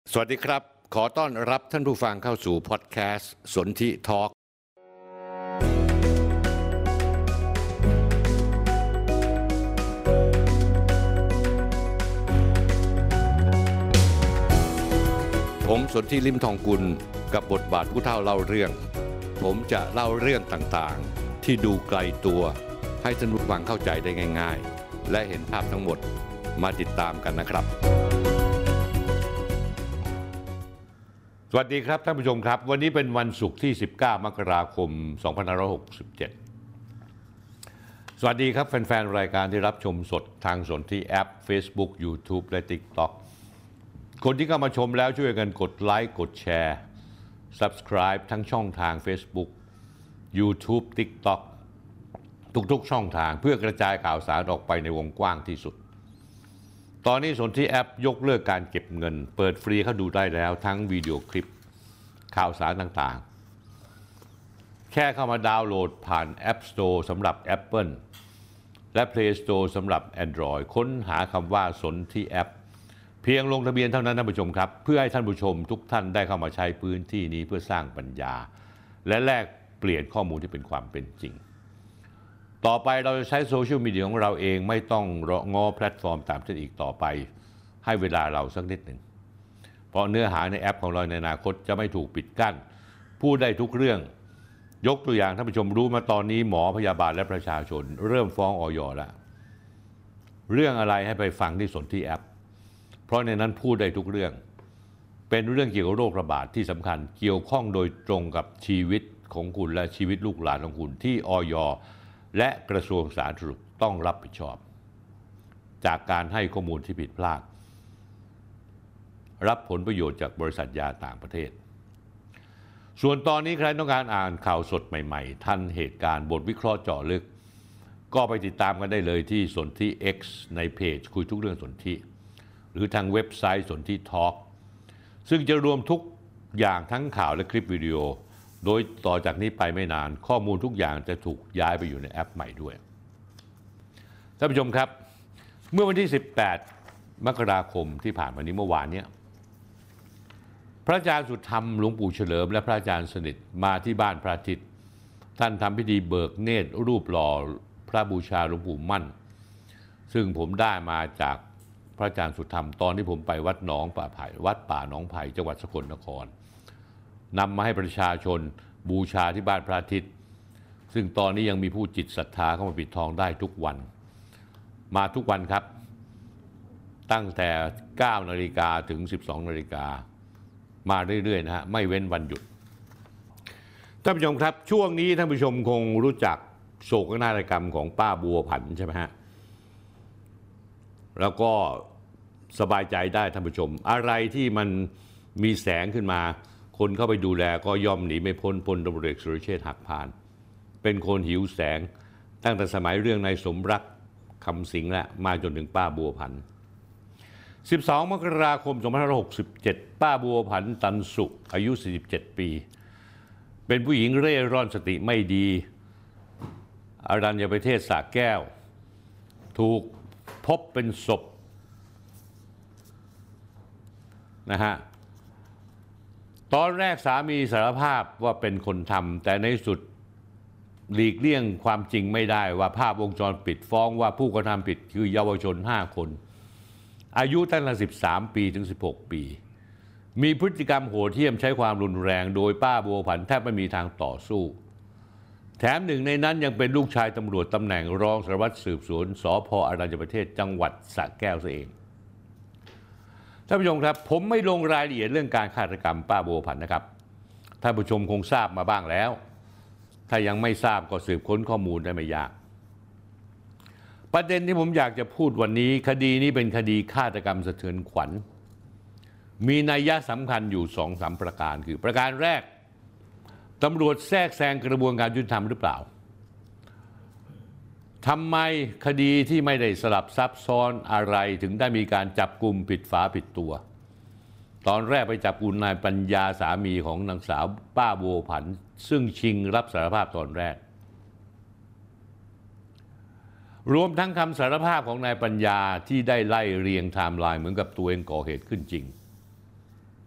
สวัสดีครับขอต้อนรับท่านผู้ฟังเข้าสู่พอดแคสต์สนธิทอล์กผมสนธิลิมทองกุลกับบทบาทผู้เฒ่าเล่าเรื่องผมจะเล่าเรื่องต่างๆที่ดูไกลตัวให้ท่านผู้ฟังเข้าใจได้ง่ายๆและเห็นภาพทั้งหมดมาติดตามกันนะครับสวัสดีครับท่านผู้ชมครับวันนี้เป็นวันศุกร์ที่19มกราคม2567สวัสดีครับแฟนๆรายการที่รับชมสดทางสนธิแอป Facebook YouTube และ TikTok คนที่เข้ามาชมแล้วช่วยกันกดไลค์กดแชร์ Subscribe ทั้งช่องทาง Facebook YouTube TikTok ทุกๆช่องทางเพื่อกระจายข่าวสารออกไปในวงกว้างที่สุดตอนนี้สนธิแอปยกเลิกการเก็บเงินเปิดฟรีเข้าดูได้แล้วทั้งวิดีโอคลิปข่าวสารต่างๆแค่เข้ามาดาวน์โหลดผ่าน App Store สำหรับ Apple และ Play Store สำหรับ Android ค้นหาคำว่าสนธิแอปเพียงลงทะเบียนเท่านั้นท่านผู้ชมครับเพื่อให้ท่านผู้ชมทุกท่านได้เข้ามาใช้พื้นที่นี้เพื่อสร้างปัญญาและแลกเปลี่ยนข้อมูลที่เป็นความเป็นจริงต่อไปเราจะใช้โซเชียลมีเดียของเราเองไม่ต้องง้อแพลตฟอร์มตามเช่นอีกต่อไปให้เวลาเราสักนิดหนึ่งเพราะเนื้อหาในแอปของเราในอนาคตจะไม่ถูกปิดกั้นพูดได้ทุกเรื่องยกตัวอย่างท่านผู้ชมรู้มาตอนนี้หมอพยาบาลและประชาชนเริ่มฟ้องอย.แล้วเรื่องอะไรให้ไปฟังที่สนธิแอปเพราะในนั้นพูดได้ทุกเรื่องเป็นเรื่องเกี่ยวกับโรคระบาดที่สำคัญเกี่ยวข้องโดยตรงกับชีวิตของคุณและชีวิตลูกหลานของคุณที่อย.และกระทรวงสาธารณสุขต้องรับผิดชอบจากการให้ข้อมูลที่ผิดพลาดรับผลประโยชน์จากบริษัทยาต่างประเทศส่วนตอนนี้ใครต้องการอ่านข่าวสดใหม่ๆทันเหตุการณ์บทวิเคราะห์เจาะลึกก็ไปติดตามกันได้เลยที่สนธิ X ในเพจคุยทุกเรื่องสนธิหรือทางเว็บไซต์สนธิทอล์กซึ่งจะรวมทุกอย่างทั้งข่าวและคลิปวิดีโอโดยต่อจากนี้ไปไม่นานข้อมูลทุกอย่างจะถูกย้ายไปอยู่ในแอปใหม่ด้วยท่านผู้ชมครับเมื่อวันที่18มกราคมที่ผ่านมานี้เมื่อวานนี้พระอาจารย์สุธรรมหลวงปู่เฉลิมและพระอาจารย์สนิทมาที่บ้านพระอาทิตย์ท่านทำพิธีเบิกเนตรรูปหล่อพระบูชาหลวงปู่มั่นซึ่งผมได้มาจากพระอาจารย์สุธรรมตอนที่ผมไปวัดหนองป่าไผ่วัดป่าหนองไผ่จังหวัดสกลนครนำมาให้ประชาชนบูชาที่บ้านพระอาทิตย์ซึ่งตอนนี้ยังมีผู้จิตศรัทธาเข้ามาปิดทองได้ทุกวันมาทุกวันครับตั้งแต่ 9 นาฬิกาถึง 12 นาฬิกามาเรื่อยๆนะฮะไม่เว้นวันหยุดท่านผู้ชมครับช่วงนี้ท่านผู้ชมคงรู้จักโศกนาฏกรรมของป้าบัวผันใช่ไหมฮะแล้วก็สบายใจได้ท่านผู้ชมอะไรที่มันมีแสงขึ้นมาคนเข้าไปดูแลก็ย่อมหนีไม่พ้นพลตำรวจเอกสุรเชษฐ์หักพานเป็นคนหิวแสงตั้งแต่สมัยเรื่องนายสมรักคำสิงห์และมาจนถึงป้าบัวผัน12 มกราคม 2567ป้าบัวผันตันสุขอายุ 47 ปีเป็นผู้หญิงเร่ร่อนสติไม่ดีอรัญญประเทศสระแก้วถูกพบเป็นศพนะฮะตอนแรกสามีสารภาพว่าเป็นคนทำแต่ในสุดหลีกเลี่ยงความจริงไม่ได้ว่าภาพวงจรปิดฟ้องว่าผู้กระทำผิดคือเยาวชน5 คนอายุตั้งแต่13 ปีถึง 16 ปีมีพฤติกรรมโหดเหี้ยมใช้ความรุนแรงโดยป้าบัวผันแทบไม่มีทางต่อสู้แถมหนึ่งในนั้นยังเป็นลูกชายตำรวจตำแหน่งรองสารวัตรสืบสวนสภ.อรัญญประเทศจังหวัดสระแก้วซะเองท่านผู้ชมครับผมไม่ลงรายละเอียดเรื่องการฆาตกรรมป้าบัวผันนะครับท่านผู้ชมคงทราบมาบ้างแล้วถ้ายังไม่ทราบก็สืบค้นข้อมูลได้ไม่ยากประเด็นที่ผมอยากจะพูดวันนี้คดีนี้เป็นคดีฆาตกรรมสะเทือนขวัญมีนัยสำคัญอยู่ 2-3 ประการคือประการแรกตำรวจแทรกแซงกระบวนการยุติธรรมหรือเปล่าทำไมคดีที่ไม่ได้สลับซับซ้อนอะไรถึงได้มีการจับกุมผิดฝาผิดตัวตอนแรกไปจับกุมนายปัญญาสามีของนางสาวป้าบัวผันซึ่งชิงรับสารภาพตอนแรกรวมทั้งคำสารภาพของนายปัญญาที่ได้ไล่เรียงไทม์ไลน์เหมือนกับตัวเองก่อเหตุขึ้นจริง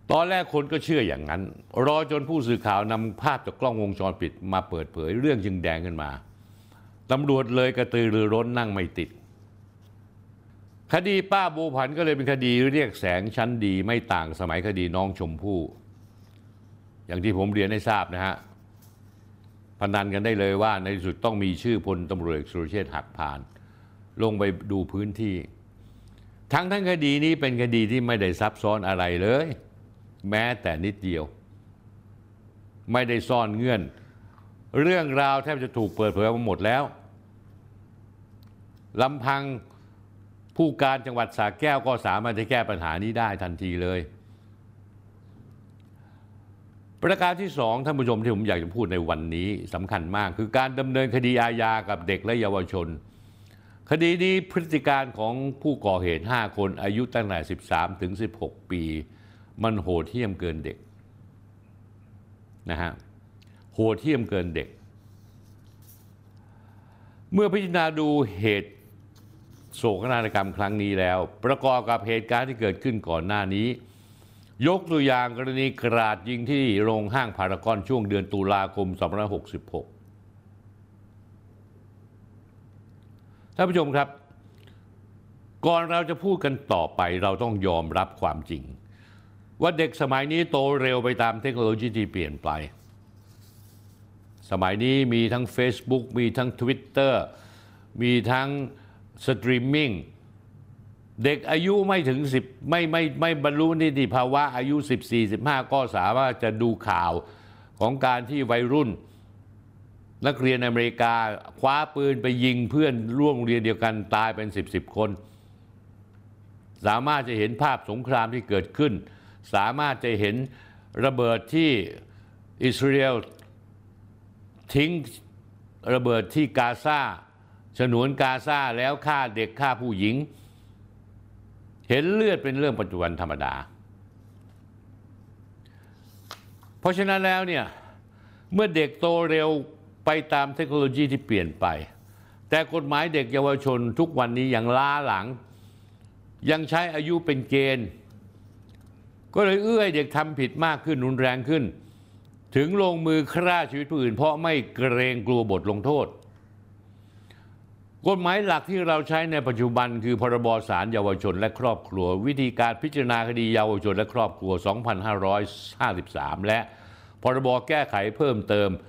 ตอนแรกคนก็เชื่ออย่างนั้นรอจนผู้สื่อข่าวนำภาพจากกล้องวงจรปิดมาเปิดเผยเรื่องจึงแดงขึ้นมาตำรวจเลยกระตือรือร้นนั่งไม่ติดคดีป้าบัวผันก็เลยเป็นคดีเรียกแสงชั้นดีไม่ต่างสมัยคดีน้องชมพู่อย่างที่ผมเรียนให้ทราบนะฮะพนันกันได้เลยว่าในที่สุดต้องมีชื่อพลตำรวจเอกสุรเชษฐ์หักพานลงไปดูพื้นที่ทั้งคดีนี้เป็นคดีที่ไม่ได้ซับซ้อนอะไรเลยแม้แต่นิดเดียวไม่ได้ซ่อนเงื่อนเรื่องราวแทบจะถูกเปิดเผยมาหมดแล้วลำพังผู้การจังหวัดสระแก้วก็สามารถจะแก้ปัญหานี้ได้ทันทีเลยประการที่สองท่านผู้ชมที่ผมอยากจะพูดในวันนี้สำคัญมากคือการดำเนินคดีอาญากับเด็กและเยาวชนคดีนี้พฤติการของผู้ก่อเหตุ5คนอายุตั้งแต่13ถึง16ปีมันโหดเหี้ยมเกินเด็กนะฮะโหดเหี้ยมเกินเด็กเมื่อพิจารณาดูเหตุโศกนาฏกรรมครั้งนี้แล้วประกอบกับเหตุการณ์ที่เกิดขึ้นก่อนหน้านี้ยกตัวอย่างกรณีกราดยิงที่โรงห้างพารากอนช่วงเดือนตุลาคม2566ท่านผู้ชมครับก่อนเราจะพูดกันต่อไปเราต้องยอมรับความจริงว่าเด็กสมัยนี้โตเร็วไปตามเทคโนโลยีที่เปลี่ยนไปสมัยนี้มีทั้ง Facebook มีทั้ง Twitter มีทั้งสตรีมมิ่งเด็กอายุไม่ถึง10ไม่บรรลุนิติภาวะอายุ14-15ก็สามารถจะดูข่าวของการที่วัยรุ่นนักเรียนอเมริกาคว้าปืนไปยิงเพื่อนร่วมโรงเรียนเดียวกันตายเป็น10คนสามารถจะเห็นภาพสงครามที่เกิดขึ้นสามารถจะเห็นระเบิดที่อิสราเอลทิ้งระเบิดที่กาซาฉนวนกาซาแล้วฆ่าเด็กฆ่าผู้หญิงเห็นเลือดเป็นเรื่องปัจจุบันธรรมดาเพราะฉะนั้นแล้วเนี่ยเมื่อเด็กโตเร็วไปตามเทคโนโลยีที่เปลี่ยนไปแต่กฎหมายเด็กเยาวชนทุกวันนี้ยังล้าหลังยังใช้อายุเป็นเกณฑ์ก็เลยเอื้อให้เด็กทำผิดมากขึ้นรุนแรงขึ้นถึงลงมือฆ่าชีวิตผู้อื่นเพราะไม่เกรงกลัวบทลงโทษกฎหมายหลักที่เราใช้ในปัจจุบันคือพรบศาลเยาวชนและครอบครัววิธีการพิจารณาคดีเยาวชนและครอบครัว 2553 และพรบแก้ไขเพิ่มเติม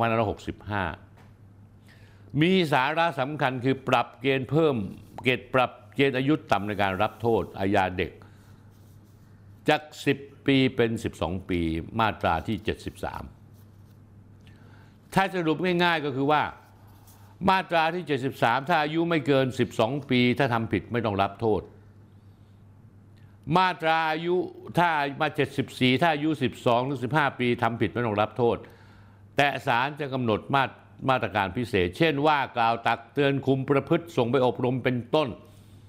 2565 มีสาระสำคัญคือปรับเกณฑ์เพิ่มปรับเกณฑ์อายุต่ำในการรับโทษอาญาเด็กจาก10 ปีเป็น12 ปีมาตราที่ 73ถ้าสรุปง่ายๆก็คือว่ามาตราที่ 73ถ้าอายุไม่เกิน12 ปีถ้าทำผิดไม่ต้องรับโทษมาตราอายุถ้ามา74ถ้าอายุ12 หรือ 15 ปีทำผิดไม่ต้องรับโทษแต่ศาลจะกำหนดมาตรการพิเศษเช่นว่ากล่าวตักเตือนคุมประพฤติส่งไปอบรมเป็นต้น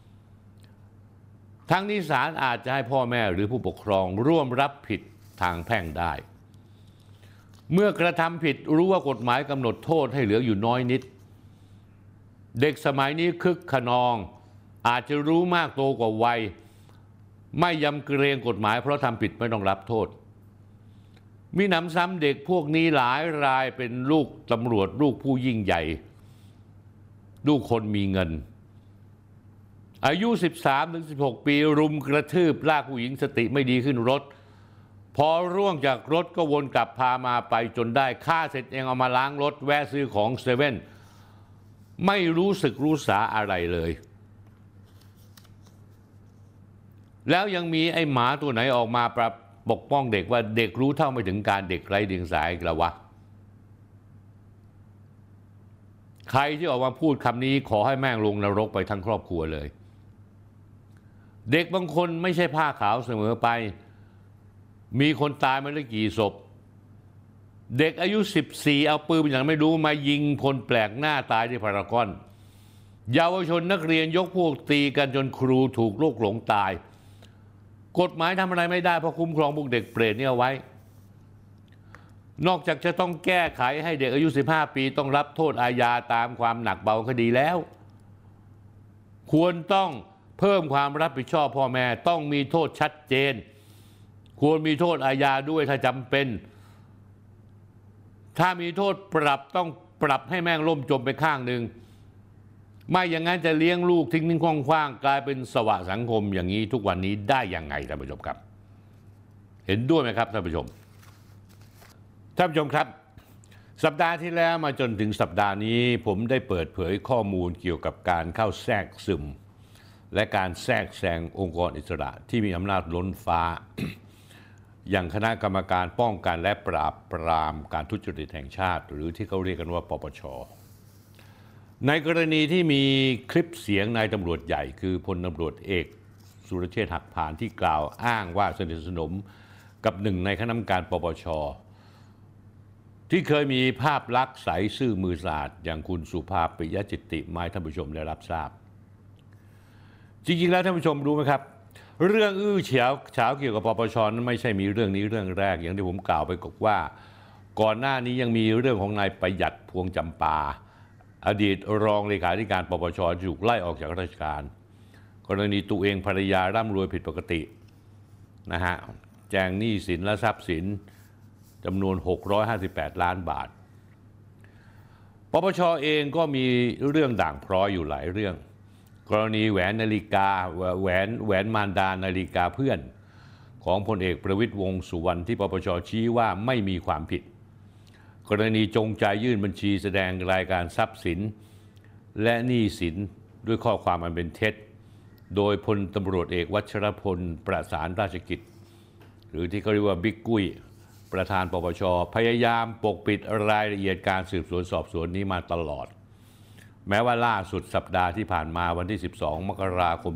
ทั้งนี้ศาลอาจจะให้พ่อแม่หรือผู้ปกครองร่วมรับผิดทางแพ่งได้เมื่อกระทำผิดรู้ว่ากฎหมายกำหนดโทษให้เหลืออยู่น้อยนิดเด็กสมัยนี้คึกขนองอาจจะรู้มากโตกว่าวัยไม่ยำเกรงกฎหมายเพราะทำผิดไม่ต้องรับโทษมีหนำซ้ำเด็กพวกนี้หลายรายเป็นลูกตำรวจลูกผู้ยิ่งใหญ่ลูกคนมีเงินอายุ 13-16 ปีรุมกระทืบลากผู้หญิงสติไม่ดีขึ้นรถพอร่วงจากรถก็วนกลับพามาไปจนได้ฆ่าเสร็จเองเอามาล้างรถแวะซื้อของเซเว่นไม่รู้สึกรู้สาอะไรเลยแล้วยังมีไอ้หมาตัวไหนออกมาปกป้องเด็กว่าเด็กรู้เท่าไม่ถึงการเด็กไร้เดียงสาอีกแล้ววะใครที่ออกมาพูดคำนี้ขอให้แม่งลงนรกไปทั้งครอบครัวเลยเด็กบางคนไม่ใช่ผ้าขาวเสมอไปมีคนตายมาแล้วกี่ศพเด็กอายุ14เอาปืนอย่างไม่รู้มายิงคนแปลกหน้าตายที่พารากอนเยาวชนนักเรียนยกพวกตีกันจนครูถูกลูกหลงตายกฎหมายทำอะไรไม่ได้เพราะคุ้มครองพวกเด็กเปรตนี่เอาไว้นอกจากจะต้องแก้ไขให้เด็กอายุ15 ปีต้องรับโทษอาญาตามความหนักเบาคดีแล้วควรต้องเพิ่มความรับผิดชอบพ่อแม่ต้องมีโทษชัดเจนควรมีโทษอาญาด้วยถ้าจำเป็นถ้ามีโทษปรับต้องปรับให้แม่งล่มจมไปข้างหนึ่งไม่อย่างนั้นจะเลี้ยงลูกทิ้งคว้างๆกลายเป็นสวะสังคมอย่างนี้ทุกวันนี้ได้ยังไงท่านผู้ชมครับเห็นด้วยไหมครับท่านผู้ชมครับสัปดาห์ที่แล้วมาจนถึงสัปดาห์นี้ผมได้เปิดเผยข้อมูลเกี่ยวกับการเข้าแทรกซึมและการแทรกแซงองค์กรอิสระที่มีอำนาจล้นฟ้า อย่างคณะกรรมการป้องกันและปราบปรามการทุจริตแห่งชาติหรือที่เขาเรียกกันว่าปปช.ในกรณีที่มีคลิปเสียงนายตำรวจใหญ่คือพลตำรวจเอกสุรเชษฐ์หักพานที่กล่าวอ้างว่าสนิทสนมกับหนึ่งในคณะกรรมการปปช.ที่เคยมีภาพลักษณ์ใสซื่อมือสะอาดอย่างคุณสุภาพปิยจิตติมาให้ท่านผู้ชมได้รับทราบจริงๆแล้วท่านผู้ชมรู้ไหมครับเรื่องอื้อฉาวเกี่ยวกับปปช.นั้นไม่ใช่มีเรื่องนี้เรื่องแรกอย่างที่ผมกล่าวไปว่าก่อนหน้านี้ยังมีเรื่องของนายประหยัดพวงจำปาอดีตรองเลขาธิการปปช.ถูกไล่ออกจากราชการกรณีตัวเองภรรยาร่ำรวยผิดปกตินะฮะแจงหนี้สินและทรัพย์สินจำนวน658ล้านบาทปปช.เองก็มีเรื่องด่างพร้อยอยู่หลายเรื่องกรณีแหวนนาฬิกาแหวนมารดานาฬิกาเพื่อนของพลเอกประวิตรวงษ์สุวรรณที่ปปช.ชี้ว่าไม่มีความผิดกรณีจงใจยื่นบัญชีแสดงรายการทรัพย์สินและหนี้สินด้วยข้อความอันเป็นเท็จโดยพลตำรวจเอกวัชรพลประสานราชกิจหรือที่เขาเรียกว่าบิ๊กกุ้ยประธานปปช.พยายามปกปิดรายละเอียดการสืบสวนสอบสวนนี้มาตลอดแม้ว่าล่าสุดสัปดาห์ที่ผ่านมาวันที่12 มกราคม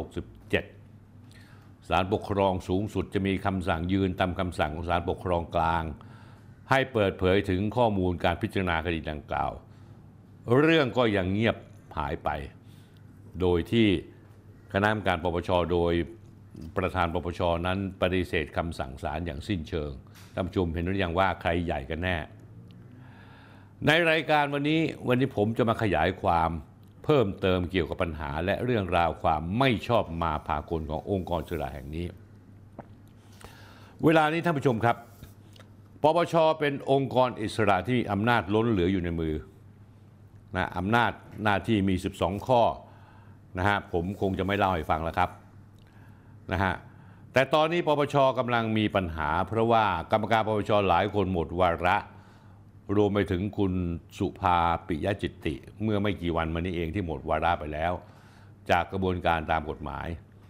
2567 ศาลปกครองสูงสุดจะมีคำสั่งยืนตามคำสั่งของศาลปกครองกลางให้เปิดเผยถึงข้อมูลการพิจารณาคดีดังกล่าวเรื่องก็ยังเงียบหายไปโดยที่คณะกรรมการปปช.โดยประธานปปช.นั้นปฏิเสธคำสั่งศาลอย่างสิ้นเชิงท่านผู้ชมเห็นหรือยังว่าใครใหญ่กันแน่ในรายการวันนี้ผมจะมาขยายความเพิ่มเติมเกี่ยวกับปัญหาและเรื่องราวความไม่ชอบมาพากลขององค์กรอิสระแห่งนี้เวลานี้ท่านผู้ชมครับปปช.เป็นองค์กรอิสระที่มีอำนาจล้นเหลืออยู่ในมือนะอำนาจหน้าที่มี12ข้อนะฮะผมคงจะไม่เล่าให้ฟังแล้วครับนะฮะแต่ตอนนี้ปปช.กำลังมีปัญหาเพราะว่ากรรมการปปช.หลายคนหมดวาระรวมไปถึงคุณสุภาปิยจิตติเมื่อไม่กี่วันมานี้เองที่หมดวาระไปแล้วจากกระบวนการตามกฎหมาย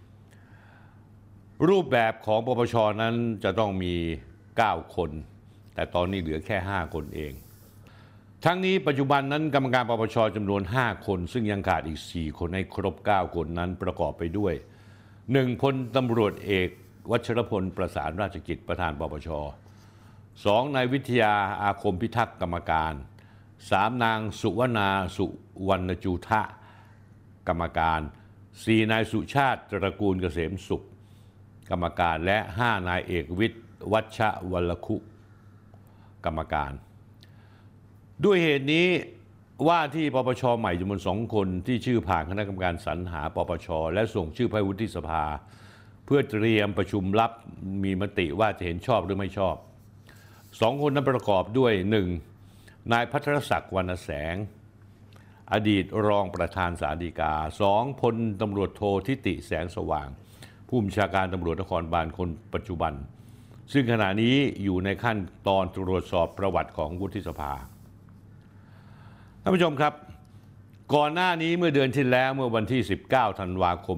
รูปแบบของปปช.นั้นจะต้องมี9คนแต่ตอนนี้เหลือแค่5คนเองทั้งนี้ปัจจุบันนั้นกรรมการปปช.จำนวน5คนซึ่งยังขาดอีก4คนให้ครบ9คนนั้นประกอบไปด้วย1. พลตำรวจเอกวัชรพลประสานราชกิจประธานปปช. 2. นายวิทยาอาคมพิทักษ์กรรมการ 3. นางสุวรรณาสุวรรณจูทะกรรมการ 4. นายสุชาติตระกูลเกษมสุขกรรมการและ 5. นายเอกวิทย์วัชวรคุกรรมการด้วยเหตุนี้ว่าที่ปปช.ใหม่จำนวน2คนที่ชื่อผ่านคณะกรรมการสรรหาปปช.และส่งชื่อไปวุฒิสภาเพื่อเตรียมประชุมลับมีมติว่าจะเห็นชอบหรือไม่ชอบ2คนนั้นประกอบด้วย 1. นายภัทรศักดิ์วรรณแสงอดีตรองประธานศาลฎีกา 2. พลตำรวจโททิติแสงสว่างผู้บัญชาการตำรวจนครบาลคนปัจจุบันซึ่งขณะนี้อยู่ในขั้นตอนตรวจสอบประวัติของวุฒิสภาท่านผู้ชมครับก่อนหน้านี้เมื่อเดือนที่แล้วเมื่อวันที่19 ธันวาคม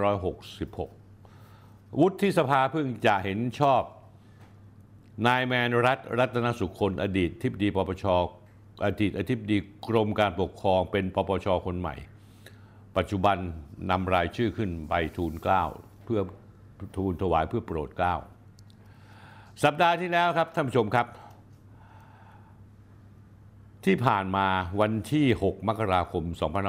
2566 วุฒิสภาเพิ่งจะเห็นชอบนายแมนรัตนสุคนอดีตอธิบดีปปช.อดีตอธิบดีกรมการปกครองเป็นปปช.คนใหม่ปัจจุบันนำรายชื่อขึ้นไปทูลเกล้าเพื่อทูลถวายเพื่อโปรดเกล้าสัปดาห์ที่แล้วครับท่านผู้ชมครับที่ผ่านมาวันที่6 มกราคม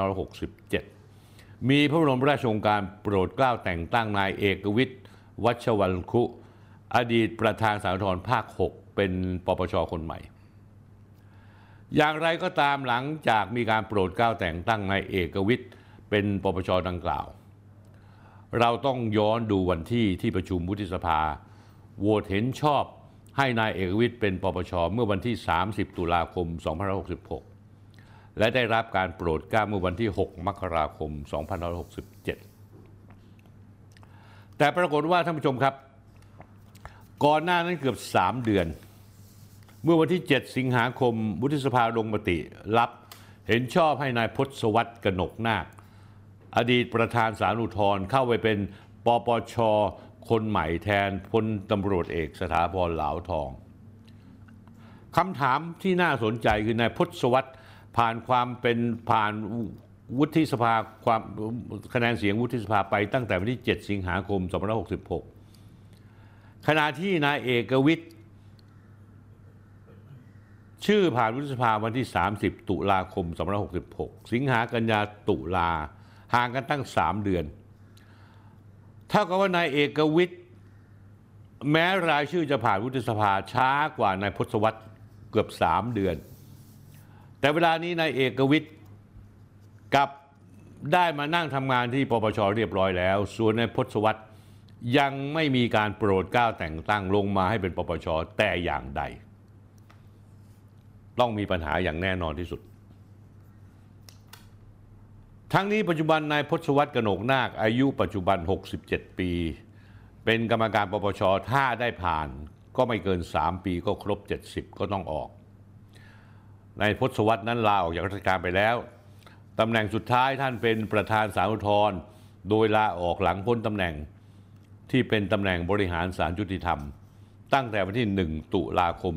2567 มีพระบรมราชโองการโปรดเกล้าแต่งตั้งนายเอกวิทย์วัชวรคุอดีตประธานศาลอุทธรณ์ภาค 6เป็นปปช.คนใหม่อย่างไรก็ตามหลังจากมีการโปรดเกล้าแต่งตั้งนายเอกวิทย์เป็นปปช.ดังกล่าวเราต้องย้อนดูวันที่ประชุมวุฒิสภาโหวตเห็นชอบให้นายเอกวิทย์เป็นปปชเมื่อวันที่30ตุลาคม2566และได้รับการโปรดเกล้าเมื่อวันที่6มกราคม2567แต่ปรากฏว่าท่านผู้ชมครับก่อนหน้านั้นเกือบ3 เดือนเมื่อวันที่7สิงหาคมวุฒิสภาลงมติรับเห็นชอบให้นายพศวรรษ กนกนาคอดีตประธานศาลอุทธรณ์เข้าไปเป็นปปชคนใหม่แทนพลตำรวจเอกสถาพร เหลาทองคำถามที่น่าสนใจคือนายพศวรรษผ่านวุฒิสภาความคะแนนเสียงวุฒิสภาไปตั้งแต่วันที่7สิงหาคม2566ขณะที่นายเอกวิทย์ชื่อผ่านวุฒิสภาวันที่30ตุลาคม2566สิงหากันยาตุลาห่างกันตั้ง3 เดือนเท่ากับว่านายเอกวิทย์แม้รายชื่อจะผ่านวุฒิสภาช้ากว่านายพศวรรษเกือบ3 เดือนแต่เวลานี้นายเอกวิทย์กลับได้มานั่งทำงานที่ปปชเรียบร้อยแล้วส่วนนายพศวรรษยังไม่มีการโปรดเกล้าแต่งตั้งลงมาให้เป็นปปชแต่อย่างใดต้องมีปัญหาอย่างแน่นอนที่สุดทั้งนี้ปัจจุบันนายพศวรรษ กนกนาคอายุปัจจุบัน67 ปีเป็นกรรมการปปชถ้าได้ผ่านก็ไม่เกิน3 ปีก็ครบ70ก็ต้องออกนายพศวรรษนั้นลาออกจากราชการไปแล้วตำแหน่งสุดท้ายท่านเป็นประธานศาลอุทธรณ์โดยลาออกหลังพ้นตำแหน่งที่เป็นตำแหน่งบริหารศาลยุติธรรมตั้งแต่วันที่1ตุลาคม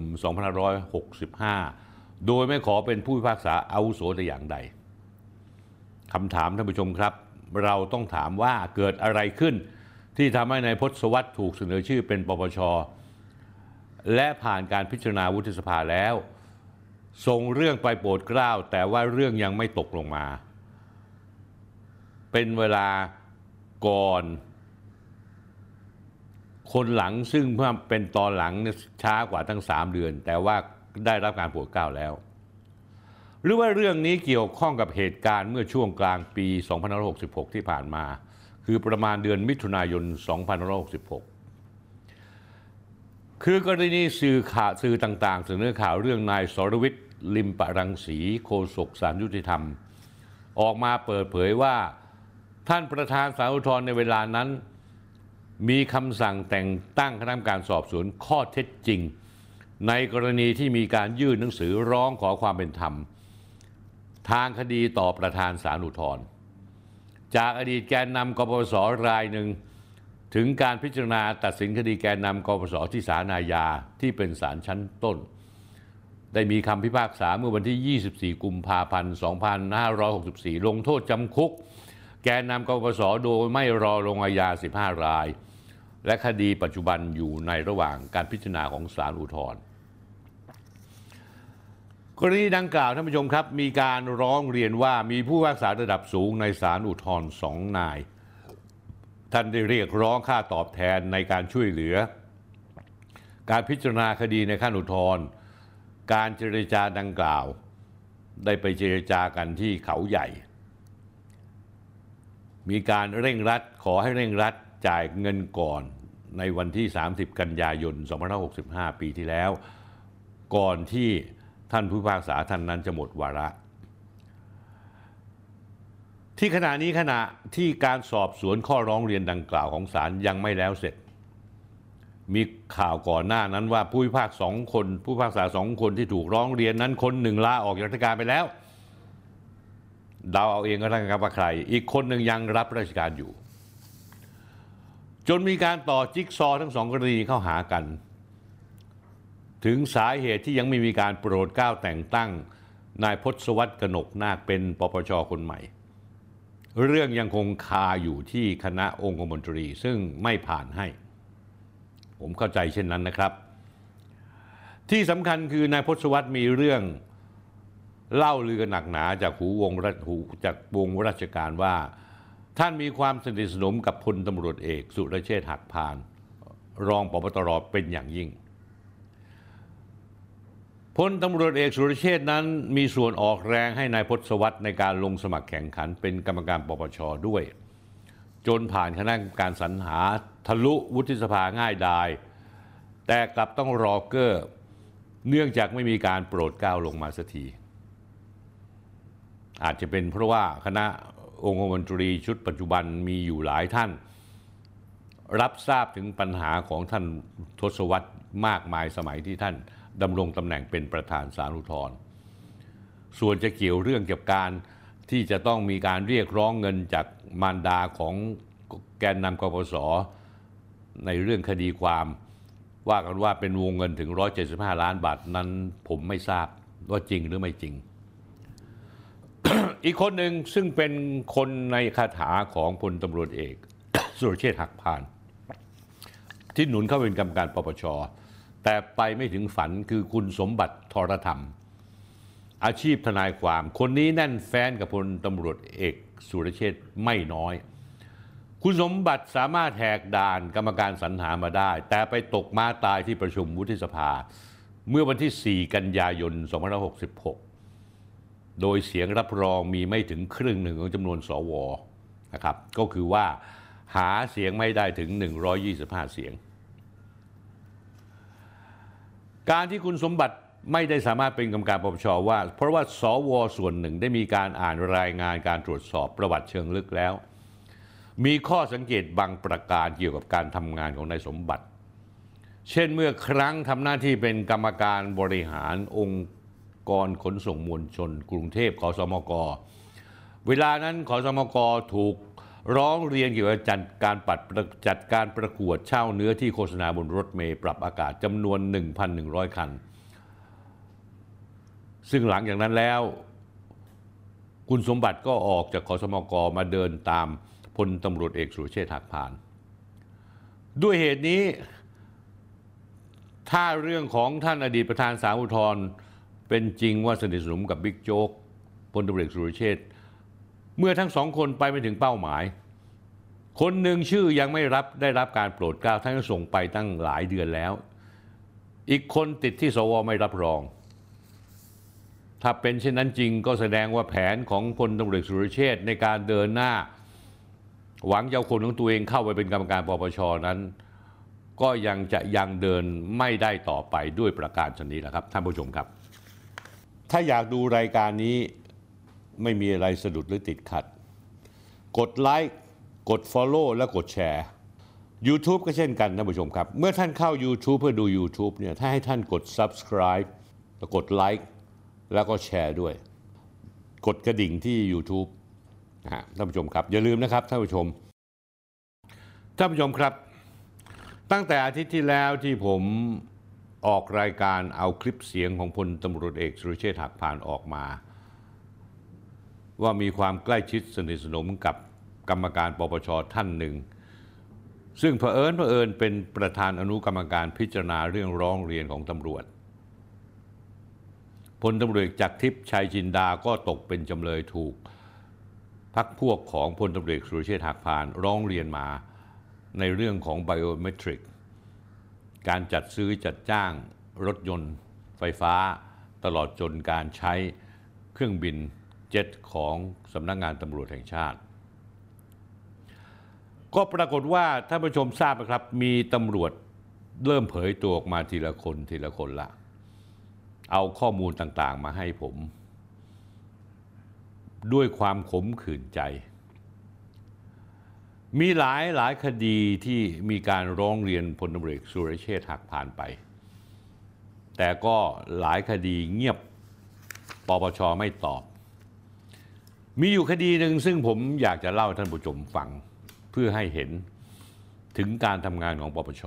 2565โดยไม่ขอเป็นผู้พิพากษาอาวุโสแต่อย่างใดคำถามท่านผู้ชมครับเราต้องถามว่าเกิดอะไรขึ้นที่ทำให้นายพศวรรษถูกเสนอชื่อเป็นปปชและผ่านการพิจารณาวุฒิสภาแล้วส่งเรื่องไปโปรดเกล้าแต่ว่าเรื่องยังไม่ตกลงมาเป็นเวลาก่อนคนหลังซึ่งเพิ่มเป็นตอนหลังช้ากว่าตั้ง3 เดือนแต่ว่าได้รับการโปรดเกล้าแล้วหรือว่าเรื่องนี้เกี่ยวข้องกับเหตุการณ์เมื่อช่วงกลางปี2566ที่ผ่านมาคือประมาณเดือนมิถุนายน2566คือกรณีสื่อต่างๆเสนอข่าวเรื่องนายสรวิทย์ ลิมปรังสีโฆษกศาลยุติธรรมออกมาเปิดเผยว่าท่านประธานศาลอุทธรณ์ในเวลานั้นมีคำสั่งแต่งตั้งคณะกรรมการสอบสวนข้อเท็จจริงในกรณีที่มีการยื่นหนังสือร้องขอความเป็นธรรมทางคดีต่อประธานศาลอุทธรณ์จากอดีตแกนนำกปปส.รายหนึ่งถึงการพิจารณาตัดสินคดีแกนนำกปปส.ที่ศาลอาญาที่เป็นศาลชั้นต้นได้มีคำพิพากษาเมื่อวันที่24กุมภาพันธ์2564ลงโทษจำคุกแกนนำกปปส.โดยไม่รอลงอาญา15 รายและคดีปัจจุบันอยู่ในระหว่างการพิจารณาของศาลอุทธรณ์กรณีดังกล่าวท่านผู้ชมครับมีการร้องเรียนว่ามีผู้พิพากษาระดับสูงในศาลอุทธรณ์2 นายท่านได้เรียกร้องค่าตอบแทนในการช่วยเหลือการพิจารณาคดีในขั้นอุทธรณ์การเจรจาดังกล่าวได้ไปเจรจากันที่เขาใหญ่มีการเร่งรัดขอให้เร่งรัดจ่ายเงินก่อนในวันที่30กันยายน2565ปีที่แล้วก่อนที่ท่านผู้พิพากษาท่านนั้นจะหมดวาระที่ขณะที่การสอบสวนข้อร้องเรียนดังกล่าวของศาลยังไม่แล้วเสร็จมีข่าวก่อนหน้านั้นว่าผู้พิพากษา2 คนที่ถูกร้องเรียนนั้นคนหนึ่งลาออกจากราชการไปแล้วเดาเอาเองก็แล้วกันครับว่าใครอีกคนหนึ่งยังรับราชการอยู่จนมีการต่อจิ๊กซอว์ทั้ง2 กรณีเข้าหากันถึงสาเหตุที่ยังไม่มีการโปรดเกล้าแต่งตั้งนายพศวรรษ กนกนาคเป็นปปช.คนใหม่เรื่องยังคงคาอยู่ที่คณะองคมนตรีซึ่งไม่ผ่านให้ผมเข้าใจเช่นนั้นนะครับที่สำคัญคือนายพศวรรษมีเรื่องเล่าลือกันหนักหนาจากวงราชการว่าท่านมีความสนิทสนมกับพลตำรวจเอกสุรเชษฐ์ หักพานรองผบ.ตร.เป็นอย่างยิ่งพลตำรวจเอกสุรเชษฐ์นั้นมีส่วนออกแรงให้นายพศวรรษในการลงสมัครแข่งขันเป็นกรรมการปปช.ด้วยจนผ่านคณะกรรมการสรรหาทะลุวุฒิสภาง่ายดายแต่กลับต้องรอเกอร์เนื่องจากไม่มีการโปรดเกล้าลงมาสักทีอาจจะเป็นเพราะว่าคณะองคมนตรีชุดปัจจุบันมีอยู่หลายท่านรับทราบถึงปัญหาของท่านทศวรรษมากมายสมัยที่ท่านดำรงตำแหน่งเป็นประธานศาลอุทธรณ์ส่วนจะเกี่ยวเรื่องเกี่ยวกับการที่จะต้องมีการเรียกร้องเงินจากมารดาของแกนนำกปปส.ในเรื่องคดีความว่ากันว่าเป็นวงเงินถึง175 ล้านบาทนั้นผมไม่ทราบว่าจริงหรือไม่จริง อีกคนหนึ่งซึ่งเป็นคนในคาถาของพลตำรวจเอก สุรเชษฐ์หักพานที่หนุนเข้าเป็นกรรมการปปช.แต่ไปไม่ถึงฝันคือคุณสมบัติธรธรรมอาชีพทนายความคนนี้แน่นแฟ้นกับพลตำรวจเอกสุรเชษฐ์ไม่น้อยคุณสมบัติสามารถแหกด่านกรรมการสรรหามาได้แต่ไปตกม้าตายที่ประชุมวุฒิสภาเมื่อวันที่ 4 กันยายน 2566 โดยเสียงรับรองมีไม่ถึงครึ่งหนึ่งของจำนวนสวนะครับก็คือว่าหาเสียงไม่ได้ถึง125 เสียงการที่คุณสมบัติไม่ได้สามารถเป็นกรรมการปปช.ว่าเพราะว่าสวส่วนหนึ่งได้มีการอ่านรายงานการตรวจสอบประวัติเชิงลึกแล้วมีข้อสังเกตบางประการเกี่ยวกับการทำงานของนายสมบัติเช่นเมื่อครั้งทำหน้าที่เป็นกรรมการบริหารองค์กรขนส่งมวลชนกรุงเทพขสมกเวลานั้นขสมกถูกร้องเรียนเกี่ยวกับจัดการประกวดเช่าเนื้อที่โฆษณาบนรถเมล์ปรับอากาศจำนวน 1,100 คันซึ่งหลังจากนั้นแล้วคุณสมบัติก็ออกจากขสมกมาเดินตามพลตำรวจเอกสุรเชษฐ์หักพานด้วยเหตุนี้ถ้าเรื่องของท่านอดีตประธานศาลอุทธรณ์เป็นจริงว่าสนิทสนมกับบิ๊กโจ๊กพลตำรวจเอกสุรเชษฐ์เมื่อทั้งสองคนไปไม่ถึงเป้าหมายคนหนึ่งชื่อยังไม่ได้รับการโปรดเกล้าท่านก็ส่งไปตั้งหลายเดือนแล้วอีกคนติดที่สวไม่รับรองถ้าเป็นเช่นนั้นจริงก็แสดงว่าแผนของพลตำรวจสุรเชษฐ์ในการเดินหน้าหวังจะเอาคนของตัวเองเข้าไปเป็นกรรมการปปช.นั้นก็ยังเดินไม่ได้ต่อไปด้วยประการชนี้แหละครับท่านผู้ชมครับถ้าอยากดูรายการนี้ไม่มีอะไรสะดุดหรือติดขัดกดไลค์กด Follow และกดแชร์ YouTube ก็เช่นกันท่านผู้ชมครับเมื่อท่านเข้า YouTube เพื่อดู YouTube เนี่ยถ้าให้ท่านกด Subscribe แล้วกดไลค์แล้วก็แชร์ด้วยกดกระดิ่งที่ YouTube ท่านผู้ชมครับอย่าลืมนะครับท่านผู้ชมครับตั้งแต่อาทิตย์ที่แล้วที่ผมออกรายการเอาคลิปเสียงของพลตำรวจเอกสุรเชษฐ์หักพานออกมาว่ามีความใกล้ชิดสนิทสนมกับกรรมการปปช.ท่านหนึ่งซึ่งเผอิญเป็นประธานอนุกรรมการพิจารณาเรื่องร้องเรียนของตำรวจพลตำรวจจักรทิพย์ชัยจินดาก็ตกเป็นจำเลยถูกพรรคพวกของพลตำรวจสุรเชษฐ์หักพานร้องเรียนมาในเรื่องของไบโอเมตริกการจัดซื้อจัดจ้างรถยนต์ไฟฟ้าตลอดจนการใช้เครื่องบินเจ็ตของสำนักงานตำรวจแห่งชาติก็ปรากฏว่าท่านผู้ชมทราบไหมครับมีตำรวจเริ่มเผยตัวออกมาทีละคนละเอาข้อมูลต่างๆมาให้ผมด้วยความขมขื่นใจมีหลายคดีที่มีการร้องเรียนพลตำรวจเอกสุรเชษฐ์หักพานไปแต่ก็หลายคดีเงียบปปช.ไม่ตอบมีอยู่คดีหนึ่งซึ่งผมอยากจะเล่าให้ท่านผู้ชมฟังเพื่อให้เห็นถึงการทำงานของปปช.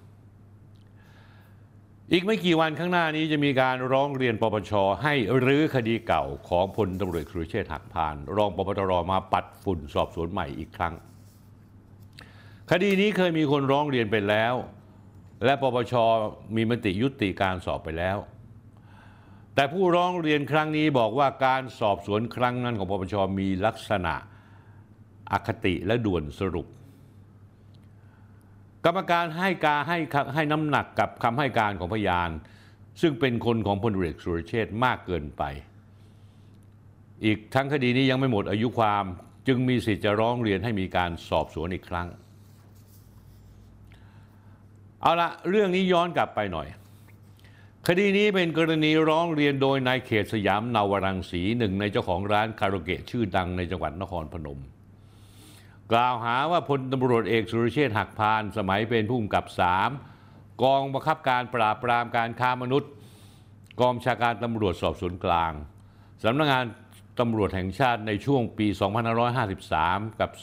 อีกไม่กี่วันข้างหน้านี้จะมีการร้องเรียนปปช.ให้รื้อคดีเก่าของพลตำรวจสุรเชษฐ์หักพานรองปปตร.มาปัดฝุ่นสอบสวนใหม่อีกครั้งคดีนี้เคยมีคนร้องเรียนไปแล้วและปปช.มีมติยุติการสอบไปแล้วแต่ผู้ร้องเรียนครั้งนี้บอกว่าการสอบสวนครั้งนั้นของปปช.มีลักษณะอคติและด่วนสรุปกรรมการให้น้ำหนักกับคำให้การของพยานซึ่งเป็นคนของพลตำรวจเอกสุรเชษฐ์มากเกินไปอีกทั้งคดีนี้ยังไม่หมดอายุความจึงมีสิทธิ์จะร้องเรียนให้มีการสอบสวนอีกครั้งเอาละเรื่องนี้ย้อนกลับไปหน่อยคดีนี้เป็นกรณีร้องเรียนโดยนายเขตสยามนาวรังสีหนึ่งในเจ้าของร้านคาราโอเกะชื่อดังในจังหวัดนครพนมกล่าวหาว่าพลตำรวจเอกสุรเชษฐ์หักพานสมัยเป็นผู้กำกับ3กองบังคับการปราบปรามการค้ามนุษย์กองบัญชาการตำรวจสอบสวนกลางสำนักงานตำรวจแห่งชาติในช่วงปี 2553 กับ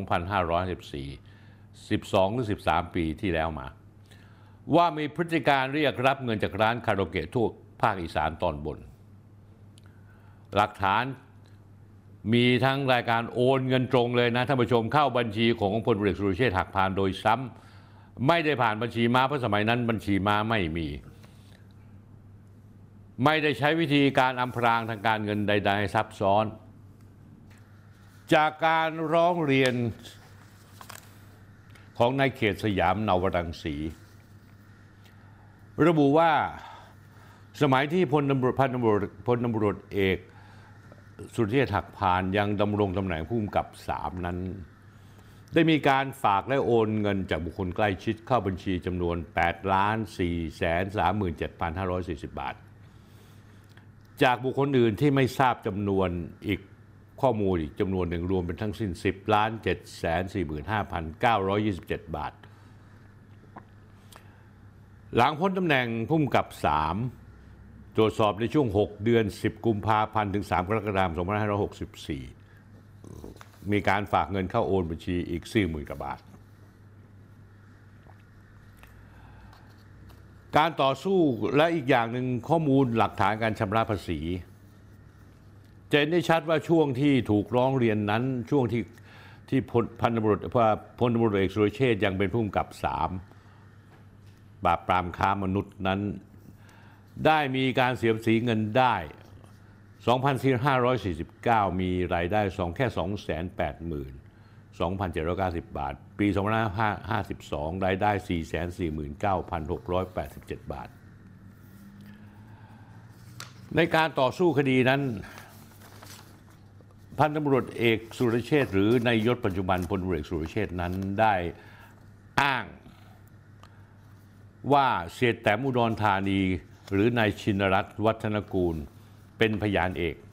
2554 12 หรือ 13 ปีที่แล้วมาว่ามีพฤติการเรียกรับเงินจากร้านคาราโอเกะทั่วภาคอีสานตอนบนหลักฐานมีทั้งรายการโอนเงินตรงเลยนะท่านผู้ชมเข้าบัญชีของพลเอกสุรเชษฐ์หักพานโดยซ้ำไม่ได้ผ่านบัญชีม้าเพราะสมัยนั้นบัญชีม้าไม่มีไม่ได้ใช้วิธีการอำพรางทางการเงินใดๆซับซ้อนจากการร้องเรียนของนายเขตสยามนาวรังสีระบุว่าสมัยที่พลตำรวจเอกสุรเชษฐ์หักพานยังดำรงตำแหน่งผู้กำกับ3นั้นได้มีการฝากและโอนเงินจากบุคคลใกล้ชิดเข้าบัญชีจำนวน 8,437,540 บาทจากบุคคลอื่นที่ไม่ทราบจำนวนอีกข้อมูลอีกจำนวนหนึ่งรวมเป็นทั้งสิ้น 10,745,927 บาทหลังพ้นตำแหน่งผู้กำกับ3ตรวจสอบในช่วง6 เดือน 10 กุมภาพันธ์ถึง 3 กรกฎาคม 2564 มีการฝากเงินเข้าโอนบัญชีอีก 40,000 กว่าบาทการต่อสู้และอีกอย่างหนึ่งข้อมูลหลักฐานการชำระภาษีจะเห็นได้ชัดว่าช่วงที่ถูกร้องเรียนนั้นช่วงที่พลตำรวจเอกสุรเชษฐ์ยังเป็นผู้กำกับ3ปราบปรามค้ามนุษย์นั้นได้มีการเสียภาษีเงินได้ 2,549 มีรายได้แค่ 280,2,790 บาทปี2552รายได้ 449,687 บาทในการต่อสู้คดีนั้นพันตำรวจเอกสุรเชษฐ์หรือนายยศปัจจุบันพลตำรวจเอกสุรเชษฐ์นั้นได้อ้างว่าเสียแต้มอุดรธานีหรือนายชินรัตน์วัฒนกูลเป็นพยานเอก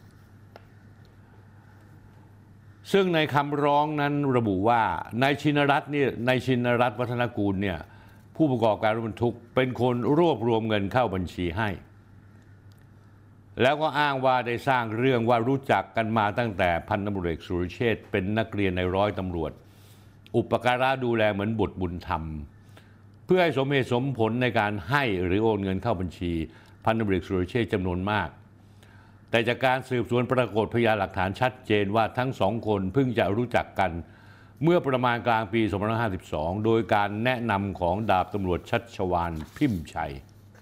ซึ่งในคำร้องนั้นระบุว่านายชินรัตน์วัฒนกูลเนี่ยผู้ประกอบการรถบรรทุกเป็นคนรวบรวมเงินเข้าบัญชีให้แล้วก็อ้างว่าได้สร้างเรื่องว่ารู้จักกันมาตั้งแต่พันตำรวจเอกสุรเชษฐ์เป็นนักเรียนในร้อยตำรวจอุปการะดูแลเหมือนบุตรบุญธรรมเพื่อให้สมเหตุสมผลในการให้หรือโอนเงินเข้าบัญชีพันตำรวจเอกสุรเชษฐ์จำนวนมากแต่จากการสืบสวนปรากฏพยานหลักฐานชัดเจนว่าทั้งสองคนเพิ่งจะรู้จักกันเมื่อประมาณกลางปี 2552 โดยการแนะนำของดาบตำรวจชัชวาลพิมพ์ชัย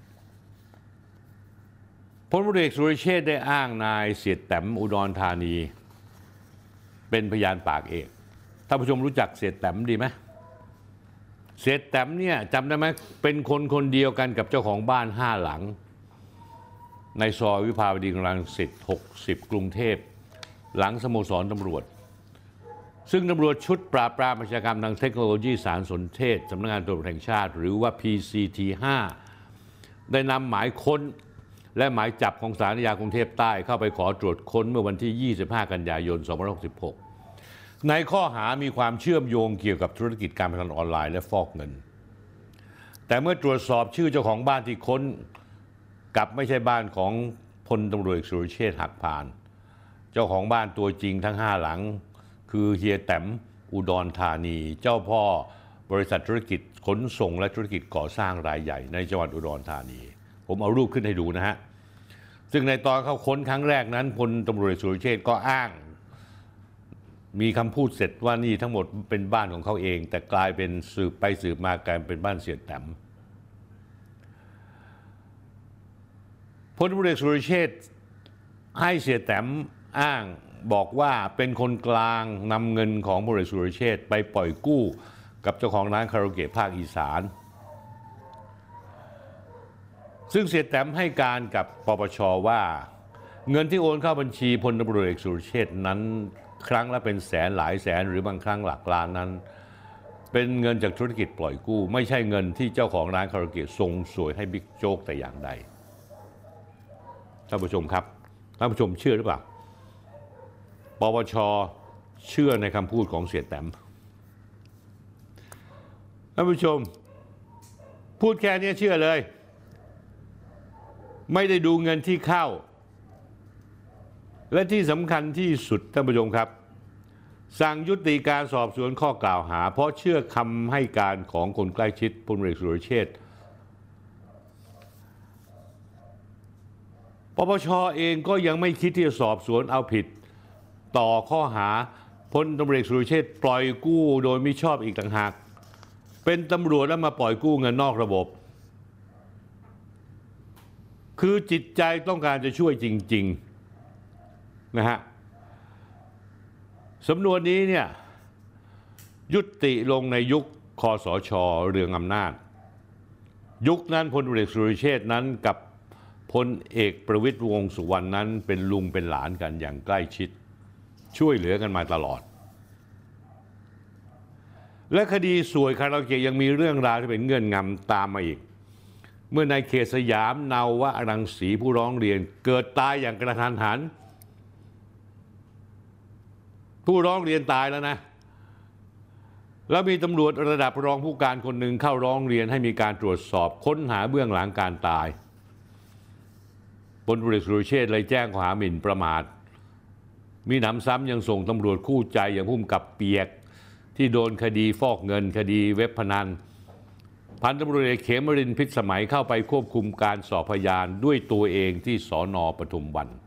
พลตำรวจเอกสุรเชษฐ์ได้อ้างนายเสียแต้มอุดรธานีเป็นพยานปากเอกท่านผู้ชมรู้จักเสียแต้มดีไหมเสียแต้มเนี่ยจำได้ไหมเป็นคนเดียวกันกับเจ้าของบ้าน5 หลังในซอยวิภาวดีรังสิต60 กรุงเทพหลังสโมสรตำรวจซึ่งตำรวจชุดปราบปรามอาชญากรรมทางเทคโนโลยีสารสนเทศสำนักงานตำรวจแห่งชาติหรือว่า PCT5 ได้นำหมายค้นและหมายจับของศาลฎีกากรุงเทพใต้เข้าไปขอตรวจค้นเมื่อวันที่ 25 กันยายน 2566 ในข้อหามีความเชื่อมโยงเกี่ยวกับธุรกิจการพนันออนไลน์และฟอกเงินแต่เมื่อตรวจสอบชื่อเจ้าของบ้านที่ค้นกลับไม่ใช่บ้านของพลตำรวจเอกสุรเชษฐ์หักพานเจ้าของบ้านตัวจริงทั้ง5 หลังคือเฮียแต้มอุดรธานีเจ้าพ่อบริษัทธุรกิจขนส่งและธุรกิจก่อสร้างรายใหญ่ในจังหวัดอุดรธานีผมเอารูปขึ้นให้ดูนะฮะซึ่งในตอนเขาค้นครั้งแรกนั้นพลตำรวจเอกสุรเชษฐ์ก็อ้างมีคำพูดเสร็จว่านี่ทั้งหมดเป็นบ้านของเขาเองแต่กลายเป็นสืบไปสืบมากลายเป็นบ้านเสียแต้มพลตำรวจเอกสุรเชษฐ์ให้เสียแต้มอ้างบอกว่าเป็นคนกลางนำเงินของพลตำรวจเอกสุรเชษฐ์ไปปล่อยกู้กับเจ้าของร้านคาราโอเกะภาคอีสานซึ่งเสียแต้มให้การกับปปช.ว่าเงินที่โอนเข้าบัญชีพลตำรวจเอกสุรเชษฐ์นั้นครั้งละเป็นแสนหลายแสนหรือบางครั้งหลักล้านนั้นเป็นเงินจากธุรกิจปล่อยกู้ไม่ใช่เงินที่เจ้าของร้านคาราโอเกะส่งสวยให้บิ๊กโจ๊กแต่อย่างใดท่านผู้ชมครับท่านผู้ชมเชื่อหรือเปล่าปปช.เชื่อในคำพูดของเสียแต้มท่านผู้ชมพูดแค่นี้เชื่อเลยไม่ได้ดูเงินที่เข้าและที่สำคัญที่สุดท่านผู้ชมครับสั่งยุติการสอบสวนข้อกล่าวหาเพราะเชื่อคำให้การของคนใกล้ชิดพลเอกสุรเชษฐ์ปปช.เองก็ยังไม่คิดที่จะสอบสวนเอาผิดต่อข้อหาพลตำรวจเอกสุรเชษฐ์ปล่อยกู้โดยมิชอบอีกต่างหากเป็นตำรวจแล้วมาปล่อยกู้เงินนอกระบบคือจิตใจต้องการจะช่วยจริงๆนะฮะสำนวนนี้เนี่ยยุติลงในยุคคสช.เรืองอำนาจยุคนั้นพลเอกสุรเชษฐ์นั้นกับพลเอกประวิตรวงษ์สุวรรณนั้นเป็นลุงเป็นหลานกันอย่างใกล้ชิดช่วยเหลือกันมาตลอดและคดีสวยคาราโอเกะยังมีเรื่องราวที่เป็นเงื่อนงำตามมาอีกเมื่อนายเขตสยามเนาวะรังสีผู้ร้องเรียนเกิดตายอย่างกระทันหันผู้ร้องเรียนตายแล้วนะแล้วมีตำรวจระดับรองผู้การคนหนึ่งเข้าร้องเรียนให้มีการตรวจสอบค้นหาเบื้องหลังการตายพลตำรวจสุรเชษฐ์เลยแจ้งข้อหาหมิ่นประมาทมีหนำซ้ำยังส่งตำรวจคู่ใจอย่างผู้กำกับเปียกที่โดนคดีฟอกเงินคดีเว็บพนันพันตำรวจเอกเขมรินทร์พิษสมัยเข้าไปควบคุมการสอบพยานด้วยตัวเองที่สน.ปทุมวัน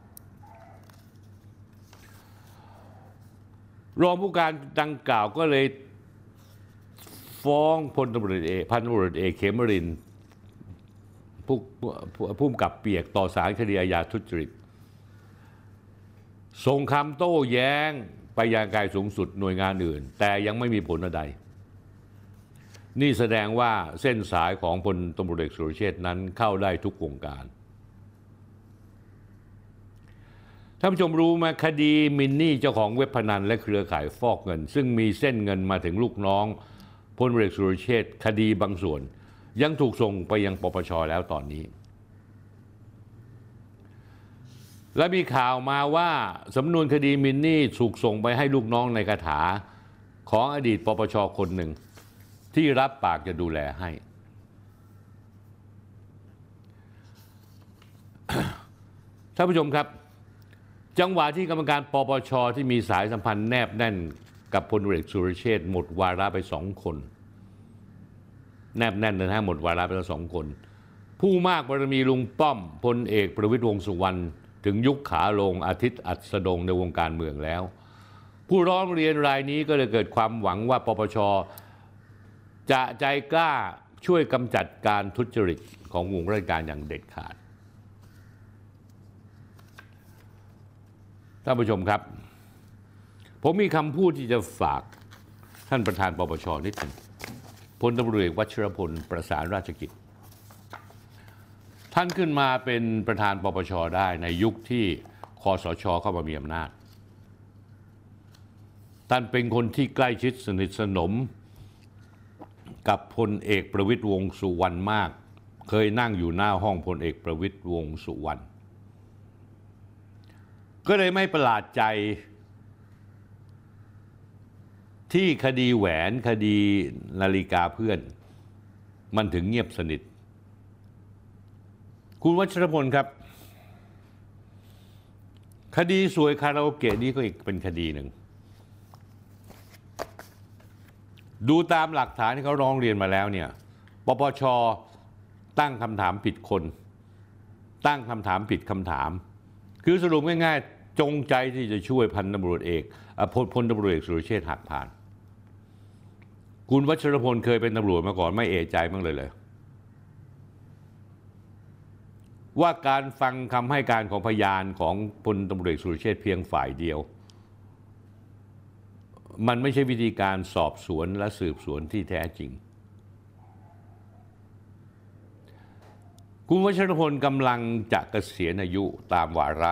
รองผู้การดังกล่าวก็เลยฟ้องพันตำรวจเอกเขมรินทร์ผู้กำกับเปียกต่อศาลคดีอาญาทุจริตส่งคำโต้แย้งไปยังอัยการสูงสุดหน่วยงานอื่นแต่ยังไม่มีผลใดนี่แสดงว่าเส้นสายของพลตำรวจเอกสุรเชษฐ์นั้นเข้าได้ทุกวงการท่านผู้ชมรู้ไหมคดีมินนี่เจ้าของเว็บพนันและเครือข่ายฟอกเงินซึ่งมีเส้นเงินมาถึงลูกน้องพลตำรวจเอกสุรเชษฐ์คดีบางส่วนยังถูกส่งไปยังปปช.แล้วตอนนี้และมีข่าวมาว่าสำนวนคดีมินนี่ถูกส่งไปให้ลูกน้องในคาถาของอดีตปปช.คนหนึ่งที่รับปากจะดูแลให้ ท่านผู้ชมครับจังหวะที่กรรมการปปช.ที่มีสายสัมพันธ์แนบแน่นกับพลเอกสุรเชษฐ์หมดวาระไป2 คนแนบแน่นนะฮะหมดวาระไปแล้ว2 คนผู้มากบารมีลุงป้อมพลเอกประวิตรวงษ์สุวรรณถึงยุคขาลงอาทิตย์อัสดงในวงการเมืองแล้วผู้ร้องเรียนรายนี้ก็เลยเกิดความหวังว่าปปช.จะใจกล้าช่วยกำจัดการทุจริตของวงราชการอย่างเด็ดขาดท่านผู้ชมครับผมมีคำพูดที่จะฝากท่านประธานปปช.นิดหนึ่งพลตำรวจเอกวชรพลประสานราชกิจท่านขึ้นมาเป็นประธานปปช.ได้ในยุคที่คสช.เข้ามามีอำนาจท่านเป็นคนที่ใกล้ชิดสนิทสนมกับพลเอกประวิตรวงษ์สุวรรณมากเคยนั่งอยู่หน้าห้องพลเอกประวิตรวงษ์สุวรรณก็เลยไม่ประหลาดใจที่คดีแหวนคดีนาฬิกาเพื่อนมันถึงเงียบสนิทคุณวัชรพลครับคดีสวยคาราโอเกะนี้ก็อีกเป็นคดีหนึ่งดูตามหลักฐานที่เขาร้องเรียนมาแล้วเนี่ยปปช.ตั้งคำถามผิดคนตั้งคำถามผิดคำถามคือสรุปง่ายๆจงใจที่จะช่วยพลตำรวจเอกพลตำรวจเอกสุรเชษฐ์หักพานคุณวัชรพลเคยเป็นตำรวจมาก่อนไม่เอะใจบ้างเลยว่าการฟังคำให้การของพยานของพลตำรวจเอกสุรเชษฐ์เพียงฝ่ายเดียวมันไม่ใช่วิธีการสอบสวนและสืบสวนที่แท้จริงคุณวัชรพลกำลังจะเกษียณอายุตามวาระ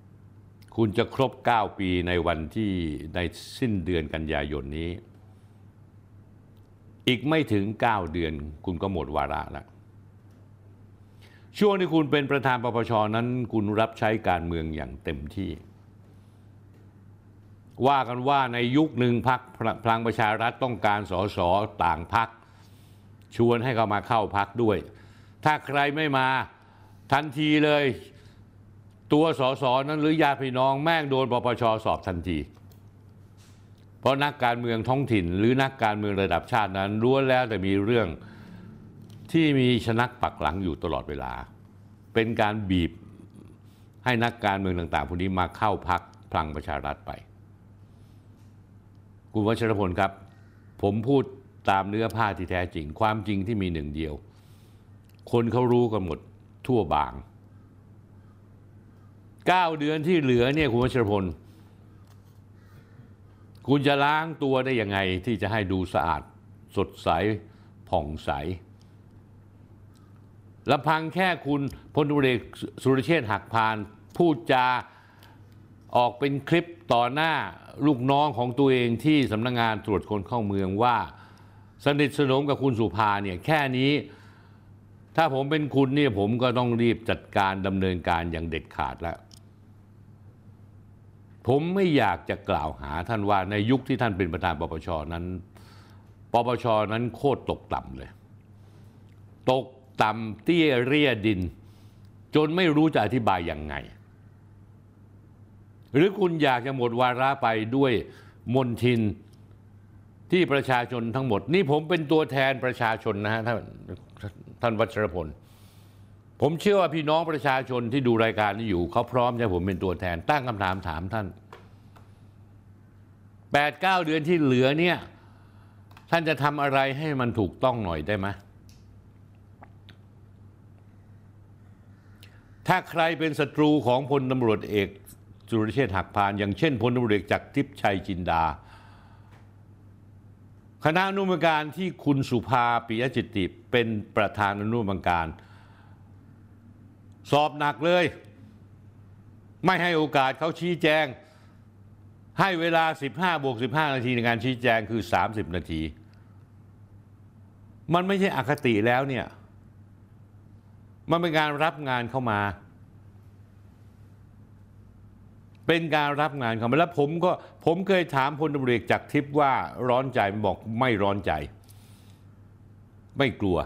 คุณจะครบ9 ปีในวันที่ในสิ้นเดือนกันยายนนี้อีกไม่ถึง9 เดือนคุณก็หมดวาระแล้วช่วงที่คุณเป็นประธานปปชนั้นคุณรับใช้การเมืองอย่างเต็มที่ว่ากันว่าในยุคหนึ่งพรรคพลังประชารัฐต้องการสสต่างพรรคชวนให้เขามาเข้าพรรคด้วยถ้าใครไม่มาทันทีเลยตัวสสนั้นหรือญาติพี่น้องแม่งโดนปปชสอบทันทีเพราะนักการเมืองท้องถิ่นหรือนักการเมืองระดับชาตินั้นล้วนแล้วแต่มีเรื่องที่มีชนักปักหลังอยู่ตลอดเวลาเป็นการบีบให้นักการเมืองต่างๆพวกนี้มาเข้าพรรคพลังประชารัฐไปคุณวัชรพลครับผมพูดตามเนื้อผ้าที่แท้จริงความจริงที่มีหนึ่งเดียวคนเขารู้กันหมดทั่วบาง9 เดือนที่เหลือเนี่ยคุณวัชรพลคุณจะล้างตัวได้ยังไงที่จะให้ดูสะอาดสดใสผ่องใสลำพังแค่คุณพลตำรวจเอกสุรเชษฐ์หักพานพูดจาออกเป็นคลิปต่อหน้าลูกน้องของตัวเองที่สำนักงานตรวจคนเข้าเมืองว่าสนิทสนมกับคุณสุภาเนี่ยแค่นี้ถ้าผมเป็นคุณเนี่ยผมก็ต้องรีบจัดการดำเนินการอย่างเด็ดขาดแล้วผมไม่อยากจะกล่าวหาท่านว่าในยุคที่ท่านเป็นประธานปปชนั้นโคตรตกต่ำเลยตกต่ำเตี้ยเรี่ยดินจนไม่รู้จะอธิบายยังไงหรือคุณอยากจะหมดวาระไปด้วยมนทินที่ประชาชนทั้งหมดนี่ผมเป็นตัวแทนประชาชนนะฮะท่านวัชรพลผมเชื่อว่าพี่น้องประชาชนที่ดูรายการนี้อยู่เขาพร้อมจะผมเป็นตัวแทนตั้งคำถามถามท่าน 8-9 เดือนที่เหลือเนี่ยท่านจะทำอะไรให้มันถูกต้องหน่อยได้ไหมถ้าใครเป็นศัตรูของพลตำรวจเอกสุรเชษฐ์หักพานอย่างเช่นพลตำรวจเอกจักรทิพย์ชัยจินดาคณะอนุกรรมการที่คุณสุภาปิยจิตติเป็นประธานอนุกรรมการสอบหนักเลยไม่ให้โอกาสเขาชี้แจงให้เวลา15+15 นาทีในการชี้แจงคือ30 นาทีมันไม่ใช่อคติแล้วเนี่ยมันเป็นการรับงานเข้ามาเป็นการรับงานเข้ามาแล้วผมเคยถามพลตำรวจเอกจักรทิพย์ว่าร้อนใจมันบอกไม่ร้อนใจไม่กลัว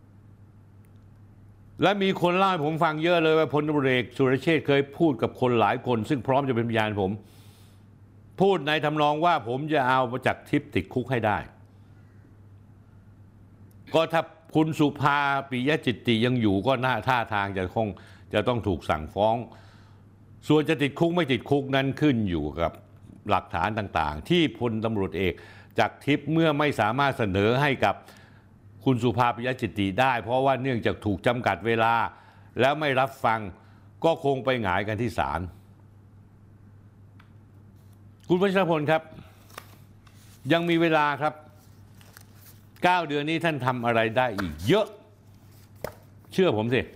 และมีคนเล่าให้ผมฟังเยอะเลยว่าพลตำรวจเอกสุรเชษฐ์เคยพูดกับคนหลายคนซึ่งพร้อมจะเป็นพยานผมพูดในทำนองว่าผมจะเอาจักรทิพย์ติดคุกให้ได้ก็ถ้าคุณสุภาปิยจิตติยังอยู่ก็ท่าทางจะต้องถูกสั่งฟ้องส่วนจะติดคุกไม่ติดคุกนั้นขึ้นอยู่กับหลักฐานต่างๆที่พลตำรวจเอกจักรทิพย์เมื่อไม่สามารถเสนอให้กับคุณสุภาปิยจิตติได้เพราะว่าเนื่องจากถูกจำกัดเวลาแล้วไม่รับฟังก็คงไปหงายกันที่ศาลคุณวัชรพลครับยังมีเวลาครับ9 เดือนนี้ท่านทำอะไรได้อีกเยอะเชื่อผมสิ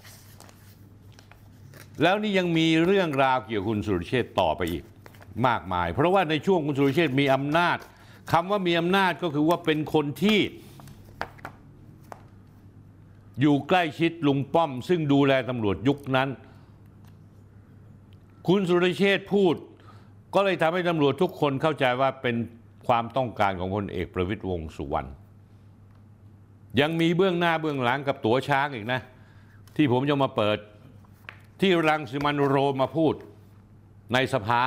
แล้วนี่ยังมีเรื่องราวเกี่ยวกับคุณสุรเชษฐ์ต่อไปอีกมากมายเพราะว่าในช่วงคุณสุรเชษฐ์มีอำนาจคำว่ามีอำนาจก็คือว่าเป็นคนที่อยู่ใกล้ชิดลุงป้อมซึ่งดูแลตำรวจยุคนั้นคุณสุรเชษฐ์พูดก็เลยทำให้ตำรวจทุกคนเข้าใจว่าเป็นความต้องการของพลเอกประวิตรวงษ์สุวรรณยังมีเบื้องหน้าเบื้องหลังกับตั๋วช้างอีกนะที่ผมจะมาเปิดที่รังสิมันต์โรมมาพูดในสภา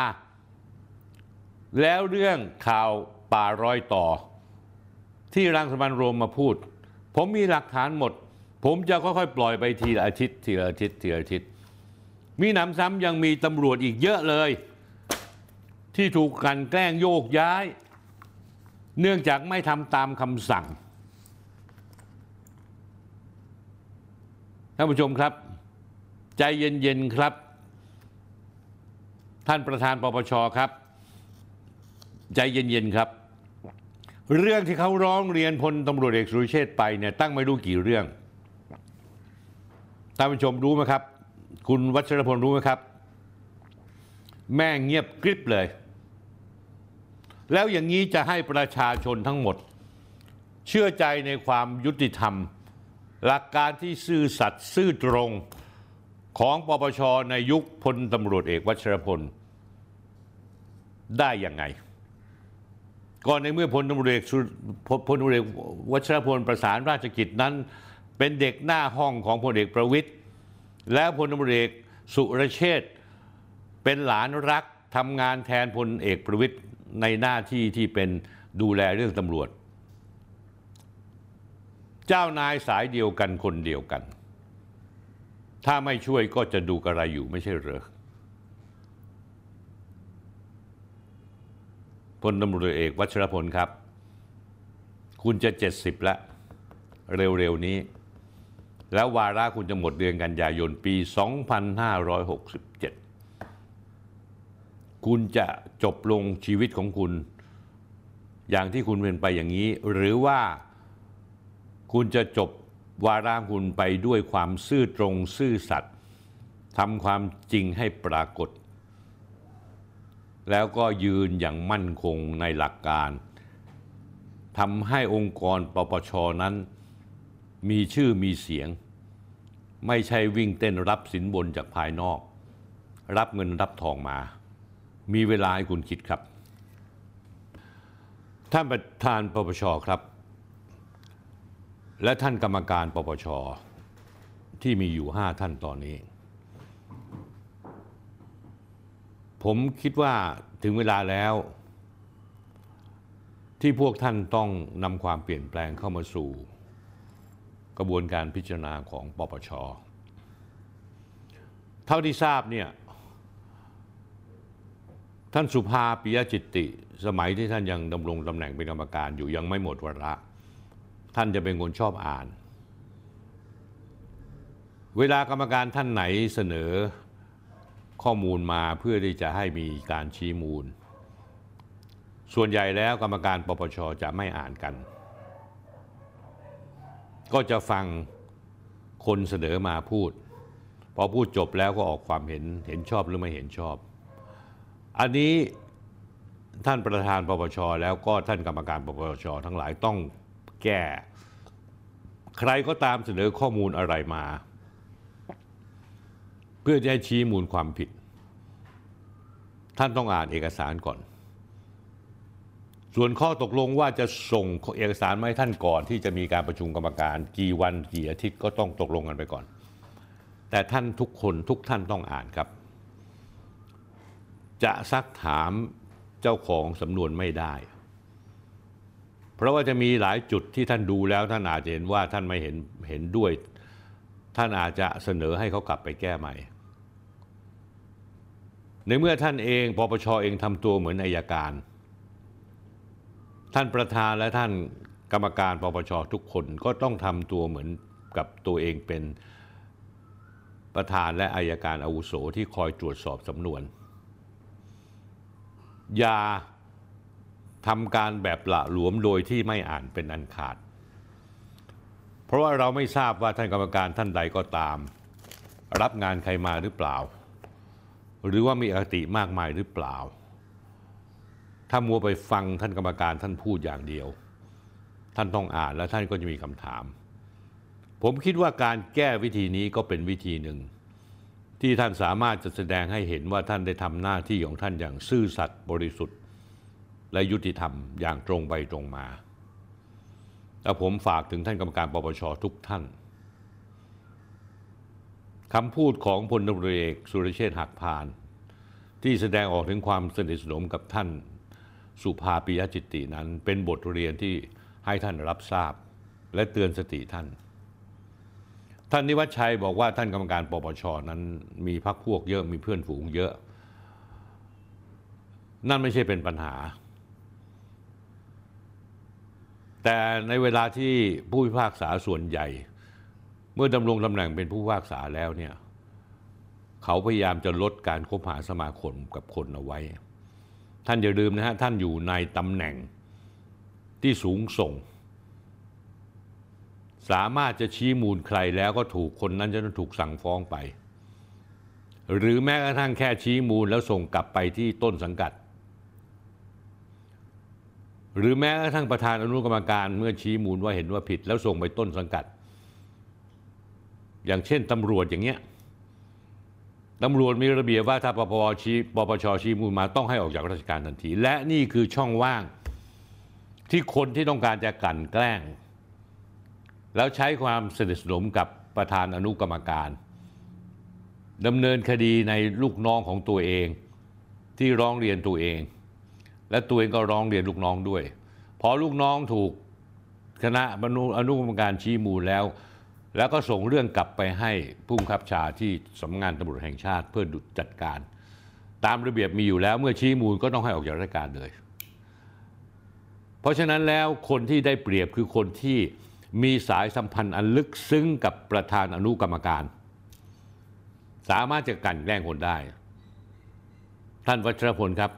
แล้วเรื่องข่าวป่ารอยต่อที่รังสิมันต์โรมมาพูดผมมีหลักฐานหมดผมจะค่อยๆปล่อยไปทีละอาทิตย์ทีละอาทิตย์ทีละอาทิตย์มีหนำซ้ำยังมีตำรวจอีกเยอะเลยที่ถูกกลั่นแกล้งโยกย้ายเนื่องจากไม่ทำตามคำสั่งท่านผู้ชมครับใจเย็นๆครับท่านประธานปปชครับใจเย็นๆครับเรื่องที่เขาร้องเรียนพลตำรวจเอกสุรเชษฐ์ไปเนี่ยตั้งไม่รู้กี่เรื่องท่านผู้ชมรู้ไหมครับคุณวัชรพลรู้ไหมครับแม่เงียบกริบเลยแล้วอย่างนี้จะให้ประชาชนทั้งหมดเชื่อใจในความยุติธรรมหลักการที่ซื่อสัตย์ซื่อตรงของปปชในยุคพลตำรวจเอกวชิรพลได้ยังไงก่อนในเมื่อพลตำรวจเอกวชิรพลประสานราชกิจนั้นเป็นเด็กหน้าห้องของพลเอกประวิตรและพลตำรวจเอกสุรเชษฐ์เป็นหลานรักทำงานแทนพลเอกประวิตรในหน้าที่ที่เป็นดูแลเรื่องตำรวจเจ้านายสายเดียวกันคนเดียวกันถ้าไม่ช่วยก็จะดูกระไรอยู่ไม่ใช่เหรอพลตำรวจเอกวชิรพลครับคุณจะ70แล้วเร็วๆนี้แล้ววาระคุณจะหมดเดือนกันยายนปี2567คุณจะจบลงชีวิตของคุณอย่างที่คุณเป็นไปอย่างนี้หรือว่าคุณจะจบวาระคุณไปด้วยความซื่อตรงซื่อสัตย์ทำความจริงให้ปรากฏแล้วก็ยืนอย่างมั่นคงในหลักการทำให้องค์กรปปชนั้นมีชื่อมีเสียงไม่ใช่วิ่งเต้นรับสินบนจากภายนอกรับเงินรับทองมามีเวลาให้คุณคิดครับท่านประธานปปชครับและท่านกรรมการปปชที่มีอยู่5ท่านตอนนี้ผมคิดว่าถึงเวลาแล้วที่พวกท่านต้องนำความเปลี่ยนแปลงเข้ามาสู่กระบวนการพิจารณาของปปชเท่าที่ทราบเนี่ยท่านสุภาปิยจิตติสมัยที่ท่านยังดำรงตำแหน่งเป็นกรรมการอยู่ยังไม่หมดวาระท่านจะเป็นคนชอบอ่านเวลากรรมการท่านไหนเสนอข้อมูลมาเพื่อที่จะให้มีการชี้มูลส่วนใหญ่แล้วกรรมการปปชจะไม่อ่านกันก็จะฟังคนเสนอมาพูดพอพูดจบแล้วก็ออกความเห็นชอบหรือไม่เห็นชอบอันนี้ท่านประธานปปชแล้วก็ท่านกรรมการปปชทั้งหลายต้องแก้ใครก็ตามเสนอข้อมูลอะไรมาเพื่อจะให้ชี้มูลความผิดท่านต้องอ่านเอกสารก่อนส่วนข้อตกลงว่าจะส่งเอกสารมาให้ท่านก่อนที่จะมีการประชุมกรรมการกี่วันกี่อาทิตย์ก็ต้องตกลงกันไปก่อนแต่ท่านทุกคนทุกท่านต้องอ่านครับจะซักถามเจ้าของสำนวนไม่ได้เพราะว่าจะมีหลายจุดที่ท่านดูแล้วท่านอาจจะเห็นว่าท่านไม่เห็นด้วยท่านอาจจะเสนอให้เขากลับไปแก้ใหม่ในเมื่อท่านเองปปชเองทำตัวเหมือนอัยการท่านประธานและท่านกรรมการปปชทุกคนก็ต้องทำตัวเหมือนกับตัวเองเป็นประธานและอัยการอาวุโสที่คอยตรวจสอบสำนวนอย่าทำการแบบละหลวมโดยที่ไม่อ่านเป็นอันขาดเพราะว่าเราไม่ทราบว่าท่านกรรมการท่านใดก็ตามรับงานใครมาหรือเปล่าหรือว่ามีอคติมากมายหรือเปล่าถ้ามัวไปฟังท่านกรรมการท่านพูดอย่างเดียวท่านต้องอ่านแล้วท่านก็จะมีคำถามผมคิดว่าการแก้วิธีนี้ก็เป็นวิธีหนึ่งที่ท่านสามารถจะแสดงให้เห็นว่าท่านได้ทำหน้าที่ของท่านอย่างซื่อสัตย์บริสุทธิ์และยุติธรรมอย่างตรงไปตรงมาและผมฝากถึงท่านกรรมการปปชทุกท่านคำพูดของพลตำรวจเอกสุรเชษฐ์หักพานที่แสดงออกถึงความสนิทสนมกับท่านสุภาปิยจิตตินั้นเป็นบทเรียนที่ให้ท่านรับทราบและเตือนสติท่านนิวัชชัยบอกว่าท่านกรรมการปปชนั้นมีพรรคพวกเยอะมีเพื่อนฝูงเยอะนั่นไม่ใช่เป็นปัญหาแต่ในเวลาที่ผู้พิพากษาส่วนใหญ่เมื่อดำรงตำแหน่งเป็นผู้พิพากษาแล้วเนี่ยเขาพยายามจะลดการคบหาสมาคมกับคนเอาไว้ท่านอย่าลืมนะฮะท่านอยู่ในตำแหน่งที่สูงส่งสามารถจะชี้มูลใครแล้วก็ถูกคนนั้นจะต้องถูกสั่งฟ้องไปหรือแม้กระทั่งแค่ชี้มูลแล้วส่งกลับไปที่ต้นสังกัดหรือแม้กระทั่งประธานอนุกรรมการเมื่อชี้มูลว่าเห็นว่าผิดแล้วส่งไปต้นสังกัดอย่างเช่นตำรวจอย่างเงี้ยตำรวจมีระเบียบว่าถ้าปปชชี้มูลมาต้องให้ออกจากราชการทันทีและนี่คือช่องว่างที่คนที่ต้องการจะกลั่นแกล้งแล้วใช้ความสนิทสนมกับประธานอนุกรรมการดำเนินคดีในลูกน้องของตัวเองที่ร้องเรียนตัวเองและตัวเองก็ร้องเรียนลูกน้องด้วยพอลูกน้องถูกคณะอนุกรรมการชี้มูลแล้วก็ส่งเรื่องกลับไปให้ผู้บังคับบัญชาที่สำนักงานตำรวจแห่งชาติเพื่อจัดการตามระเบียบมีอยู่แล้วเมื่อชี้มูลก็ต้องให้ออกจากราชการเลยเพราะฉะนั้นแล้วคนที่ได้เปรียบคือคนที่มีสายสัมพันธ์อันลึกซึ้งกับประธานอนุกรรมการสามารถจะกลั่นแกล้งคนได้ท่านวัชรพลครับ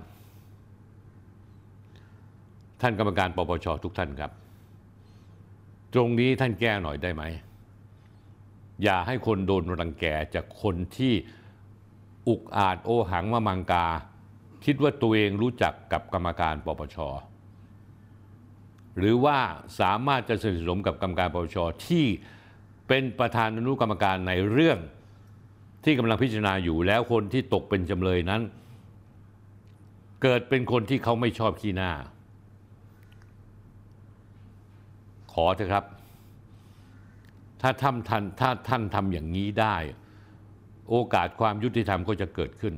ท่านกรรมการปปชทุกท่านครับตรงนี้ท่านแก้หน่อยได้ไหมอย่าให้คนโดนรังแกจากคนที่อุกอาจโอหังมะมังกาคิดว่าตัวเองรู้จักกับกรรมการปปชหรือว่าสามารถจะสนิทสนมกับกรรมการปปชที่เป็นประธานอนุกรรมการในเรื่องที่กำลังพิจารณาอยู่แล้วคนที่ตกเป็นจำเลยนั้นเกิดเป็นคนที่เขาไม่ชอบขี้หน้าขอเถอะครับถ้าท่านทำอย่างนี้ได้โอกาสความยุติธรรมก็จะเกิดขึ้น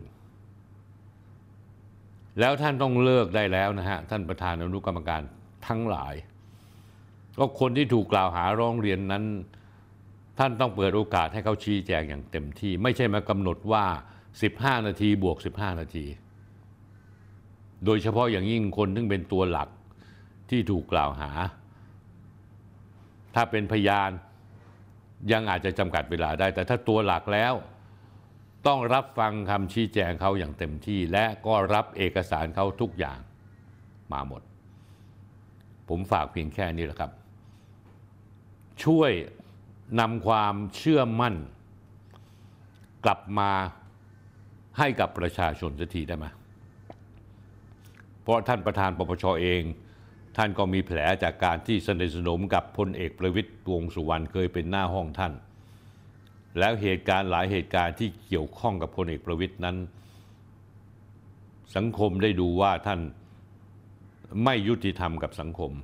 แล้วท่านต้องเลิกได้แล้วนะฮะท่านประธานอนุกรรมการทั้งหลายก็คนที่ถูกกล่าวหาร้องเรียนนั้นท่านต้องเปิดโอกาสให้เขาชี้แจงอย่างเต็มที่ไม่ใช่มากำหนดว่า15 นาทีบวก15 นาทีโดยเฉพาะอย่างยิ่งคนที่เป็นตัวหลักที่ถูกกล่าวหาถ้าเป็นพยานยังอาจจะจำกัดเวลาได้แต่ถ้าตัวหลักแล้วต้องรับฟังคำชี้แจงเขาอย่างเต็มที่และก็รับเอกสารเขาทุกอย่างมาหมดผมฝากเพียงแค่นี้แหละครับช่วยนำความเชื่อมั่นกลับมาให้กับประชาชนสักทีได้ไหมเพราะท่านประธานปปชเองท่านก็มีแผลจากการที่สนิทสนมกับพลเอกประวิตร วงษ์สุวรรณเคยเป็นหน้าห้องท่านแล้วเหตุการณ์หลายเหตุการณ์ที่เกี่ยวข้องกับพลเอกประวิตรนั้นสังคมได้ดูว่าท่านไม่ยุติธรรมกับสังคม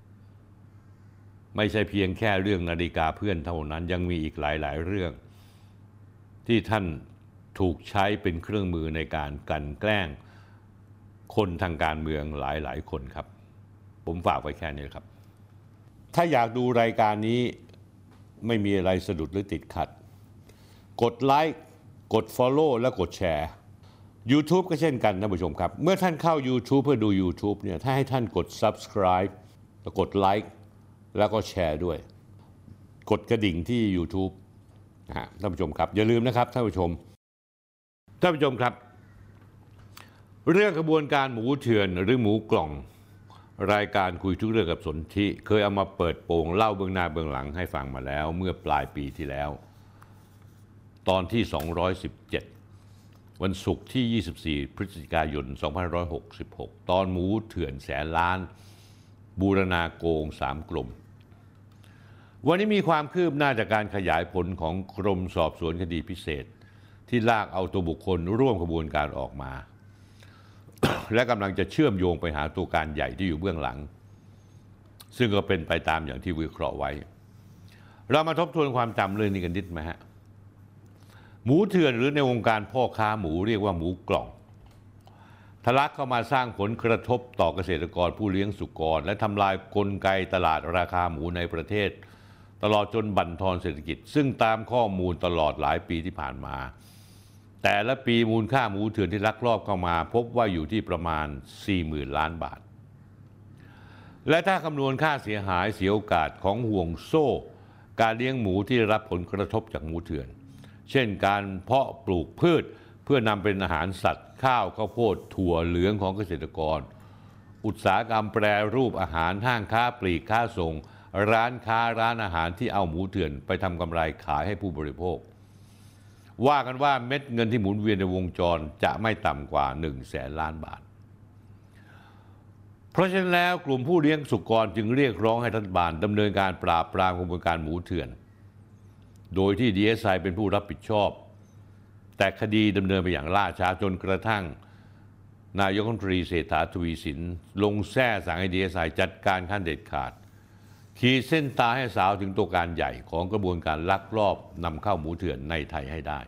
ไม่ใช่เพียงแค่เรื่องนาฬิกาเพื่อนเท่านั้นยังมีอีกหลายๆเรื่องที่ท่านถูกใช้เป็นเครื่องมือในการกลั่นแกล้งคนทางการเมืองหลายๆคนครับผมฝากไว้แค่นี้ครับถ้าอยากดูรายการนี้ไม่มีอะไรสะดุดหรือติดขัดกดไลค์กด Follow และกดแชร์ YouTube ก็เช่นกันท่านผู้ชมครับเมื่อท่านเข้า YouTube เพื่อดู YouTube เนี่ยถ้าให้ท่านกด Subscribe แล้วกดไลค์แล้วก็แชร์ด้วยกดกระดิ่งที่ YouTube ท่านผู้ชมครับอย่าลืมนะครับท่านผู้ชมครับเรื่องกระบวนการหมูเถื่อนหรือหมูกล่องรายการคุยทุกเรื่องกับสนธิเคยเอามาเปิดโปงเล่าเบื้องหน้าเบื้องหลังให้ฟังมาแล้วเมื่อปลายปีที่แล้วตอนที่217วันศุกร์ที่24 พฤศจิกายน 2566ตอนหมูเถื่อนแสนล้านบูรณาโกง3 กลุ่มวันนี้มีความคืบหน้าจากการขยายผลของกรมสอบสวนคดีพิเศษที่ลากเอาตัวบุคคลร่วมขบวนการออกมา และกำลังจะเชื่อมโยงไปหาตัวการใหญ่ที่อยู่เบื้องหลังซึ่งก็เป็นไปตามอย่างที่วิเคราะห์ไว้เรามาทบทวนความจำเรื่องนี้กันนิดไหมฮะหมูเถื่อนหรือในวงการพ่อค้าหมูเรียกว่าหมูกล่องทะลักเข้ามาสร้างผลกระทบต่อเกษตรกรผู้เลี้ยงสุกรและทำลายกลไกตลาดราคาหมูในประเทศตลอดจนบั่นทอนเศรษฐกิจซึ่งตามข้อมูลตลอดหลายปีที่ผ่านมาแต่ละปีมูลค่าหมูเถื่อนที่ลักลอบเข้ามาพบว่าอยู่ที่ประมาณ 40,000 ล้านบาทและถ้าคำนวณค่าเสียหายเสียโอกาสของห่วงโซ่การเลี้ยงหมูที่ได้รับผลกระทบจากหมูเถื่อนเช่นการเพาะปลูกพืชเพื่อนำเป็นอาหารสัตว์ข้าวข้าวโพดถั่วเหลืองของเกษตรกรอุตสาหกรรมแปรรูปอาหารห้างค้าปลีกค้าส่งร้านค้าร้านอาหารที่เอาหมูเถื่อนไปทำกำไรขายให้ผู้บริโภคว่ากันว่าเม็ดเงินที่หมุนเวียนในวงจรจะไม่ต่ำกว่า100,000 ล้านบาทเพราะฉะนั้นแล้วกลุ่มผู้เลี้ยงสุกรจึงเรียกร้องให้รัฐบาลดำเนินการปราบปรามขบวนการหมูเถื่อนโดยที่ DSI เป็นผู้รับผิดชอบแต่คดีดำเนินไปอย่างล่าช้าจนกระทั่งนายกรัฐมนตรีเศรษฐาทวีสินลงแท้สั่งให้ DSI จัดการขั้นเด็ดขาดขีดเส้นตายให้สาวถึงตัวการใหญ่ของกระบวนการลักลอบนำเข้าหมูเถื่อนในไทยให้ได้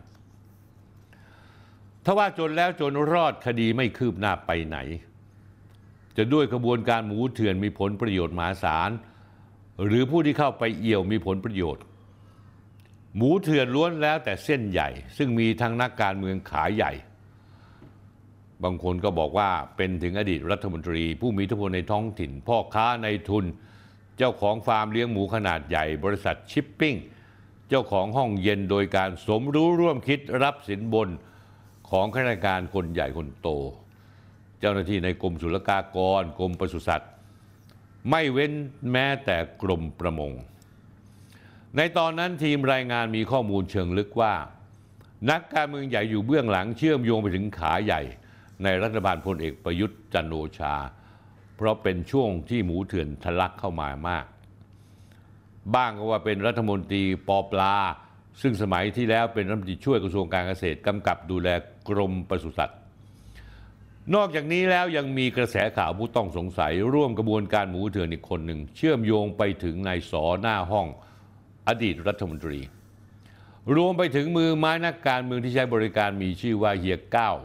ถ้าว่าจนแล้วจนรอดคดีไม่คืบหน้าไปไหนจะด้วยกระบวนการหมูเถื่อนมีผลประโยชน์มหาศาลหรือผู้ที่เข้าไปเอี่ยวมีผลประโยชน์หมูเถื่อนล้วนแล้วแต่เส้นใหญ่ซึ่งมีทั้งนักการเมืองขาใหญ่บางคนก็บอกว่าเป็นถึงอดีตรัฐมนตรีผู้มีอิทธิพลในท้องถิ่นพ่อค้าในทุนเจ้าของฟาร์มเลี้ยงหมูขนาดใหญ่บริษัทชิปปิ้งเจ้าของห้องเย็นโดยการสมรู้ร่วมคิดรับสินบนของข้าราชการคนใหญ่คนโตเจ้าหน้าที่ในกรมศุลกากรกรมปศุสัตว์ไม่เว้นแม้แต่กรมประมงในตอนนั้นทีมรายงานมีข้อมูลเชิงลึกว่านักการเมืองใหญ่อยู่เบื้องหลังเชื่อมโยงไปถึงขาใหญ่ในรัฐบาลพลเอกประยุทธ์จันทร์โอชาเพราะเป็นช่วงที่หมูเถื่อนทะลักเข้ามามากบ้างก็ว่าเป็นรัฐมนตรีป.ปลาซึ่งสมัยที่แล้วเป็นรัฐมนตรีช่วยกระทรวงการเกษตรกำกับดูแลกรมปศุสัตว์นอกจากนี้แล้วยังมีกระแสข่าวผู้ต้องสงสัยร่วมกระบวนการหมูเถื่อนอีกคนหนึ่งเชื่อมโยงไปถึงนายส.หน้าห้องอดีตรัฐมนตรีรวมไปถึงมือไม้นักการเมืองที่ใช้บริการมีชื่อว่าเฮียเก้า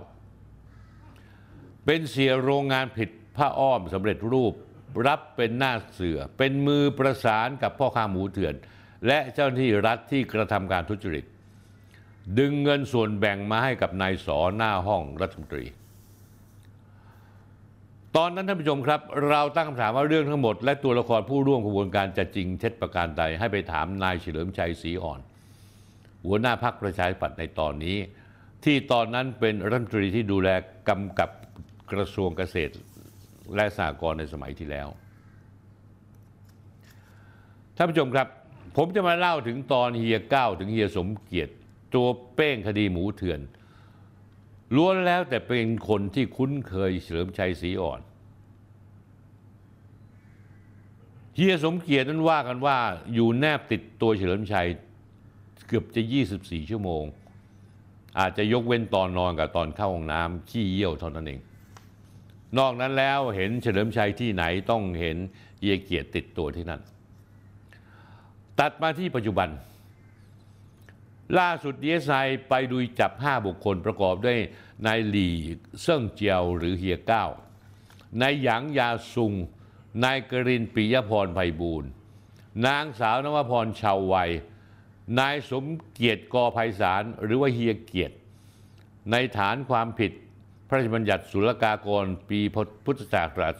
เป็นเสียโรงงานผลิตผ้าอ้อมสำเร็จรูปรับเป็นหน้าเสือเป็นมือประสานกับพ่อค้าหมูเถื่อนและเจ้าหน้าที่รัฐที่กระทำการทุจริตดึงเงินส่วนแบ่งมาให้กับนายส.หน้าห้องรัฐมนตรีตอนนั้นท่านผู้ชมครับเราตั้งคำถามว่าเรื่องทั้งหมดและตัวละครผู้ร่วมกระบวนการจะจริงเท็จประการใดให้ไปถามนายเฉลิมชัยศรีอ่อนหัวหน้าพรรคประชาธิปัตย์ในตอนนี้ที่ตอนนั้นเป็นรัฐมนตรีที่ดูแลกำกับกระทรวงเกษตรและสหกรณ์ในสมัยที่แล้วท่านผู้ชมครับผมจะมาเล่าถึงตอนเฮียเก้าถึงเฮียสมเกียรติตัวเป้งคดีหมูเถื่อนล้วนแล้วแต่เป็นคนที่คุ้นเคยเฉลิมชัยศรีอ่อนเฮียสมเกียรตินั้นว่ากันว่าอยู่แนบติดตัวเฉลิมชัยเกือบจะ24 ชั่วโมงอาจจะยกเว้นตอนนอนกับตอนเข้าห้องน้ำขี้เยี่ยวเท่านั้นเองนอกนั้นแล้วเห็นเฉลิมชัยที่ไหนต้องเห็นเฮียเกียรติติดตัวที่นั่นตัดมาที่ปัจจุบันล่าสุด DSI ไปดูจับ5 บุคคลประกอบด้วยนายหลี่เซิ่งเจียวหรือเฮียเก้านายหยางยาซุงนายกรินทร์ปิยพรไพบูลย์นางสาวนวพรชาววัยนายสมเกียรติกอไพศาลหรือว่าเฮียเกียรติในฐานความผิดพระราชบัญญัติศุลกากรปีพุทธศักราช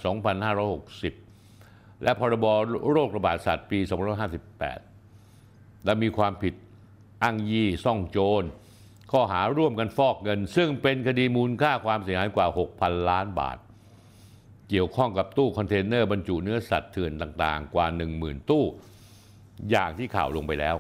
2560 และพรบโรคระบาดสัตว์ปี 2558 และมีความผิดอ้างยี่ซ่องโจรข้อหาร่วมกันฟอกเงินซึ่งเป็นคดีมูลค่าความเสียหายกว่า 6,000 ล้านบาทเกี่ยวข้องกับตู้คอนเทนเนอร์บรรจุเนื้อสัตว์เถื่อนต่างๆกว่า 10,000 ตู้อย่างที่ข่าวลงไปแล้ว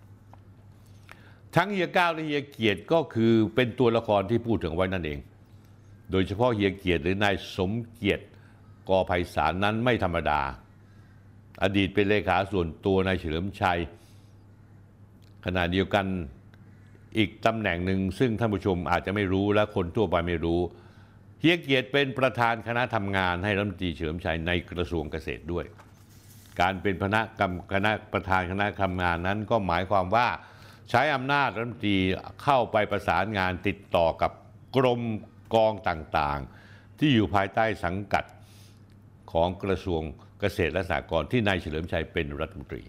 ทั้งเฮียเก้าและเฮียเกียรติก็คือเป็นตัวละครที่พูดถึงไว้นั่นเองโดยเฉพาะเฮียเกียรติหรือนายสมเกียรติกอไพศาลนั้นไม่ธรรมดาอดีตเป็นเลขาส่วนตัวนายเฉลิมชัยขณะเดียวกันอีกตำแหน่งหนึ่งซึ่งท่านผู้ชมอาจจะไม่รู้และคนทั่วไปไม่รู้เฮียเกียรติเป็นประธานคณะทำงานให้รัฐมนตรีเฉลิมชัยในกระทรวงเกษตรด้วยการเป็นคณะประธานคณะทำงานนั้นก็หมายความว่าใช้อำนาจรัฐมนตรีเข้าไปประสานงานติดต่อกับกรมกองต่างๆที่อยู่ภายใต้สังกัดของกระทรวงเกษตรและสหกรณ์ที่นายเฉลิมชัยเป็นรัฐมนตรี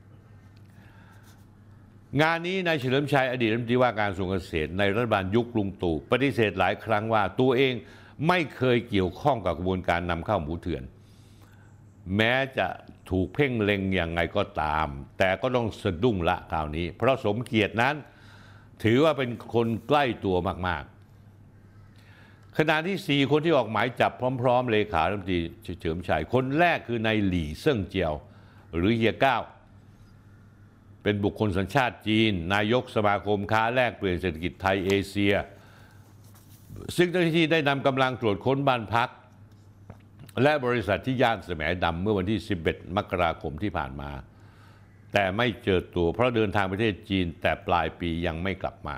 งานนี้นายเฉลิมชัยอดีตรัฐมนตรีว่าการกระทรวงเกษตรในรัฐบาลยุคลุงตู่ปฏิเสธหลายครั้งว่าตัวเองไม่เคยเกี่ยวข้องกับกระบวนการนำเข้าหมูเถื่อนแม้จะถูกเพ่งเล็งอย่างไรก็ตามแต่ก็ต้องสะดุ้งละคราวนี้เพราะสมเกียรตินั้นถือว่าเป็นคนใกล้ตัวมากๆขณะที่4 คนที่ออกหมายจับพร้อมๆเลขารัฐมนตรีเฉลิมชัยคนแรกคือนายหลี่เซิ่งเจียวหรือเฮียเก้าเป็นบุคคลสัญชาติจีนนายกสมาคมค้าแลกเปลี่ยนเศรษฐกิจไทยเอเชียซึ่งเจ้าหน้าที่ได้นำกำลังตรวจค้นบ้านพักและบริษัทที่ย่านแสมดำเมื่อวันที่11มกราคมที่ผ่านมาแต่ไม่เจอตัวเพราะเดินทางประเทศจีนแต่ปลายปียังไม่กลับมา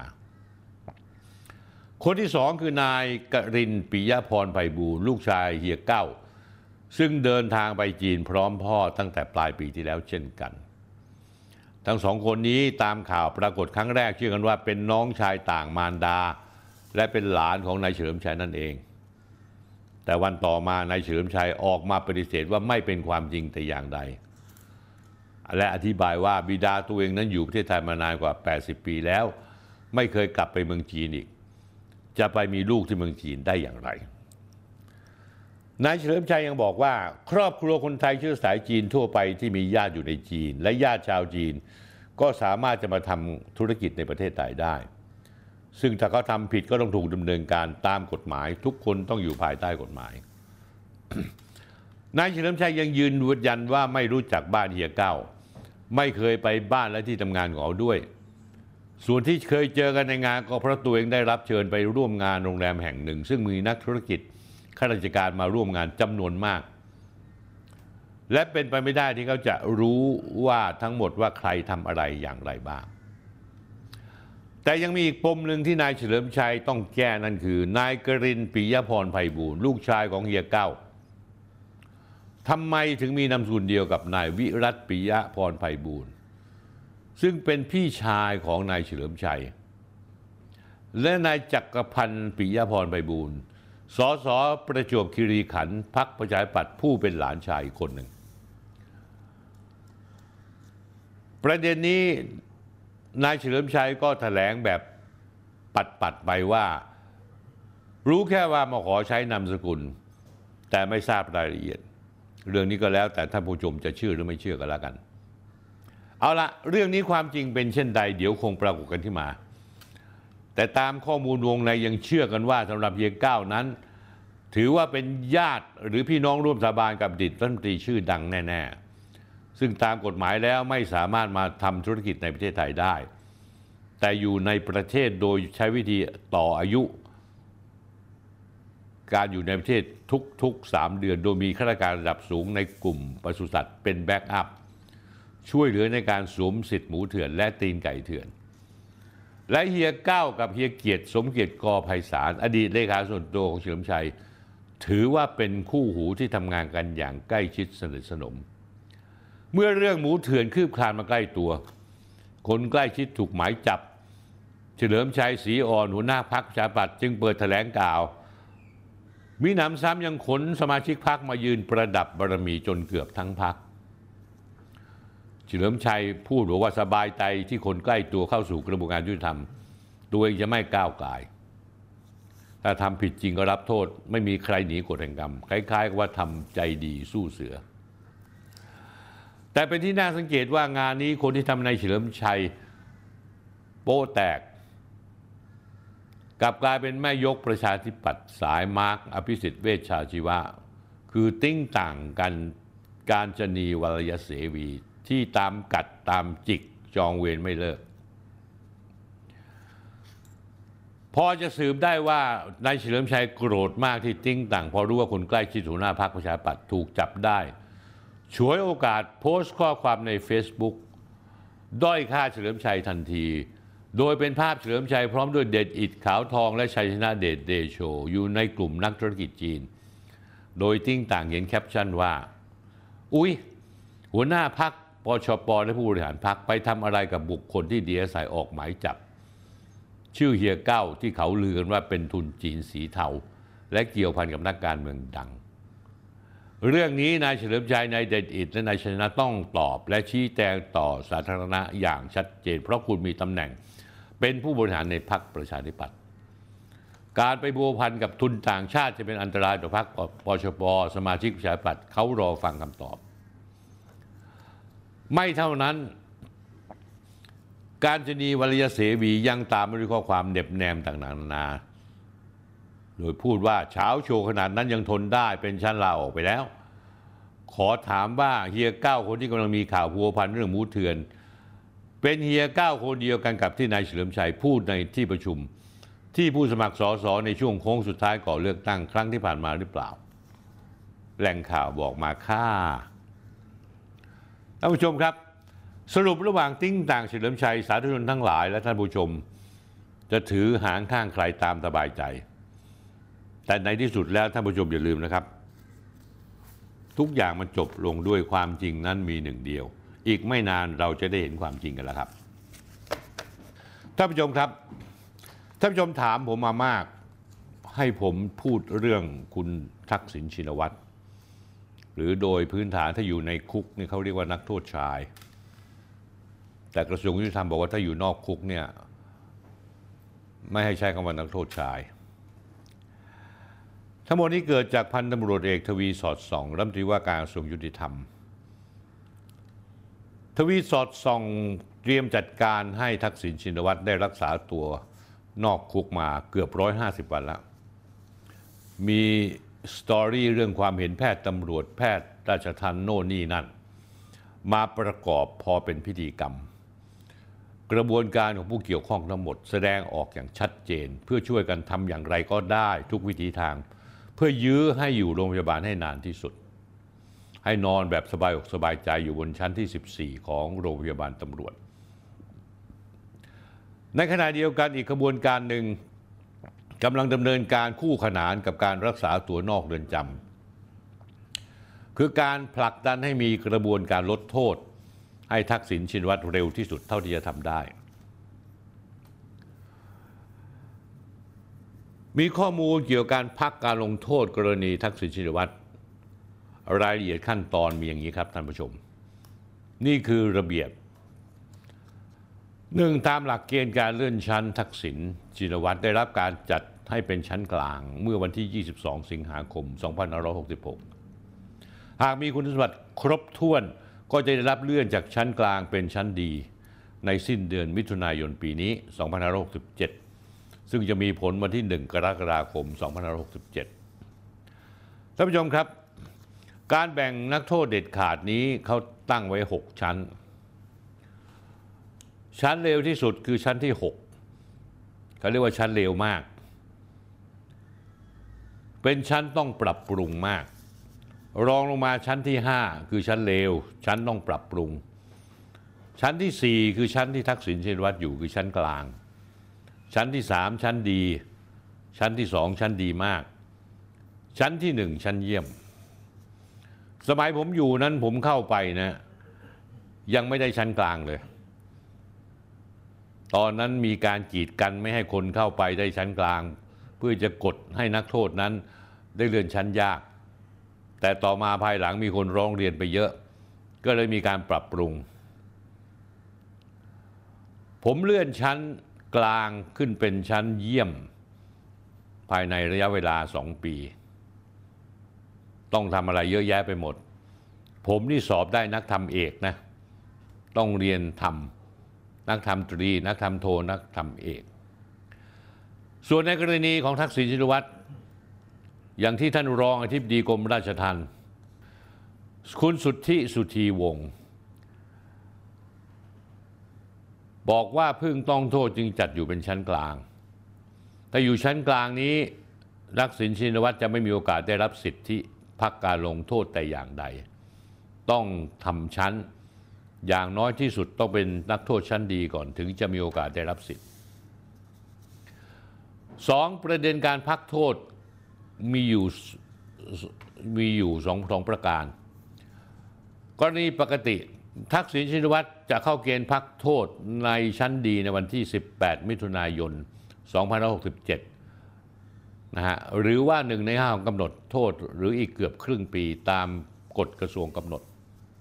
คนที่สองคือนายกรินทร์ ปิยพรไพบูลย์ลูกชายเฮียเก้าซึ่งเดินทางไปจีนพร้อมพ่อตั้งแต่ปลายปีที่แล้วเช่นกันทั้งสองคนนี้ตามข่าวปรากฏครั้งแรกเชื่อกันว่าเป็นน้องชายต่างมารดาและเป็นหลานของนายเฉลิมชัยนั่นเองแต่วันต่อมานายเฉลิมชัยออกมาปฏิเสธว่าไม่เป็นความจริงแต่อย่างใดและอธิบายว่าบิดาตัวเองนั้นอยู่ประเทศไทยมานานกว่า80ปีแล้วไม่เคยกลับไปเมืองจีนอีกจะไปมีลูกที่เมืองจีนได้อย่างไรนายเฉลิมชัยยังบอกว่าครอบครัวคนไทยเชื้อสายจีนทั่วไปที่มีญาติอยู่ในจีนและญาติชาวจีนก็สามารถจะมาทำธุรกิจในประเทศไทยได้ซึ่งถ้าเขาทำผิดก็ต้องถูกดำเนินการตามกฎหมายทุกคนต้องอยู่ภายใต้กฎหมาย นายเฉลิมชัยยังยืนยันว่าไม่รู้จักบ้านเฮียเก้าไม่เคยไปบ้านและที่ทำงานของเขาด้วยส่วนที่เคยเจอกันในงานก็เพราะตัวเองได้รับเชิญไปร่วมงานโรงแรมแห่งหนึ่งซึ่งมีนักธุรกิจข้าราชการมาร่วมงานจำนวนมากและเป็นไปไม่ได้ที่เขาจะรู้ว่าทั้งหมดว่าใครทำอะไรอย่างไรบ้างแต่ยังมีอีกปมหนึ่งที่นายเฉลิมชัยต้องแก้นั่นคือนายกรินทร์ ปิยพรไพบูลย์ลูกชายของเฮียเก้าทำไมถึงมีนามสกุลเดียวกับนายวิรัต ปิยพรไพบูลย์ซึ่งเป็นพี่ชายของนายเฉลิมชัยและนายจักรพันธ์ ปิยพรไพบูลย์สสประจวบคีรีขันธ์พรรคประชาธิปัตย์ผู้เป็นหลานชายอีกคนหนึ่งประเด็นนี้นายเฉลิมชัยก็แถลงแบบปัดไปว่ารู้แค่ว่ามาขอใช้นามสกุลแต่ไม่ทราบรายละเอียดเรื่องนี้ก็แล้วแต่ท่านผู้ชมจะเชื่อหรือไม่เชื่อก็แล้วกันเอาละเรื่องนี้ความจริงเป็นเช่นใดเดี๋ยวคงปรากฏกันขึ้นมาแต่ตามข้อมูลวงในยังเชื่อกันว่าสำหรับเฮียเก้านั้นถือว่าเป็นญาติหรือพี่น้องร่วมสาบานกับอดีตรัฐมนตรีชื่อดังแน่ๆซึ่งตามกฎหมายแล้วไม่สามารถมาทำธุรกิจในประเทศไทยได้แต่อยู่ในประเทศโดยใช้วิธีต่ออายุการอยู่ในประเทศทุกๆ3 เดือนโดยมีข้าราชการระดับสูงในกลุ่มปศุสัตว์เป็นแบ็กอัพช่วยเหลือในการสวมสิทธิ์หมูเถื่อนและตีนไก่เถื่อนและเฮียเก้ากับเฮียเกียรติสมเกียรติกอไพศาลอดีตเลขาส่วนตัวของเฉลิมชัยถือว่าเป็นคู่หูที่ทำงานกันอย่างใกล้ชิดสนิทสนมเมื่อเรื่องหมูเถื่อนคืบคลานมาใกล้ตัวคนใกล้ชิดถูกหมายจับเฉลิมชัยศรีอ่อนหัวหน้าพรรคประชาธิปัตย์จึงเปิดแถลงข่าวมีหนำซ้ำยังขนสมาชิกพรรคมายืนประดับบารมีจนเกือบทั้งพรรคเฉลิมชัยพูดว่าสบายใจที่คนใกล้ตัวเข้าสู่กระบวนการยุติธรรมตัวเองจะไม่ก้าวไก่ถ้าทำผิดจริงก็รับโทษไม่มีใครหนีกฎแห่งกรรมคล้ายๆกับว่าทำใจดีสู้เสือแต่เป็นที่น่าสังเกตว่างานนี้คนที่ทำในเฉลิมชัยโป๊แตกกลับกลายเป็นแม่ยกประชาธิปัตย์สายมาร์คอภิสิทธิ์เวชชาชีวะคือติ้งต่างกันการจนีวรยเสวีที่ตามกัดตามจิกจองเวรไม่เลิกพอจะสืบได้ว่านายเฉลิมชัยโกรธมากที่ติ้งต่างพอรู้ว่าคนใกล้ชิดหัวหน้าพรรคประชาธิปัตย์ถูกจับได้ฉวยโอกาสโพสต์ข้อความใน Facebook ด้อยค่าเฉลิมชัยทันทีโดยเป็นภาพเฉลิมชัยพร้อมด้วยเดชอิฐขาวทองและชัยชนะเดชเดโชอยู่ในกลุ่มนักธุรกิจจีนโดยติ้งต่างเขียนแคปชั่นว่าอุ๊ยหัวหน้าพรรคปชปและผู้บริหารพรรคไปทำอะไรกับบุคคลที่DSIออกหมายจับชื่อเฮียเก้าที่เขาลือกันว่าเป็นทุนจีนสีเทาและเกี่ยวพันกับนักการเมืองดังเรื่องนี้นายเฉลิมชัยนายเดชอิฐและนายชัยชนะต้องตอบและชี้แจงต่อสาธารณะอย่างชัดเจนเพราะคุณมีตำแหน่งเป็นผู้บริหารในพรรคประชาธิปัตย์การไปบัวพันกับทุนต่างชาติจะเป็นอันตรายต่อพรรคปชปสมาชิกประชาธิปัตย์เขารอฟังคำตอบไม่เท่านั้นการจนีวรยเสวียังตามมาด้วยข้อความเหน็บแนมต่างๆนานาโดยพูดว่าเช้าโชว์ขนาดนั้นยังทนได้เป็นชั้นลาออกไปแล้วขอถามว่าเฮียเก้าคนที่กำลังมีข่าวพัวพันเรื่องหมูเถื่อนเป็นเฮียเก้าคนเดียวกันกับที่นายเฉลิมชัยพูดในที่ประชุมที่ผู้สมัครสสในช่วงโค้งสุดท้ายก่อนเลือกตั้งครั้งที่ผ่านมาหรือเปล่าแหล่งข่าวบอกมาค่ะท่านผู้ชมครับสรุประหว่างติ้งต่างเฉลิมชัยสาธุชนทั้งหลายและท่านผู้ชมจะถือหางข้างใครตามสบายใจแต่ในที่สุดแล้วท่านผู้ชมอย่าลืมนะครับทุกอย่างมันจบลงด้วยความจริงนั้นมีหนึ่งเดียวอีกไม่นานเราจะได้เห็นความจริงกันแล้วครับท่านผู้ชมครับท่านผู้ชมถามผมมามากให้ผมพูดเรื่องคุณทักษิณชินวัตรหรือโดยพื้นฐานถ้าอยู่ในคุกนี่เขาเรียกว่านักโทษชายแต่กระทรวงยุติธรรมบอกว่าถ้าอยู่นอกคุกเนี่ยไม่ให้ใช้คำว่านักโทษชายทั้งหมดนี้เกิดจากพันตำรวจเอกทวีสอดส่องรัฐมนตรีว่าการกระทรวงยุติธรรมทวีสอดส่องเตรียมจัดการให้ทักษิณชินวัตรได้รักษาตัวนอกคุกมาเกือบ150 วันแล้วมีสตอรี่เรื่องความเห็นแพทย์ตำรวจแพทย์ราชทัณฑ์โน่นนี่นั่นมาประกอบพอเป็นพิธีกรรมกระบวนการของผู้เกี่ยวข้องทั้งหมดแสดงออกอย่างชัดเจนเพื่อช่วยกันทำอย่างไรก็ได้ทุกวิถีทางเพื่อยื้อให้อยู่โรงพยาบาลให้นานที่สุดให้นอนแบบสบายอกสบายใจอยู่บนชั้นที่14ของโรงพยาบาลตำรวจในขณะเดียวกันอีกกระบวนการหนึ่งกำลังดำเนินการคู่ขนานกับการรักษาตัวนอกเรือนจำคือการผลักดันให้มีกระบวนการลดโทษให้ทักษิณชินวัตรเร็วที่สุดเท่าที่จะทำได้มีข้อมูลเกี่ยวกับการพักการลงโทษกรณีทักษิณชินวัตรรายละเอียดขั้นตอนมีอย่างนี้ครับท่านผู้ชมนี่คือระเบียบ1ตามหลักเกณฑ์การเลื่อนชั้นทักษิณชินวัตรได้รับการจัดให้เป็นชั้นกลางเมื่อวันที่22 สิงหาคม 2566หากมีคุณสมบัติครบถ้วนก็จะได้รับเลื่อนจากชั้นกลางเป็นชั้นดีในสิ้นเดือนมิถุนายนปีนี้ 2567 ซึ่งจะมีผลวันที่ 1 กรกฎาคม 2567 ท่านผู้ชมครับการแบ่งนักโทษเด็ดขาดนี้เขาตั้งไว้6ชั้นชั้นเลวที่สุดคือชั้นที่6เขาเรียกว่าชั้นเลวมากเป็นชั้นต้องปรับปรุงมากรองลงมาชั้นที่5คือชั้นเลวชั้นต้องปรับปรุงชั้นที่4คือชั้นที่ทักษิณชินวัตรอยู่คือชั้นกลางชั้นที่3ชั้นดีชั้นที่2ชั้นดีมากชั้นที่1ชั้นเยี่ยมสมัยผมอยู่นั้นผมเข้าไปนะยังไม่ได้ชั้นกลางเลยตอนนั้นมีการกีดกันไม่ให้คนเข้าไปได้ชั้นกลางเพื่อจะกดให้นักโทษนั้นได้เลื่อนชั้นยากแต่ต่อมาภายหลังมีคนร้องเรียนไปเยอะก็เลยมีการปรับปรุงผมเลื่อนชั้นกลางขึ้นเป็นชั้นเยี่ยมภายในระยะเวลา2 ปีต้องทำอะไรเยอะแยะไปหมดผมนี่สอบได้นักธรรมเอกนะต้องเรียนธรรมนักธรรมตรีนักธรรมโทนักธรรมเอกส่วนในกรณีของทักษิณชินวัตรอย่างที่ท่านรองอธิบดีกรมราชทัณฑ์คุณสุทธิสุธีวงศ์บอกว่าเพิ่งต้องโทษจึงจัดอยู่เป็นชั้นกลางแต่อยู่ชั้นกลางนี้ทักษิณชินวัตรจะไม่มีโอกาสได้รับสิทธิพักการลงโทษแต่อย่างใดต้องทำชั้นอย่างน้อยที่สุดต้องเป็นนักโทษชั้นดีก่อนถึงจะมีโอกาสได้รับสิทธิ์2ประเด็นการพักโทษมีอยู่สองประการกรณีปกติทักษิณชินวัตรจะเข้าเกณฑ์พักโทษในชั้นดีในวันที่18 มิถุนายน 2567นะฮะหรือว่า1 ใน 5ของกำหนดโทษหรืออีกเกือบครึ่งปีตามกฎกระทรวงกำหนด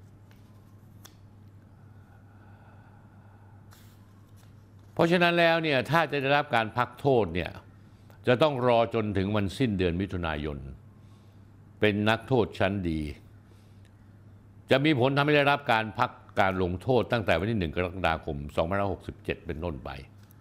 เพราะฉะนั้นแล้วเนี่ยถ้าจะได้รับการพักโทษเนี่ยจะต้องรอจนถึงวันสิ้นเดือนมิถุนายนเป็นนักโทษชั้นดีจะมีผลทำให้ได้รับการพักการลงโทษตั้งแต่วันที่ 1 กรกฎาคม 2567 เป็นต้นไป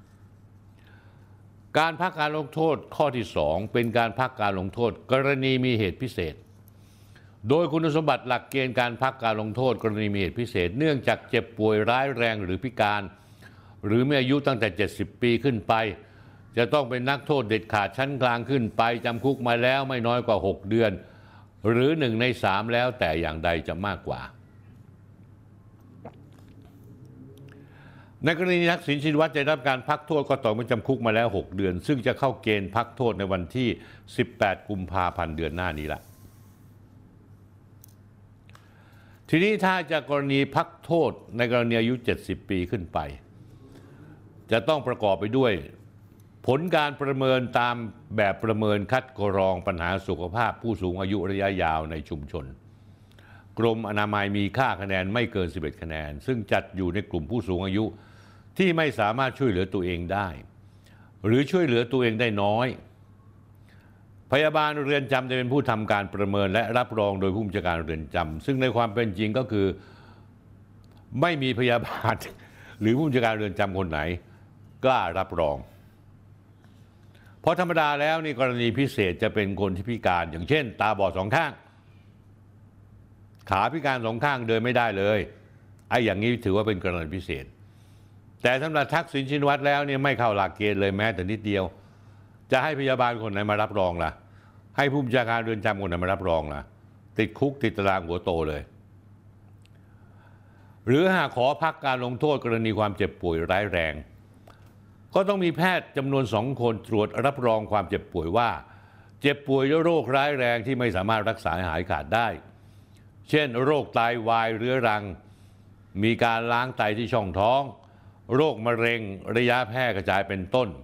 การพักการลงโทษข้อที่ 2เป็นการพักการลงโทษกรณีมีเหตุพิเศษโดยคุณสมบัติหลักเกณฑ์การพักการลงโทษกรณีมีเหตุพิเศษเนื่องจากเจ็บป่วยร้ายแรงหรือพิการหรือมีอายุตั้งแต่70 ปีขึ้นไปจะต้องเป็นนักโทษเด็ดขาดชั้นกลางขึ้นไปจำคุกมาแล้วไม่น้อยกว่า6 เดือนหรือ1 ใน 3แล้วแต่อย่างใดจะมากกว่าในกรณีทักษิณชินวัตรได้รับการพักโทษก็ต่อเมื่อจำคุกมาแล้ว6 เดือนซึ่งจะเข้าเกณฑ์พักโทษในวันที่18 กุมภาพันธ์เดือนหน้านี้ละทีนี้ถ้าจะกรณีพักโทษในกรณีอายุ70 ปีขึ้นไปจะต้องประกอบไปด้วยผลการประเมินตามแบบประเมินคัดกรองปัญหาสุขภาพผู้สูงอายุระยะยาวในชุมชนกรมอนามัยมีค่าคะแนนไม่เกิน11 คะแนนซึ่งจัดอยู่ในกลุ่มผู้สูงอายุที่ไม่สามารถช่วยเหลือตัวเองได้หรือช่วยเหลือตัวเองได้น้อยพยาบาลเรือนจำจะเป็นผู้ทำการประเมินและรับรองโดยผู้บัญชาการเรือนจำซึ่งในความเป็นจริงก็คือไม่มีพยาบาลหรือผู้บัญชาการเรือนจำคนไหนกล้ารับรองเพราะธรรมดาแล้วนี่กรณีพิเศษจะเป็นคนที่พิการอย่างเช่นตาบอด2 ข้างขาพิการ2 ข้างเดินไม่ได้เลยไอ้อย่างนี้ถือว่าเป็นกรณีพิเศษแต่สำหรับทักษิณชินวัตรแล้วเนี่ยไม่เข้าหลักเกณฑ์เลยแม้แต่นิดเดียวจะให้พยาบาลคนไหนมารับรองล่ะให้ผู้บัญชาการเรือนจำคนไหนมารับรองล่ะติดคุกติดตารางหัวโตเลยหรือหากขอพักการลงโทษกรณีความเจ็บป่วยร้ายแรงก็ต้องมีแพทย์จำนวน2 คนตรวจรับรองความเจ็บป่วยว่าเจ็บป่วยด้วยโรคร้ายแรงที่ไม่สามารถรักษาหายขาดได้เช่นโรคไตวายเรื้อรังมีการล้างไตที่ช่องท้องโรคมะเร็งระยะแพร่กระจายเป็นต้น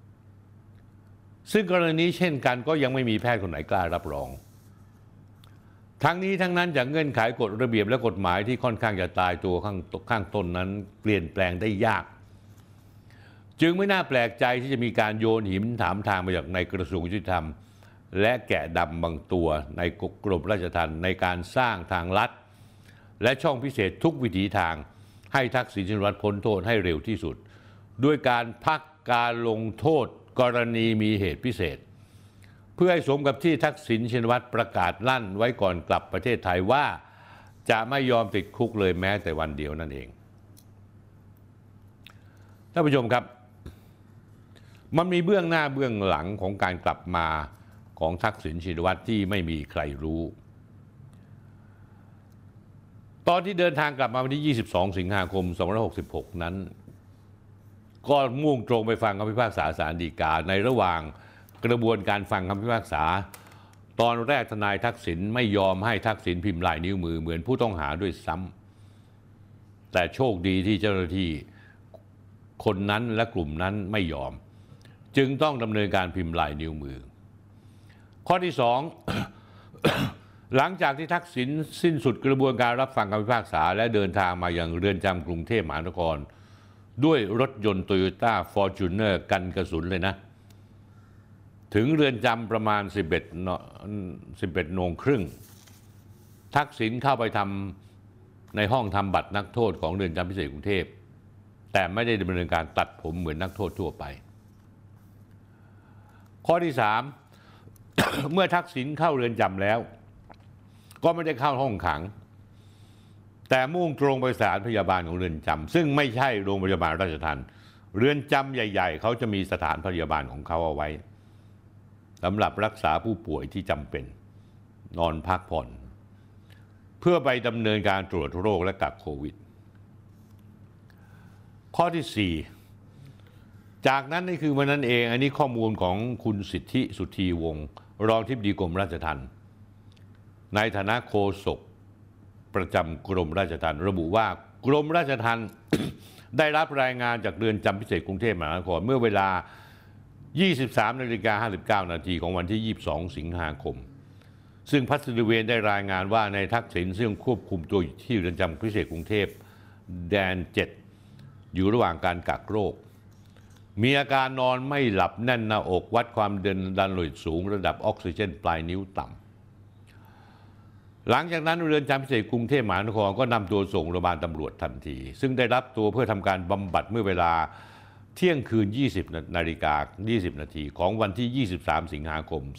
ซึ่งกรณีเช่นกันก็ยังไม่มีแพทย์คนไหนกล้ารับรองทั้งนี้ทั้งนั้นจากเงื่อนไขกฎระเบียบและกฎหมายที่ค่อนข้างจะตายตัวข้างต้นนั้นเปลี่ยนแปลงได้ยากจึงไม่น่าแปลกใจที่จะมีการโยนหินถามทางมาจากในกระทรวงยุติธรรมและแกะดำบางตัวในกรมราชทัณฑ์ในการสร้างทางลัดและช่องพิเศษทุกวิถีทางให้ทักษิณชินวัตรพ้นโทษให้เร็วที่สุดด้วยการพักการลงโทษกรณีมีเหตุพิเศษเพื่อให้สมกับที่ทักษิณชินวัตรประกาศลั่นไว้ก่อนกลับประเทศไทยว่าจะไม่ยอมติดคุกเลยแม้แต่วันเดียวนั่นเองท่านผู้ชมครับมันมีเบื้องหน้าเบื้องหลังของการกลับมาของทักษิณชินวัตรที่ไม่มีใครรู้ตอนที่เดินทางกลับมาวันที่22 สิงหาคม 2566 นั้นก็มุ่งตรงไปฟังคำพิพากษาศาลฎีกาในระหว่างกระบวนการฟังคำพิพากษาตอนแรกทนายทักษิณไม่ยอมให้ทักษิณพิมพ์ลายนิ้วมือเหมือนผู้ต้องหาด้วยซ้ำแต่โชคดีที่เจ้าหน้าที่คนนั้นและกลุ่มนั้นไม่ยอมจึงต้องดำเนินการพิมพ์ลายนิ้วมือข้อที่ 2 หลังจากที่ทักษิณสิ้นสุดกระบวนการรับฟังคำพิพากษาและเดินทางมายังเรือนจำกรุงเทพมหานครด้วยรถยนต์ Toyota Fortuner กันกระสุนเลยนะถึงเรือนจำประมาณ11 โมงครึ่งทักษิณเข้าไปทำในห้องทำบัตรนักโทษของเรือนจำพิเศษกรุงเทพแต่ไม่ได้ดำเนินการตัดผมเหมือนนักโทษทั่วไปข้อที่ 3 เมื่อทักษิณเข้าเรือนจำแล้วก็ไม่ได้เข้าห้องขังแต่มุ่งตรงไปสถานพยาบาลของเรือนจำซึ่งไม่ใช่โรงพยาบาลราชทัณฑ์เรือนจำใหญ่ๆเขาจะมีสถานพยาบาลของเขาเอาไว้สำหรับรักษาผู้ป่วยที่จำเป็นนอนพักผ่อนเพื่อไปดำเนินการตรวจโรคและกักโควิดข้อที่ 4จากนั้นนี่คือวันนั้นเองอันนี้ข้อมูลของคุณสิทธิสุธีวงศ์รองอธิบดีกรมราชทัณฑ์ในฐานะโฆษกประจำกรมราชทัณฑ์ระบุว่ากรมราชทัณฑ์ ได้รับรายงานจากเรือนจำพิเศษกรุงเทพมหานครเมื่อเวลา 23:59 นาทีของวันที่ 22 สิงหาคมซึ่งพัสดุเวรได้รายงานว่าในทักษิณซึ่งควบคุมตัวอยู่ที่เรือนจำพิเศษกรุงเทพแดน 7อยู่ระหว่างการกักโรคมีอาการนอนไม่หลับแน่นหน้าอกวัดความดันโลหิตสูงระดับออกซิเจนปลายนิ้วต่ำหลังจากนั้นเรือนจำพิเศษกรุงเทพมหานครก็นำตัวส่งโรงพยาบาลตำรวจทันทีซึ่งได้รับตัวเพื่อทำการบำบัดเมื่อเวลาเที่ยงคืน 20 นาฬิกา 20 นาทีของวันที่ 23 สิงหาคม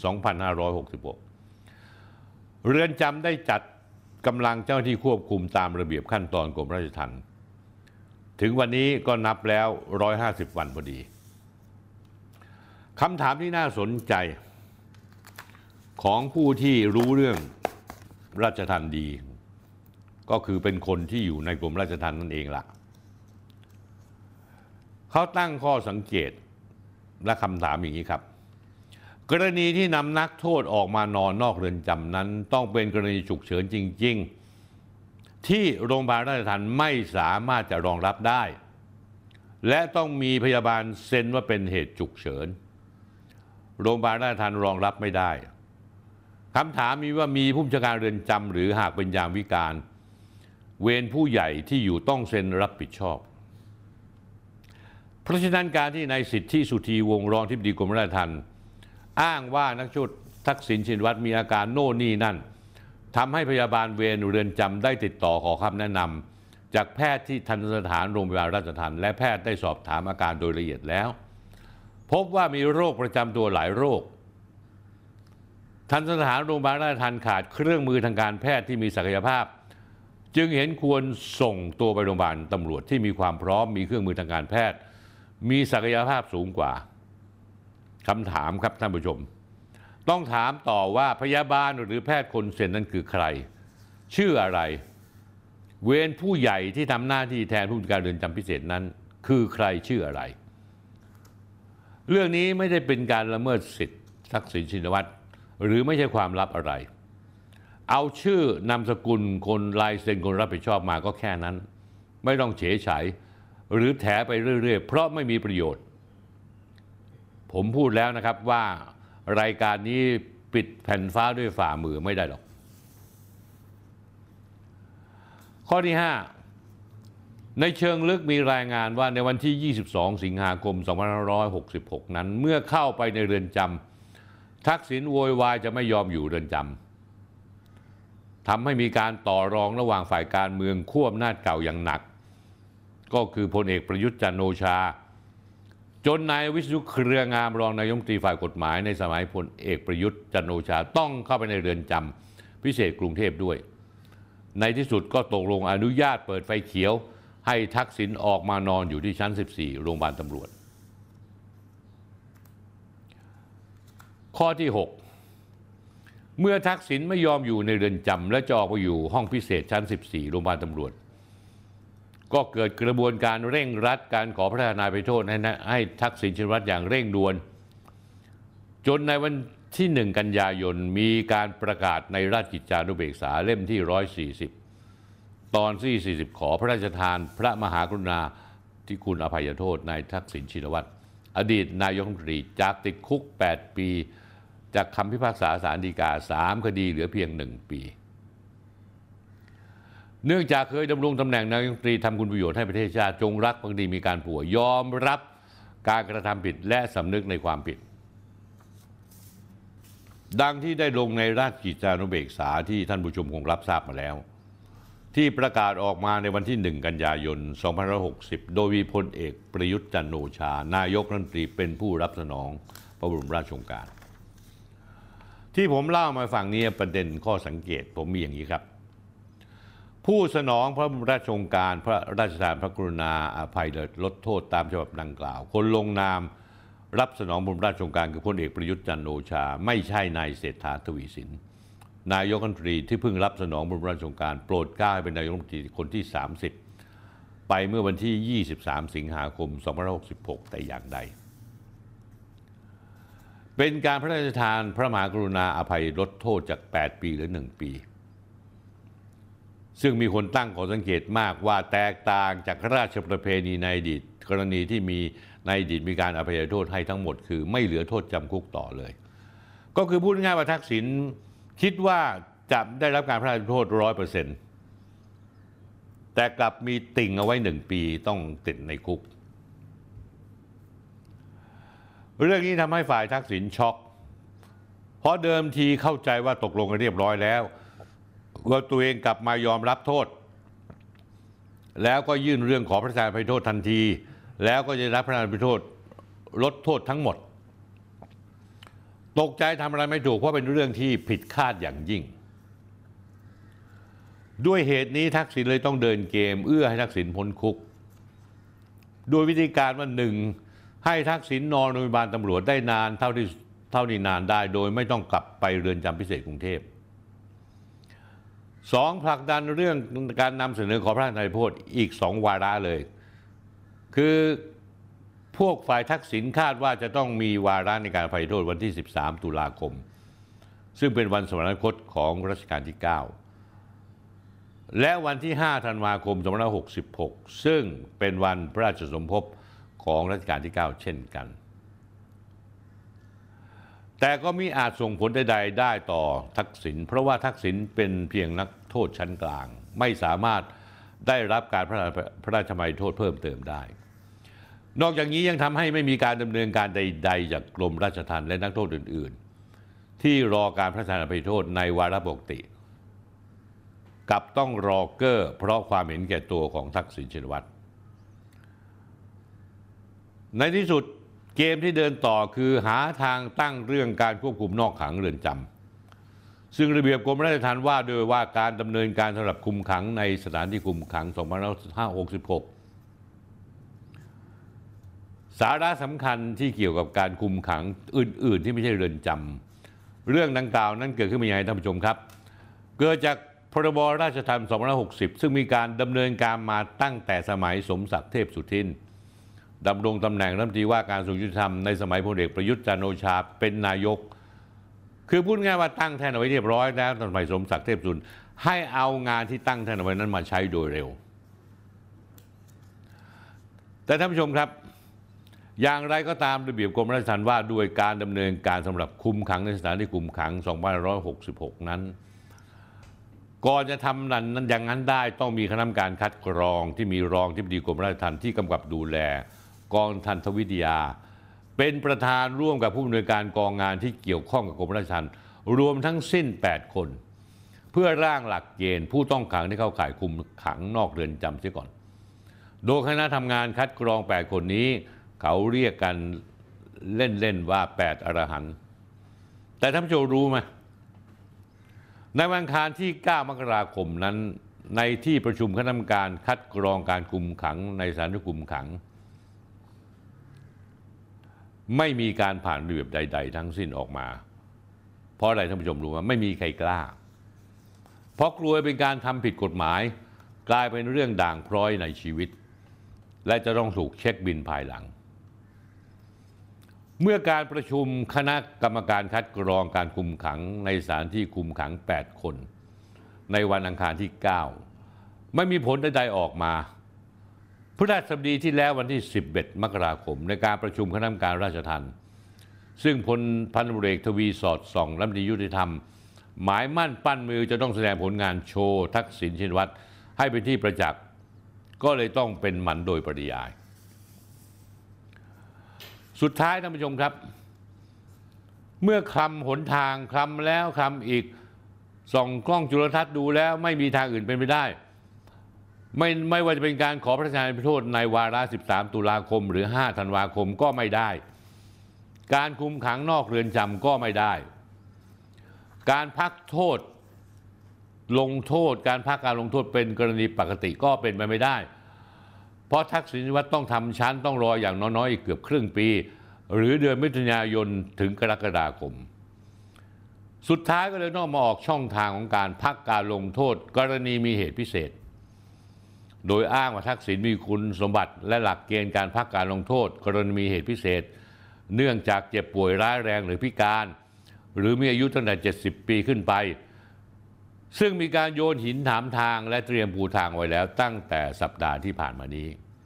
2566 เรือนจำได้จัดกำลังเจ้าหน้าที่ควบคุมตามระเบียบขั้นตอนกรมราชทัณฑ์ถึงวันนี้ก็นับแล้ว150 วันพอดีคำถามที่น่าสนใจของผู้ที่รู้เรื่องราชทัณฑ์ดีก็คือเป็นคนที่อยู่ในกรมราชทัณฑ์นั่นเองล่ะเขาตั้งข้อสังเกตและคำถามอย่างนี้ครับกรณีที่นำนักโทษออกมานอนนอกเรือนจำนั้นต้องเป็นกรณีฉุกเฉินจริงๆที่โรงพยาบาลราชทัณฑ์ไม่สามารถจะรองรับได้และต้องมีพยาบาลเซ็นว่าเป็นเหตุฉุกเฉินโรงพยาบาลราชทัณฑ์รองรับไม่ได้คำถามมีว่ามีผู้บัญชาการเรือนจำหรือหากเป็นยามวิกาลเวรผู้ใหญ่ที่อยู่ต้องเซ็นรับผิดชอบเพราะฉะนั้นการที่นายสิทธิสุธีวงศ์รองอธิบดีกรมราชทัณฑ์อ้างว่านักโทษทักษิณชินวัตรมีอาการโน่นนี่นั่นทำให้พยาบาลเวรเรือนจำได้ติดต่อขอคำแนะนำจากแพทย์ที่ทันตสถานโรงพยาบาลราชทัณฑ์และแพทย์ได้สอบถามอาการโดยละเอียดแล้วพบว่ามีโรคประจำตัวหลายโรคทันตสถานโรงพยาบาลราชทัณฑ์ขาดเครื่องมือทางการแพทย์ที่มีศักยภาพจึงเห็นควรส่งตัวไปโรงพยาบาลตำรวจที่มีความพร้อมมีเครื่องมือทางการแพทย์มีศักยภาพสูงกว่าคำถามครับท่านผู้ชมต้องถามต่อว่าพยาบาลหรือแพทย์คนเซ็นนั้นคือใครชื่ออะไรเวรผู้ใหญ่ที่ทำหน้าที่แทนผู้บัญชาการเรือนจำพิเศษนั้นคือใครชื่ออะไรเรื่องนี้ไม่ได้เป็นการละเมิดสิทธิทักษิณชินวัตรหรือไม่ใช่ความลับอะไรเอาชื่อนามสกุลคนลายเซ็นคนรับผิดชอบมาก็แค่นั้นไม่ต้องเฉยเฉยหรือแถไปเรื่อยๆเพราะไม่มีประโยชน์ผมพูดแล้วนะครับว่ารายการนี้ปิดแผ่นฟ้าด้วยฝ่ามือไม่ได้หรอกข้อที่ 5ในเชิงลึกมีรายงานว่าในวันที่22สิงหาคม2566นั้นเมื่อเข้าไปในเรือนจำทักษิณโวยวายจะไม่ยอมอยู่เรือนจำทำให้มีการต่อรองระหว่างฝ่ายการเมืองขั้วอำนาจเก่าอย่างหนักก็คือพลเอกประยุทธ์จันทร์โอชาจนนายวิษณุเครืองามรองนายกรัฐมนตรีฝ่ายกฎหมายในสมัยพลเอกประยุทธ์จันทร์โอชาต้องเข้าไปในเรือนจำพิเศษกรุงเทพด้วยในที่สุดก็ตกลงอนุญาตเปิดไฟเขียวให้ทักษิณออกมานอนอยู่ที่ชั้น14โรงพยาบาลตำรวจข้อที่ 6เมื่อทักษิณไม่ยอมอยู่ในเรือนจำและจะออกไปอยู่ห้องพิเศษชั้น14โรงพยาบาลตำรวจก็เกิดกระบวนการเร่งรัดการขอพระราชทานอภัยโทษให้ทักษิณชินวัตรอย่างเร่งด่วนจนในวันที่1กันยายนมีการประกาศในราชกิจจานุเบกษาเล่มที่140ตอนที่40ขอพระราชทานพระมหากรุณาธิคุณอภัยโทษนายทักษิณชินวัตรอดีตนายกรัฐมนตรีจากติดคุก8ปีจากคำพิพากษาศาลฎีกา3คดีเหลือเพียง1ปีเนื่องจากเคยดำรงตำแหน่งนายกรัฐมนตรีทำคุณประโยชน์ให้ประเทศชาติจงรักภักดีมีการป่วยยอมรับการกระทำผิดและสำนึกในความผิดดังที่ได้ลงในราชกิจจานุเบกษาที่ท่านผู้ชมคงรับทราบมาแล้วที่ประกาศออกมาในวันที่1กันยายน2560โดยมีพลเอกประยุทธ์จันทร์โอชานายกรัฐมนตรีเป็นผู้รับสนองพระบรมราชโองการที่ผมเล่ามาฝั่งนี้ประเด็นข้อสังเกตผมมีอย่างนี้ครับผู้สนองพระบรมราชโองการพระราชทานพระกรุณาอภัยลดโทษตามฉบับดังกล่าวคนลงนามรับสนองบรมราชโองการคือพลเอกประยุทธ์จันทร์โอชาไม่ใช่นายเศรษฐาทวีสินนายกรัฐมนตรีที่เพิ่งรับสนองบรมราชโองการโปรดเกล้าให้เป็นนายกรัฐมนตรีคนที่30ไปเมื่อวันที่23สิงหาคม2566แต่อย่างใดเป็นการพระราชทานพระมหากรุณาอภัยลดโทษจาก8ปีหรือ1ปีซึ่งมีคนตั้งข้อสังเกตมากว่าแตกต่างจากราชประเพณีในอดีตกรณีที่มีในอดีตมีการอภัยโทษให้ทั้งหมดคือไม่เหลือโทษจำคุกต่อเลยก็คือพูดง่ายๆว่าทักษิณคิดว่าจะได้รับการพระราชโทษ 100% แต่กลับมีติ่งเอาไว้1ปีต้องติดในคุกเรื่องนี้ทำให้ฝ่ายทักษิณช็อกเพราะเดิมทีเข้าใจว่าตกลงกันเรียบร้อยแล้วว่าตัวเองกลับมายอมรับโทษแล้วก็ยื่นเรื่องขอพระราชทานอภัยโทษทันทีแล้วก็จะรับพระราชทานอภัยโทษลดโทษทั้งหมดตกใจทำอะไรไม่ถูกเพราะเป็นเรื่องที่ผิดคาดอย่างยิ่งด้วยเหตุนี้ทักษิณเลยต้องเดินเกมเอื้อให้ทักษิณพ้นคุกโดยวิธีการว่า1ให้ทักษิณนอนโรงพยาบาลตำรวจได้นานเท่าที่นานได้โดยไม่ต้องกลับไปเรือนจำพิเศษกรุงเทพ 2. ผลักดันเรื่องการนำเสนอขอพระราชทานอภัยโทษอีก2 วาระเลยคือพวกฝ่ายทักษิณคาดว่าจะต้องมีวาระในการอภัยโทษวันที่13 ตุลาคมซึ่งเป็นวันสวรรคตของรัชกาลที่ 9และวันที่ 5 ธันวาคม 2566ซึ่งเป็นวันพระราชสมภพของรัชกาลที่ 9เช่นกันแต่ก็มิอาจส่งผลใดๆได้ต่อทักษิณเพราะว่าทักษิณเป็นเพียงนักโทษชั้นกลางไม่สามารถได้รับการพระราชทานอภัยโทษเพิ่มเติมได้นอกจากนี้ยังทำให้ไม่มีการดำเนินการใดๆจากกรมราชทัณฑ์และนักโทษอื่นๆที่รอการพระราชทานอภัยโทษในวาระปกติกับต้องรอเก้อเพราะความเห็นแก่ตัวของทักษิณชินวัตรในที่สุดเกมที่เดินต่อคือหาทางตั้งเรื่องการควบคุมนอกขังเรือนจำซึ่งระเบียบกรมราชทัณฑ์ว่าโดยว่าการดำเนินการสำหรับคุมขังในสถานที่คุมขัง 2566 สาระสำคัญที่เกี่ยวกับการคุมขังอื่นๆที่ไม่ใช่เรือนจำเรื่องดังกล่าวนั้นเกิดขึ้นมาอย่างไรท่านผู้ชมครับเกิดจากพรบราชทัณฑ์ 2560 ซึ่งมีการดำเนินการมาตั้งแต่สมัยสมศักดิ์เทพสุทินดำรงตำแหน่งรัฐมนตรีว่าการกระทรวงยุติธรรมในสมัยพลเอกประยุทธ์จันทร์โอชาเป็นนายกคือพูดง่ายว่าตั้งแท่นเอาไว้เรียบร้อยแล้วตอนสมัยสมศักดิ์เทพสุทินให้เอางานที่ตั้งแท่นเอาไว้นั้นมาใช้โดยเร็วแต่ท่านผู้ชมครับอย่างไรก็ตามระเบียบกรมราชทัณฑ์ว่าด้วยการดำเนินการสำหรับคุมขังในสถานที่คุมขัง 2566 นั้นก่อนจะทำนั้นอย่างนั้นได้ต้องมีคณะกรรมการคัดกรองที่มีรองอธิบดีกรมราชทัณฑ์ที่กำกับดูแลกองทันตวิทยาเป็นประธานร่วมกับผู้อำนวยการกองงานที่เกี่ยวข้องกับกรมราชทัณฑ์รวมทั้งสิ้น 8 คนเพื่อร่างหลักเกณฑ์ผู้ต้องขังที่เข้าข่ายคุมขังนอกเรือนจำเสียก่อนโดยคณะทำงานคัดกรอง 8 คนนี้เขาเรียกกันเล่นๆว่า8 อรหันต์แต่ท่านผู้ชมรู้ไหมในวันอังคารที่ 9 มกราคมนั้นในที่ประชุมคณะกรรมการคัดกรองการคุมขังในสถานที่คุมขังไม่มีการผ่านระเบียบใดๆทั้งสิ้นออกมาเพราะอะไรท่านผู้ชมรู้ไหมไม่มีใครกล้าเพราะกลัวเป็นการทำผิดกฎหมายกลายเป็นเรื่องด่างพร้อยในชีวิตและจะต้องถูกเช็คบินภายหลังเมื่อการประชุมคณะกรรมการคัดกรองการคุมขังในสถานที่คุมขัง 8 คนในวันอังคารที่ 9ไม่มีผลใดๆออกมาพฤหัสบดีที่แล้ววันที่ 11 มกราคมในการประชุมคณะกรรมการราชทัณฑ์ซึ่งพันตำรวจเอกทวีสอดส่องรัฐมนตรียุติธรรมหมายมั่นปั้นมือจะต้องแสดงผลงานโชว์ทักษิณชินวัตรให้เป็นที่ประจักษ์ก็เลยต้องเป็นมันโดยปริยายสุดท้ายท่านผู้ชมครับเมื่อคลำหนทางคลำแล้วคลำอีกส่องกล้องจุลทรรศน์ดูแล้วไม่มีทางอื่นเป็นไปได้ไม่ว่าจะเป็นการขอพระราชทานอภัยโทษในวาระ 13 ตุลาคมหรือ 5 ธันวาคมก็ไม่ได้การคุมขังนอกเรือนจำก็ไม่ได้การพักโทษลงโทษการพักการลงโทษเป็นกรณีปกติก็เป็นไปไม่ได้เพราะทักษิณชินวัตรต้องทำชั้นต้องรออย่างน้อยๆอีกเกือบครึ่งปีหรือเดือนมิถุนายนถึงกรกฎาคมสุดท้ายก็เลยต้องมาออกช่องทางของการพักการลงโทษกรณีมีเหตุพิเศษโดยอ้างว่าทักษิณมีคุณสมบัติและหลักเกณฑ์การพักการลงโทษกรณีมีเหตุพิเศษเนื่องจากเจ็บป่วยร้ายแรงหรือพิการหรือมีอายุตั้งแต่70 ปีขึ้นไปซึ่งมีการโยนหินถามทางและเตรียมปูทางไว้แล้วตั้งแต่สัปดาห์ที่ผ่านมานี้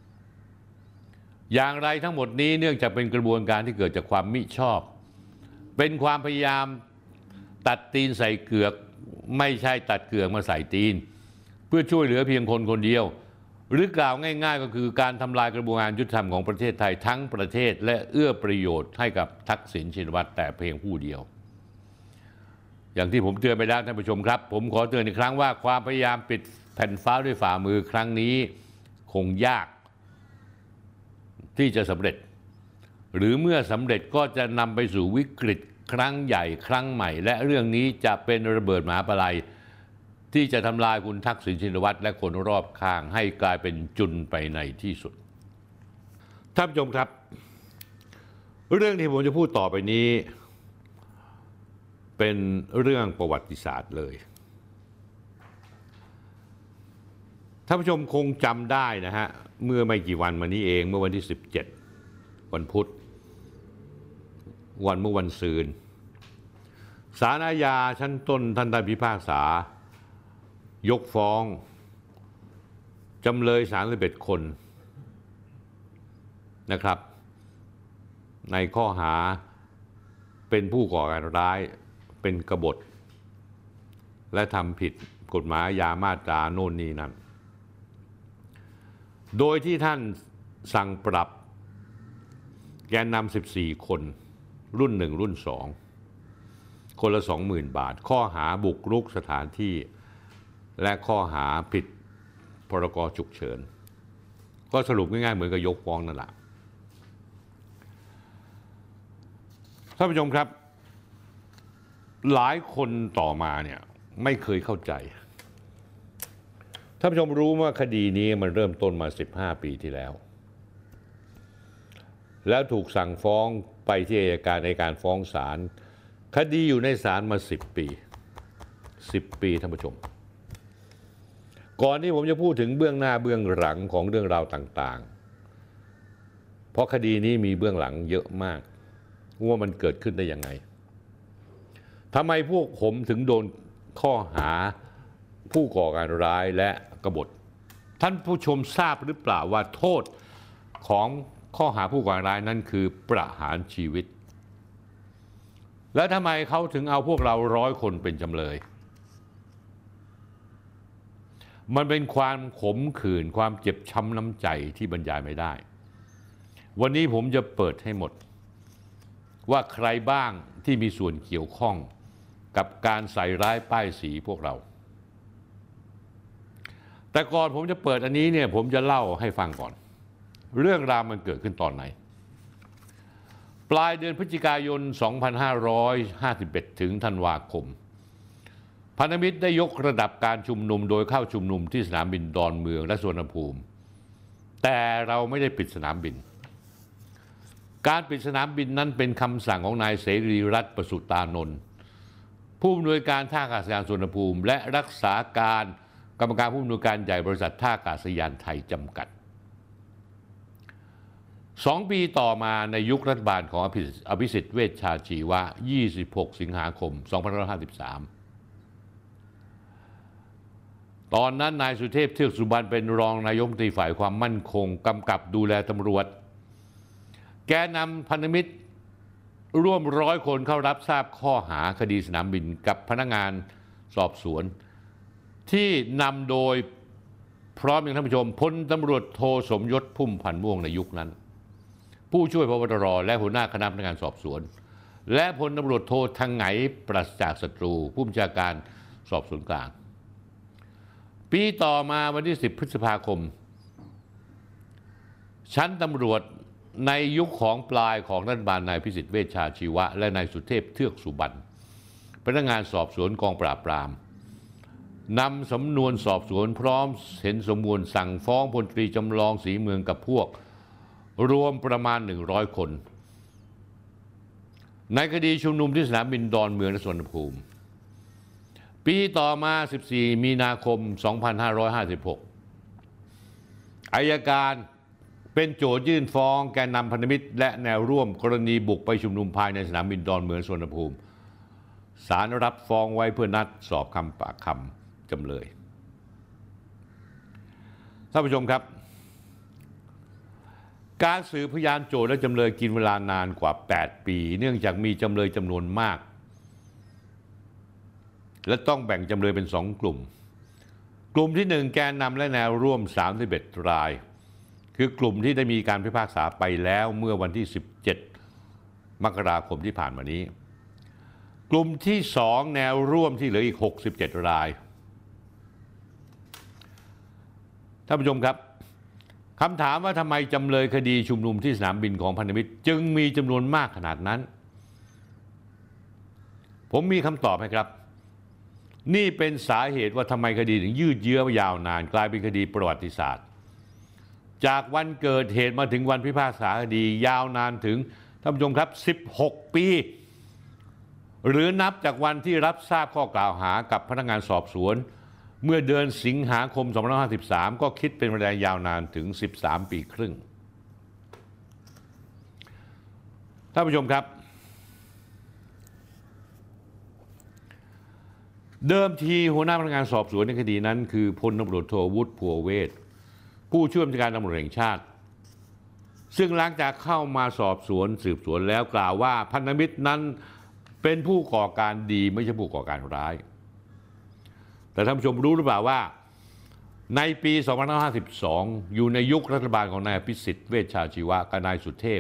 อย่างไรทั้งหมดนี้เนื่องจากเป็นกระบวนการที่เกิดจากความมิชอบเป็นความพยายามตัดตีนใส่เกือกไม่ใช่ตัดเกือกมาใส่ตีนเพื่อช่วยเหลือเพียงคนคนเดียวหรือกล่าวง่ายๆก็คือการทำลายกระบวนการยุติธรรมของประเทศไทยทั้งประเทศและเอื้อประโยชน์ให้กับทักษิณชินวัตรแต่เพียงผู้เดียวอย่างที่ผมเตือนไปแล้วท่านผู้ชมครับผมขอเตือนอีกครั้งว่าความพยายามปิดแผ่นฟ้าด้วยฝ่ามือครั้งนี้คงยากที่จะสำเร็จหรือเมื่อสำเร็จก็จะนำไปสู่วิกฤตครั้งใหญ่ครั้งใหม่และเรื่องนี้จะเป็นระเบิดมหาปลัยที่จะทำลายคุณทักษิณชินวัตรและคนรอบข้างให้กลายเป็นจุลไปในที่สุดท่านผู้ชมครับเรื่องที่ผมจะพูดต่อไปนี้เป็นเรื่องประวัติศาสตร์เลยท่านผู้ชมคงจำได้นะฮะเมื่อไม่กี่วันมานี้เองเมื่อวันที่17วันพุธเมื่อวันซืนศาลอาญาชั้นต้นท่านได้พิพากษายกฟ้องจำเลย31คนนะครับในข้อหาเป็นผู้ก่อการร้ายเป็นกบฏและทำผิดกฎหมายอาญามาตราโน่นนี่นั่นโดยที่ท่านสั่งปรับแกนนำ14คนรุ่น1รุ่น2คนละ 20,000 บาทข้อหาบุกรุกสถานที่และข้อหาผิดพรกฉุกเฉินก็สรุปง่ายๆเหมือนกับยกฟ้องนั่นแหละท่านผู้ชมครับหลายคนต่อมาเนี่ยไม่เคยเข้าใจท่านผู้ชมรู้ว่าคดีนี้มันเริ่มต้นมา15 ปีที่แล้วแล้วถูกสั่งฟ้องไปที่อัยการในการฟ้องศาลคดีอยู่ในศาลมา10 ปีท่านผู้ชมก่อนที่ผมจะพูดถึงเบื้องหน้าเบื้องหลังของเรื่องราวต่างๆเพราะคดีนี้มีเบื้องหลังเยอะมากว่ามันเกิดขึ้นได้ยังไงทำไมพวกผมถึงโดนข้อหาผู้ก่อการร้ายและกบฏท่านผู้ชมทราบหรือเปล่าว่าโทษของข้อหาผู้ก่อการร้ายนั้นคือประหารชีวิตแล้วทำไมเขาถึงเอาพวกเรา100 คนเป็นจำเลยมันเป็นความขมขื่นความเจ็บช้ำน้ำใจที่บรรยายไม่ได้วันนี้ผมจะเปิดให้หมดว่าใครบ้างที่มีส่วนเกี่ยวข้องกับการใส่ร้ายป้ายสีพวกเราแต่ก่อนผมจะเปิดอันนี้เนี่ยผมจะเล่าให้ฟังก่อนเรื่องราวมันเกิดขึ้นตอนไหนปลายเดือนพฤศจิกายน 2551 ถึงธันวาคมพันธมิตรได้ยกระดับการชุมนุมโดยเข้าชุมนุมที่สนามบินดอนเมืองและสุวรรณภูมิแต่เราไม่ได้ปิดสนามบินการปิดสนามบินนั้นเป็นคำสั่งของนายเสรีรัตน์ประสุตานนท์ผู้อำนวยการท่าอากาศยานสุวรรณภูมิและรักษาการกรรมการผู้อำนวยการใหญ่บริษัทท่าอากาศยานไทยจำกัด2 ปีต่อมาในยุครัฐบาลของอภิสิทธิ์เวชชาชีวะ26 สิงหาคม 2553ตอนนั้นนายสุเทพเทือกสุบรรณเป็นรองนายกรัฐมนตรีฝ่ายความมั่นคงกำกับดูแลตำรวจแกนนำพันธมิตรร่วม100 คนเข้ารับทราบข้อหาคดีสนามบินกับพนักงานสอบสวนที่นำโดยพร้อมอย่างท่านผู้ชมพลตำรวจโทสมยศพุ่มพันธ์ม่วงในยุคนั้นผู้ช่วยพบตรและหัวหน้าคณะพนักงานสอบสวนและพลตำรวจโททางไหนปราศจากศัตรูผู้บัญชาการสอบสวนกลางปีต่อมาวันที่10 พฤษภาคมชั้นตำรวจในยุคของปลายของรัฐบาลนายพิสิทธิ์เวชชาชีวะและนายสุเทพเทือกสุบรรณพนักงานสอบสวนกองปราบปรามนำสำนวนสอบสวนพร้อมเห็นสมควรสั่งฟ้องพลตรีจำลองศรีเมืองกับพวกรวมประมาณ100 คนในคดีชุมนุมที่สนามบินดอนเมืองและสุวรรณภูมิปีต่อมา14 มีนาคม 2556อัยการเป็นโจทยื่นฟ้องแกนนำพันธมิตรและแนวร่วมกรณีบุกไปชุมนุมภายในสนามบินดอนเมืองสุวรรณภูมิศาลรับฟ้องไว้เพื่อนัดสอบปากคำจำเลยท่านผู้ชมครับการสืบพยานโจทย์และจำเลยกินเวลานานกว่า8 ปีเนื่องจากมีจำเลยจำนวนมากและต้องแบ่งจำเลยเป็น2 กลุ่มที่1แกนนำและแนวร่วม31 รายคือกลุ่มที่ได้มีการพิพากษาไปแล้วเมื่อวันที่17 มกราคมที่ผ่านมานี้กลุ่มที่2แนวร่วมที่เหลืออีก67 รายท่านผู้ชมครับคำถามว่าทำไมจำเลยคดีชุมนุมที่สนามบินของพันธมิตรจึงมีจำนวนมากขนาดนั้นผมมีคำตอบให้ครับนี่เป็นสาเหตุว่าทำไมคดีถึงยืดเยื้อยาวนานกลายเป็นคดีประวัติศาสตร์จากวันเกิดเหตุมาถึงวันพิพากษาคดียาวนานถึงท่านผู้ชมครับ16 ปีหรือนับจากวันที่รับทราบข้อกล่าวหากับพนักงานสอบสวนเมื่อเดือนสิงหาคม 2553 ก็คิดเป็นเวลายาวนานถึง 13 ปีครึ่งท่านผู้ชมครับเดิมทีหัวหน้าพนักงานสอบสวนในคดีนั้นคือพลตำรวจโทวุฒิภัวเวศผู้ช่วยผู้บัญชาการตำรวจแห่งชาติซึ่งหลังจากเข้ามาสอบสวนสืบสวนแล้วกล่าวว่าพันธมิตรนั้นเป็นผู้ก่อการดีไม่ใช่ผู้ก่อการร้ายแต่ท่านผู้ชมรู้หรือเปล่าว่าในปี 2552 อยู่ในยุครัฐบาลของนายอภิสิทธิ์เวชชาชีวะกับนายสุเทพ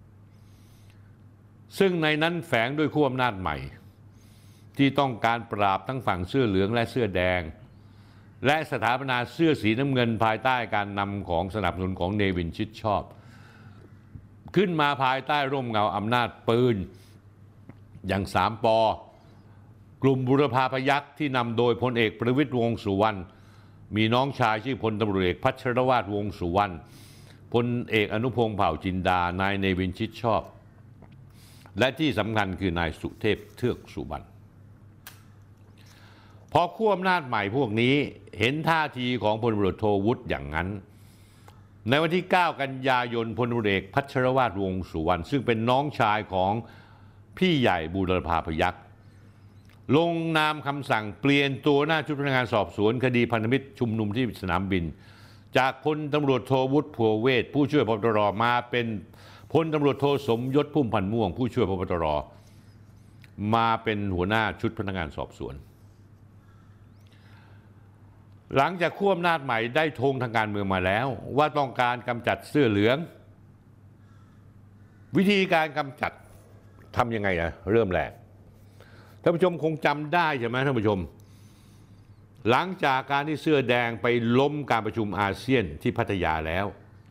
ซึ่งในนั้นแฝงด้วยขั้วอำนาจใหม่ที่ต้องการปราบทั้งฝั่งเสื้อเหลืองและเสื้อแดงและสถาปนาเสื้อสีน้ำเงินภายใต้การนำของสนับสนุนของเนวินชิดชอบขึ้นมาภายใต้ร่มเงาอำนาจปืนอย่าง3 ป.กลุ่มบุรพาพยัคฆ์ที่นำโดยพลเอกประวิตรวงษ์สุวรรณมีน้องชายชื่อพลตำรวจเอกพัชรวาทวงษ์สุวรรณพลเอกอนุพงษ์เผ่าจินดานายเนวินชิดชอบและที่สำคัญคือนายสุเทพเทือกสุบรรณพอขั้วอำนาจใหม่พวกนี้เห็นท่าทีของพลตำรวจโทวุฒิอย่างนั้นในวันที่ 9 กันยายนพลตำรวจเอกพัชรวาทวงษ์สุวรรณซึ่งเป็นน้องชายของพี่ใหญ่บูรพาพยัคฆ์ลงนามคำสั่งเปลี่ยนตัวหน้าชุดพนักงานสอบสวนคดีพันธมิตรชุมนุมที่สนามบินจากพลตำรวจโทวุฒิภัวเวศผู้ช่วยพบตรมาเป็นพลตำรวจโทสมยศพุ่มพันธ์ม่วงผู้ช่วยพบตรมาเป็นหัวหน้าชุดพนักงานสอบสวนหลังจากขั้วอำนาจใหม่ได้ธงทางการเมืองมาแล้วว่าต้องการกำจัดเสื้อเหลืองวิธีการกำจัดทำยังไงอะเริ่มแรกท่านผู้ชมคงจำได้ใช่ไหมท่านผู้ชมหลังจากการที่เสื้อแดงไปล้มการประชุมอาเซียนที่พัทยาแล้ว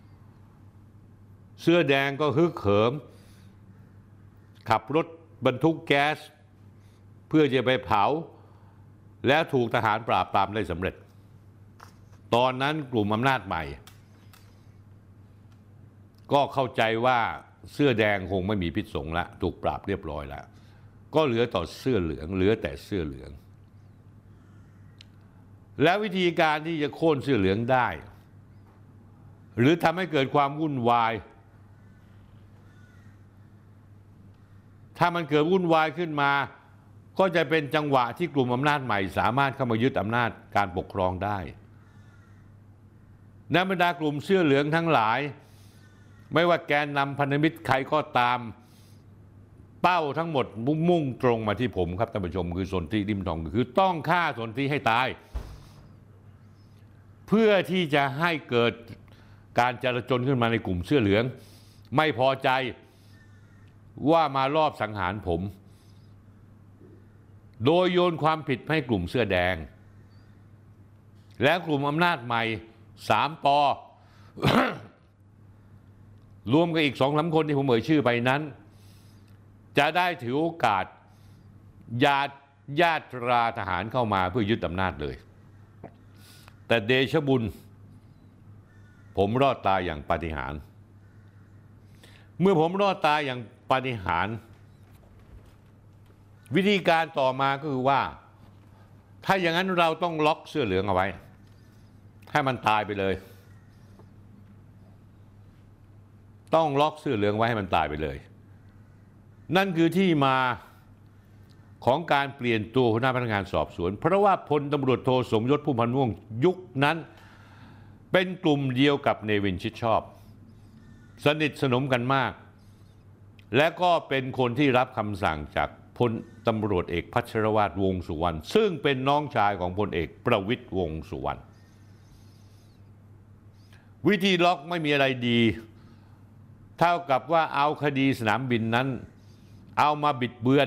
เสื้อแดงก็ฮึกเหิมขับรถบรรทุกแก๊สเพื่อจะไปเผาและถูกทหารปราบปรามได้สำเร็จตอนนั้นกลุ่มอำนาจใหม่ก็เข้าใจว่าเสื้อแดงคงไม่มีพิษสงแล้วถูกปราบเรียบร้อยแล้วก็เหลือต่อเสื้อเหลืองเหลือแต่เสื้อเหลืองและวิธีการที่จะโค่นเสื้อเหลืองได้หรือทำให้เกิดความวุ่นวายถ้ามันเกิดวุ่นวายขึ้นมาก็จะเป็นจังหวะที่กลุ่มอำนาจใหม่สามารถเข้ามายึดอำนาจการปกครองได้ในบรรดากลุ่มเสื้อเหลืองทั้งหลายไม่ว่าแกนนำพันธมิตรใครก็ตามเป้าทั้งหมดมุ่งตรงมาที่ผมครับท่านผู้ชมคือสนธิริมทองคือต้องฆ่าสนธิให้ตายเพื่อที่จะให้เกิดการจลาจลขึ้นมาในกลุ่มเสื้อเหลืองไม่พอใจว่ามาลอบสังหารผมโดยโยนความผิดให้กลุ่มเสื้อแดงและกลุ่มอำนาจใหม่3 ป.รวมกับอีก2-3 คนที่ผมเอ่ยชื่อไปนั้นจะได้ถือโอกาสญาตราทหารเข้ามาเพื่อยึดอำนาจเลยแต่เดชบุญผมรอดตายอย่างปาฏิหาริย์เมื่อผมรอดตายอย่างปาฏิหาริย์วิธีการต่อมาก็คือว่าถ้าอย่างนั้นเราต้องล็อกเสื้อเหลืองเอาไว้ให้มันตายไปเลยต้องล็อกเสื้อเหลืองไว้ให้มันตายไปเลยนั่นคือที่มาของการเปลี่ยนตัวหัวหน้าพนักงานสอบสวนเพราะว่าพลตำรวจโทสมยศพุ่มพันธ์ม่วงยุคนั้นเป็นกลุ่มเดียวกับเนวินชิดชอบสนิทสนมกันมากและก็เป็นคนที่รับคำสั่งจากพลตำรวจเอกพัชรวาทวงษ์สุวรรณซึ่งเป็นน้องชายของพลเอกประวิตรวงษ์สุวรรณวิธีล็อกไม่มีอะไรดีเท่ากับว่าเอาคดีสนามบินนั้นเอามาบิดเบือน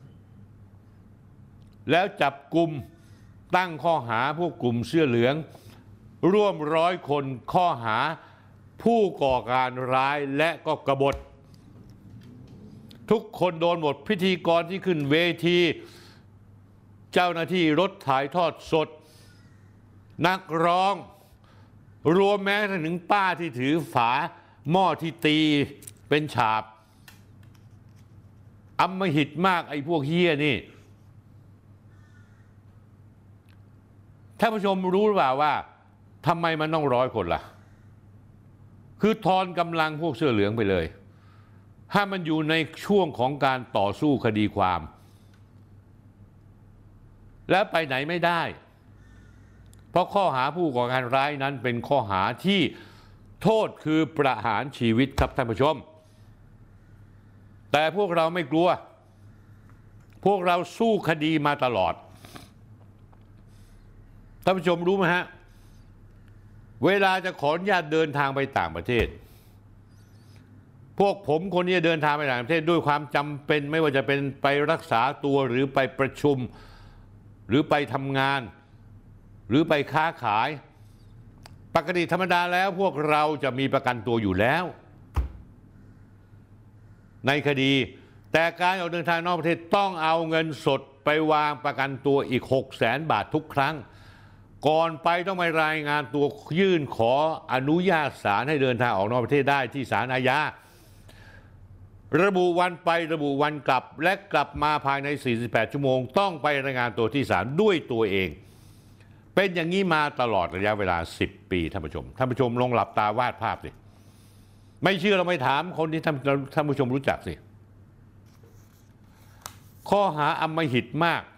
แล้วจับกลุ่มตั้งข้อหาพวกกลุ่มเสื้อเหลืองร่วม100 คนข้อหาผู้ก่อการร้ายและก็กบฏทุกคนโดนหมดพิธีกรที่ขึ้นเวทีเจ้าหน้าที่รถถ่ายทอดสดนักร้องรวมแม้ถึงป้าที่ถือฝาหม้อที่ตีเป็นฉาบอำมหิตมากไอ้พวกเฮี้ยนี่ท่านผู้ชมรู้หรือเปล่าว่าทำไมมันต้อง100 คนล่ะคือทอนกำลังพวกเสื้อเหลืองไปเลยถ้ามันอยู่ในช่วงของการต่อสู้คดีความแล้วไปไหนไม่ได้เพราะข้อหาผู้ก่อการร้ายนั้นเป็นข้อหาที่โทษคือประหารชีวิตครับท่านผู้ชมแต่พวกเราไม่กลัวพวกเราสู้คดีมาตลอดท่านผู้ชมรู้ไหมฮะเวลาจะขออนุญาตเดินทางไปต่างประเทศพวกผมคนนี้เดินทางไปต่างประเทศด้วยความจำเป็นไม่ว่าจะเป็นไปรักษาตัวหรือไปประชุมหรือไปทำงานหรือไปค้าขายปกติธรรมดาแล้วพวกเราจะมีประกันตัวอยู่แล้วในคดีแต่การออกเดินทางนอกประเทศต้องเอาเงินสดไปวางประกันตัวอีก600,000 บาททุกครั้งก่อนไปต้องไปรายงานตัวยื่นขออนุญาตศาลให้เดินทางออกนอกประเทศได้ที่ศาลอาญาระบุวันไประบุวันกลับและกลับมาภายใน48 ชั่วโมงต้องไปรายงานตัวที่ศาลด้วยตัวเองเป็นอย่างนี้มาตลอดระยะเวลา10 ปีท่านผู้ชมลองหลับตาวาดภาพสิไม่เชื่อเราไปถามคนที่ท่านผู้ชมรู้จักสิข้อหาอำมหิตมาก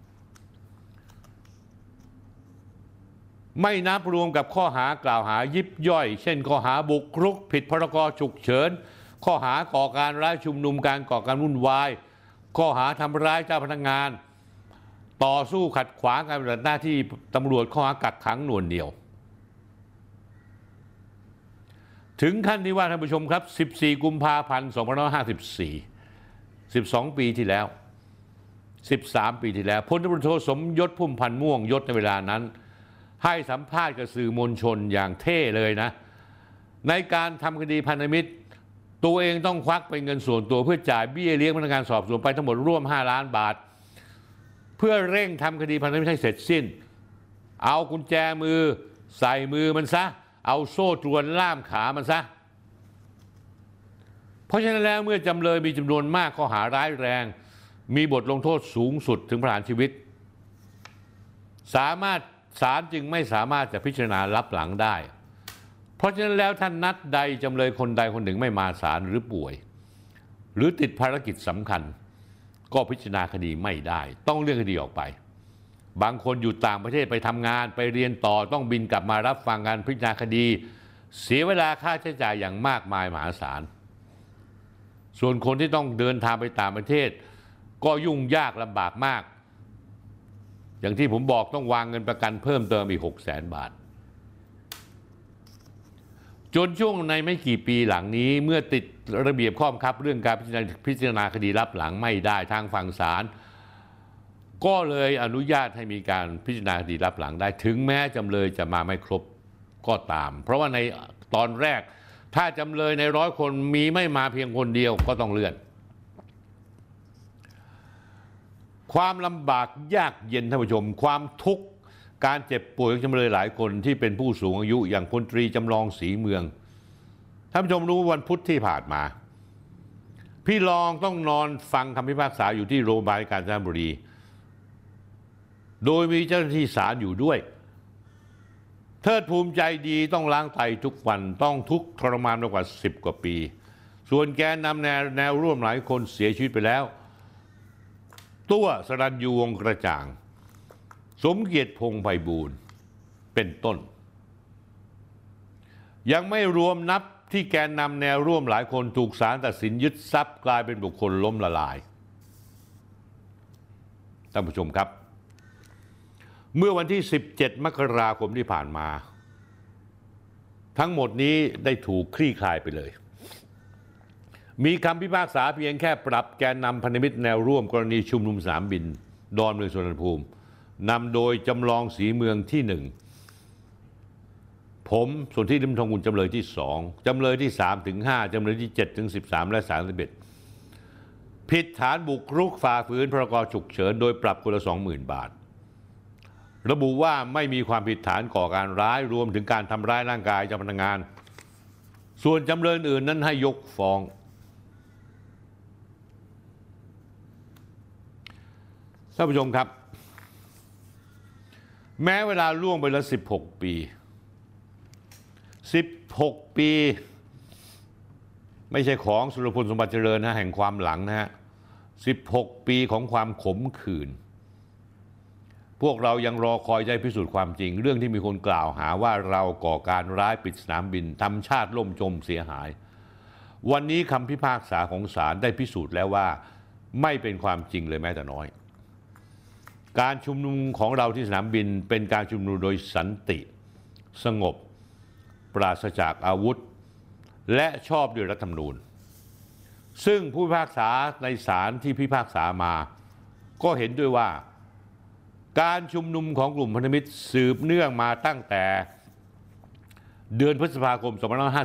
ไม่นับรวมกับข้อหากล่าวหายิบย่อยเช่นข้อหาบุกรุกผิดพรกฉุกเฉินข้อหาก่อการร้ายชุมนุมการก่อการวุ่นวายข้อหาทำร้ายเจ้าพนักงานต่อสู้ขัดขวางการปฏิบัติหน้าที่ตำรวจข้อหากักขังหน่วงเหนี่ยวถึงขั้นที่ว่าท่านผู้ชมครับ14 กุมภาพันธ์2554 12 ปีที่แล้ว13 ปีที่แล้วพลตำรวจโทสมยศพุ่มพันธ์ม่วงยศในเวลานั้นให้สัมภาษณ์กับสื่อมวลชนอย่างเท่เลยนะในการทำคดีพันธมิตรตัวเองต้องควักเป็นเงินส่วนตัวเพื่อจ่ายเบี้ยเลี้ยงพนักงานสอบสวนไปทั้งหมดร่วม5 ล้านบาทเพื่อเร่งทำคดีพันธมิตรให้เสร็จสิ้นเอากุญแจมือใส่มือมันซะเอาโซ่ตรวนล่ามขามันซะเพราะฉะนั้นแล้วเมื่อจำเลยมีจำนวนมากข้อหาร้ายแรงมีบทลงโทษสูงสุดถึงประหารชีวิตศาลจึงไม่สามารถจะพิจารณารับหลังได้เพราะฉะนั้นแล้วท่านนัดใดจำเลยคนใดคนหนึ่งไม่มาศาลหรือป่วยหรือติดภารกิจสำคัญก็พิจารณาคดีไม่ได้ต้องเลื่อนคดีออกไปบางคนอยู่ต่างประเทศไปทำงานไปเรียนต่อต้องบินกลับมารับฟังการพิจารณาคดีเสียเวลาค่าใช้จ่ายอย่างมากมายมหาศาลส่วนคนที่ต้องเดินทางไปต่างประเทศก็ยุ่งยากลำบากมากอย่างที่ผมบอกต้องวางเงินประกันเพิ่มเติมอีก600,000 บาทจนช่วงในไม่กี่ปีหลังนี้เมื่อติดระเบียบข้อบังคับเรื่องการพิจารณาคดีรับหลังไม่ได้ทางฝั่งศาลก็เลยอนุญาตให้มีการพิจารณาคดีรับหลังได้ถึงแม้จำเลยจะมาไม่ครบก็ตามเพราะว่าในตอนแรกถ้าจำเลยใน100 คนมีไม่มาเพียงคนเดียวก็ต้องเลื่อนความลำบากยากเย็นท่านผู้ชมความทุกข์การเจ็บป่วยของจำเลยหลายคนที่เป็นผู้สูงอายุอย่างพลตรีจำลองศรีเมืองท่านผู้ชมรู้วันพุธที่ผ่านมาพี่รองต้องนอนฟังคำพิพากษาอยู่ที่โรงพยาบาลกาญจนบุรีโดยมีเจ้าหน้าที่ศาลอยู่ด้วยเทิดภูมิใจดีต้องล้างไตทุกวันต้องทุกข์ทรมานมากว่า10 กว่าปีส่วนแกนนำแนวร่วมหลายคนเสียชีวิตไปแล้วตัวสรัญยูวงศ์กระจ่างสมเกียรติพงษ์ไพบูลย์เป็นต้นยังไม่รวมนับที่แกนนำแนวร่วมหลายคนถูกศาลตัดสินยึดทรัพย์กลายเป็นบุคคลล้มละลายท่านผู้ชมครับเมื่อวันที่17 มกราคมที่ผ่านมาทั้งหมดนี้ได้ถูกคลี่คลายไปเลยมีคำพิพากษาเพียงแค่ปรับแกนนำพันธมิตรแนวร่วมกรณีชุมนุมสนามบินดอนเมืองสุวรรณภูมินำโดยจำลองศรีเมืองที่1ผมส่วนที่ริมทองกุลจำเลยที่2จำเลยที่3 ถึง 5จำเลยที่7 ถึง 13และ31ผิดฐานบุกรุกฝ่าฝืนพรกฉุกเฉินโดยปรับคนละ 20,000 บาทระบุว่าไม่มีความผิดฐานก่อการร้ายรวมถึงการทำร้ายร่างกายเจ้าพนักงานส่วนจำเลยอื่นนั้นให้ยกฟ้องท่านผู้ชมครับแม้เวลาล่วงไปแล้ว16 ปี16 ปีไม่ใช่ของสุรพลสมบัติเจริญนะแห่งความหลังนะฮะ16 ปีของความขมขื่นพวกเรายังรอคอยใจพิสูจน์ความจริงเรื่องที่มีคนกล่าวหาว่าเราก่อการร้ายปิดสนามบินทำชาติล่มจมเสียหายวันนี้คำพิพากษาของศาลได้พิสูจน์แล้วว่าไม่เป็นความจริงเลยแม้แต่น้อยการชุมนุมของเราที่สนามบินเป็นการชุมนุมโดยสันติสงบปราศจากอาวุธและชอบด้วยรัฐธรรมนูญซึ่งผู้พิพากษาในศาลที่พิพากษามาก็เห็นด้วยว่าการชุมนุมของกลุ่มพันธมิตรสืบเนื่องมาตั้งแต่เดือนพฤษภาคม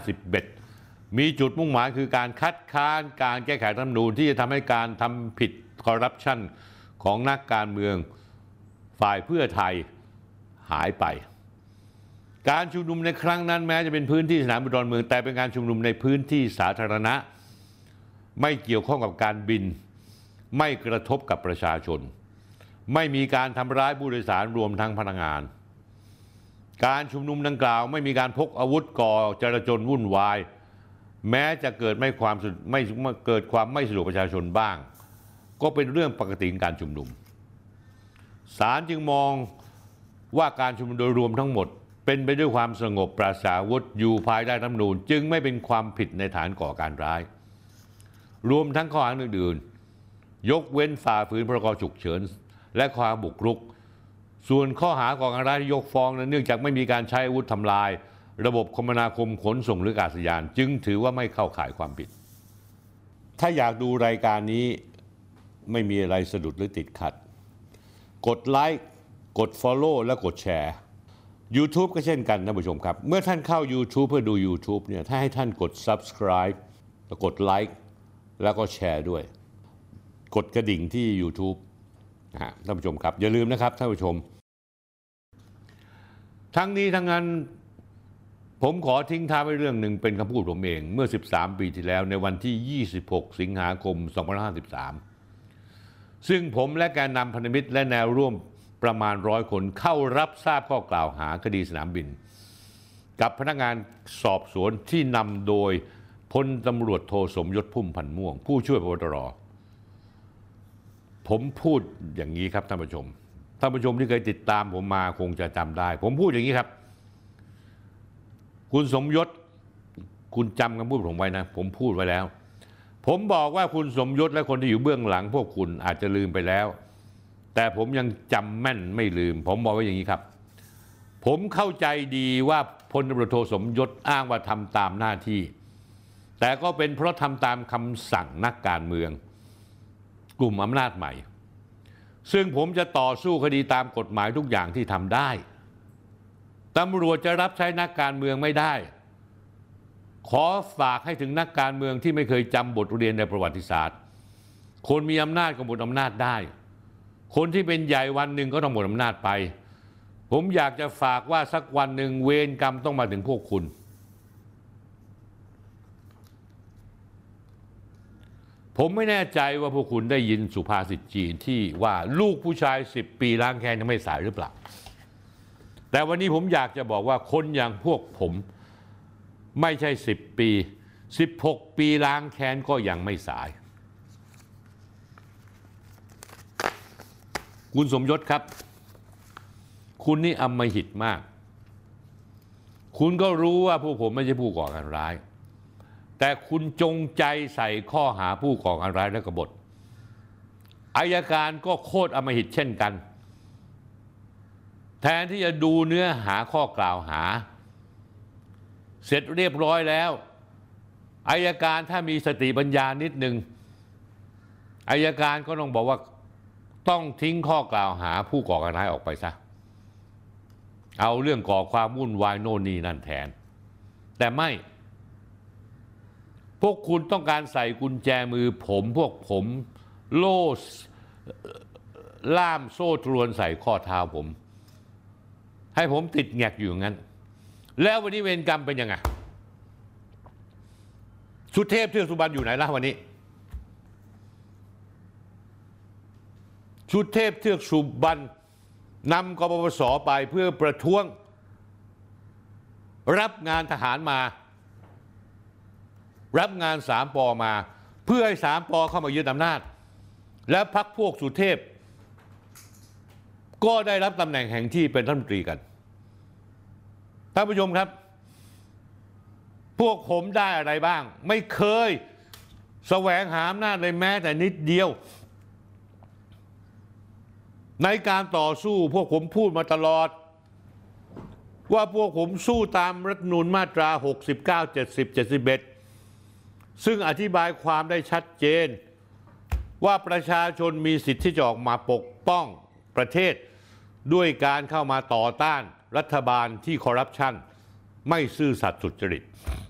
2551 มีจุดมุ่งหมายคือการคัดค้านการแก้ไขรัฐธรรมนูญที่จะทำให้การทำผิดคอร์รัปชันของนักการเมืองฝ่ายเพื่อไทยหายไปการชุมนุมในครั้งนั้นแม้จะเป็นพื้นที่สนามบินดอนเมืองแต่เป็นการชุมนุมในพื้นที่สาธารณะไม่เกี่ยวข้องกับการบินไม่กระทบกับประชาชนไม่มีการทำร้ายผู้โดยสารรวมทั้งพนักงานการชุมนุมดังกล่าวไม่มีการพกอาวุธก่อจลาจลวุ่นวายแม้จะเกิดความไม่สะดวกประชาชนบ้างก็เป็นเรื่องปกติของการชุมนุมศาลจึงมองว่าการชุมนุมโดยรวมทั้งหมดเป็นไปด้วยความสงบปราศจากอาวุธอยู่ภายใต้รัฐธรรมนูญจึงไม่เป็นความผิดในฐานก่อการร้ายรวมทั้งข้อหาอื่นๆยกเว้นฝ่าฝืนพรกฉุกเฉินและข้อหาบุกรุกส่วนข้อหาก่อการร้ายที่ยกฟ้องนั้นเนื่องจากไม่มีการใช้อาวุธทำลายระบบคมนาคมขนส่งหรืออากาศยานจึงถือว่าไม่เข้าข่ายความผิดถ้าอยากดูรายการนี้ไม่มีอะไรสะดุดหรือติดขัดกดไลค์กด Follow และกดแชร์ YouTube ก็เช่นกันท่านผู้ชมครับเมื่อท่านเข้า YouTube เพื่อดู YouTube เนี่ยถ้าให้ท่านกด Subscribe แล้วกดไลค์แล้วก็แชร์ด้วยกดกระดิ่งที่ YouTube ท่านผู้ชมครับอย่าลืมนะครับท่านผู้ชมทั้งนี้ทั้งนั้นผมขอทิ้งท้ายไว้เรื่องหนึ่งเป็นคำพูดผมเองเมื่อ13 ปีที่แล้วในวันที่26 สิงหาคม 2553ซึ่งผมและแกนนำพันธมิตรและแนวร่วมประมาณ100 คนเข้ารับทราบข้อกล่าวหาคดีสนามบินกับพนักงานสอบสวนที่นำโดยพลตำรวจโทสมยศพุ่มพันธ์ม่วงผู้ช่วยผบ.ตร.ผมพูดอย่างนี้ครับท่านผู้ชมที่เคยติดตามผมมาคงจะจำได้ผมพูดอย่างนี้ครับคุณสมยศคุณจำคำพูดผมไว้นะผมพูดไว้แล้วผมบอกว่าคุณสมยศและคนที่อยู่เบื้องหลังพวกคุณอาจจะลืมไปแล้วแต่ผมยังจำแม่นไม่ลืมผมบอกไว้อย่างนี้ครับผมเข้าใจดีว่าพลตำรวจโทสมยศอ้างว่าทำตามหน้าที่แต่ก็เป็นเพราะทำตามคำสั่งนักการเมืองกลุ่มอำนาจใหม่ซึ่งผมจะต่อสู้คดีตามกฎหมายทุกอย่างที่ทำได้ตำรวจจะรับใช้นักการเมืองไม่ได้ขอฝากให้ถึงนักการเมืองที่ไม่เคยจำบทเรียนในประวัติศาสตร์คนมีอำนาจก็หมดอำนาจได้คนที่เป็นใหญ่วันหนึ่งก็ต้องหมดอำนาจไปผมอยากจะฝากว่าสักวันหนึ่งเวรกรรมต้องมาถึงพวกคุณผมไม่แน่ใจว่าพวกคุณได้ยินสุภาษิตจีนที่ว่าลูกผู้ชาย10 ปีล้างแค้นยังไม่สายหรือเปล่าแต่วันนี้ผมอยากจะบอกว่าคนอย่างพวกผมไม่ใช่10 ปี16 ปีล้างแค้นก็ยังไม่สายคุณสมยศครับคุณนี่อำมหิตมากคุณก็รู้ว่าพวกผมไม่ใช่ผู้ก่อการร้ายแต่คุณจงใจใส่ข้อหาผู้ก่อการร้ายและกบฏอัยการก็โคตรอำมหิตเช่นกันแทนที่จะดูเนื้อหาข้อกล่าวหาเสร็จเรียบร้อยแล้วอัยการถ้ามีสติปัญญานิดนึงอัยการก็ต้องบอกว่าต้องทิ้งข้อกล่าวหาผู้ก่อการร้ายออกไปซะเอาเรื่องก่อความวุ่นวายโน่นนี่นั่นแทนแต่ไม่พวกคุณต้องการใส่กุญแจมือพวกผมโล่ล่ามโซ่ตรวนใส่ข้อเท้าผมให้ผมติดแงกอยู่อย่างนั้นแล้ววันนี้เวรกรรมเป็นยังไงสุเทพเทือกสุบรรณอยู่ไหนล่ะวันนี้สุเทพเทือกสุบรรณนำกปปสไปเพื่อประท้วงรับงานทหารมารับงาน3 ป.มาเพื่อให้3 ป.เข้ามายึดอำนาจและพรรคพวกสุเทพก็ได้รับตำแหน่งแห่งที่เป็นรัฐมนตรีกันท่านผู้ชมครับพวกผมได้อะไรบ้างไม่เคยแสวงหาอำนาจเลยแม้แต่นิดเดียวในการต่อสู้พวกผมพูดมาตลอดว่าพวกผมสู้ตามรัฐธรรมนูญมาตรา69 70 71ซึ่งอธิบายความได้ชัดเจนว่าประชาชนมีสิทธิ์ที่จะออกมาปกป้องประเทศด้วยการเข้ามาต่อต้านรัฐบาลที่คอร์รัปชันไม่ซื่อสัตย์สุจริต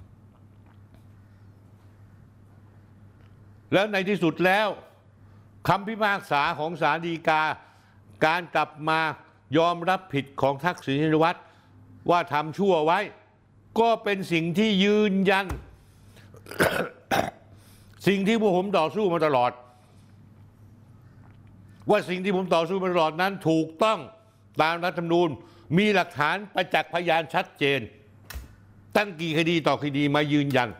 แล้วในที่สุดแล้วคำพิพากษาของศาลฎีกาการกลับมายอมรับผิดของทักษิณชินวัตรว่าทำชั่วไว้ก็เป็นสิ่งที่ยืนยัน สิ่งที่พวกผมต่อสู้มาตลอดว่าสิ่งที่ผมต่อสู้มาตลอดนั้นถูกต้องตามรัฐธรรมนูญมีหลักฐานประจักษ์พยานชัดเจนตั้งกี่คดีต่อคดีมายืนยัน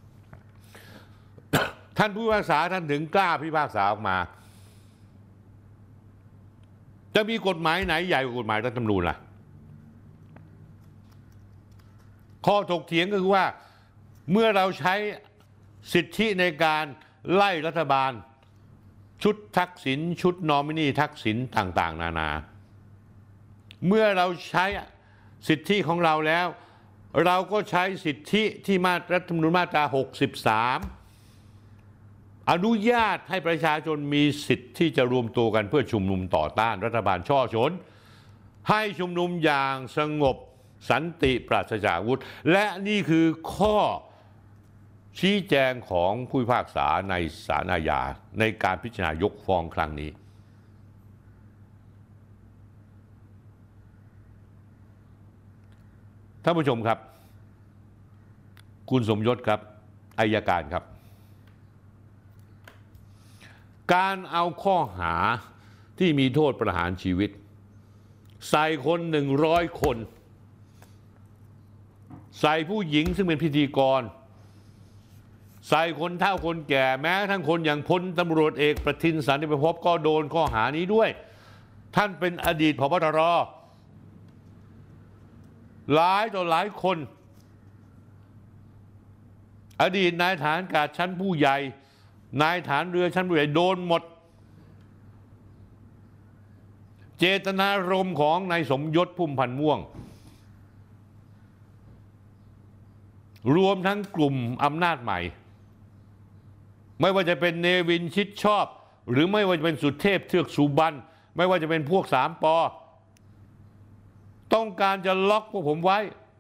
ท่านผู้พิพากษาท่านถึงกล้าพิพากษาออกมาจะมีกฎหมายไหนใหญ่กว่ากฎหมายรัฐธรรมนูญล่ะข้อถกเถียงก็คือว่าเมื่อเราใช้สิทธิในการไล่รัฐบาลชุดทักษิณชุดนอมินีทักษิณต่างๆนานาเมื่อเราใช้สิทธิของเราแล้วเราก็ใช้สิทธิที่รัฐธรรมนูญมาตรา63อนุญาตให้ประชาชนมีสิทธิ์ที่จะรวมตัวกันเพื่อชุมนุมต่อต้านรัฐบาลช่อฉนให้ชุมนุมอย่างสงบสันติปราศจากอาวุธและนี่คือข้อชี้แจงของผู้พิพากษาในศาลอาญาในการพิจารณายกฟ้องครั้งนี้ท่านผู้ชมครับคุณสมยศครับอัยการครับการเอาข้อหาที่มีโทษประหารชีวิตใส่คน100 คนใส่ผู้หญิงซึ่งเป็นพิธีกรใส่คนเฒ่าคนแก่แม้ทั้งคนอย่างพลตำรวจเอกประทินสันติภพก็โดนข้อหานี้ด้วยท่านเป็นอดีตผบ.ตร.หลายต่อหลายคนอดีตนายทหารอากาศชั้นผู้ใหญ่นายทหารเรือชั้นผู้ใหญ่โดนหมดเจตนารมณ์ของนายสมยศพุ่มพันธ์ม่วงรวมทั้งกลุ่มอำนาจใหม่ไม่ว่าจะเป็นเนวินชิดชอบหรือไม่ว่าจะเป็นสุเทพเทือกสุบรรณไม่ว่าจะเป็นพวก3 ป.ต้องการจะล็อกพวกผมไว้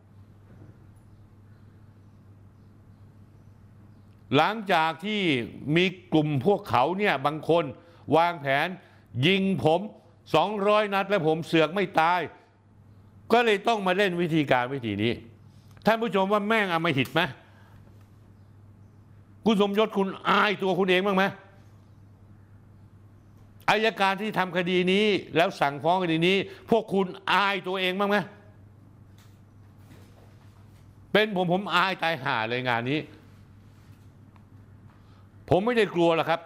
หลังจากที่มีกลุ่มพวกเขาเนี่ยบางคนวางแผนยิงผม200 นัดและผมเสือกไม่ตายก็เลยต้องมาเล่นวิธีนี้ท่านผู้ชมว่าแม่งอำมหิตไหมคุณสมยศคุณอายตัวคุณเองบ้างไหมอัยการที่ทำคดีนี้แล้วสั่งฟ้องคดีนี้พวกคุณอายตัวเองบ้างไหมเป็นผมอายตายห่าเลยงานนี้ผมไม่ได้กลัวหรอกครับ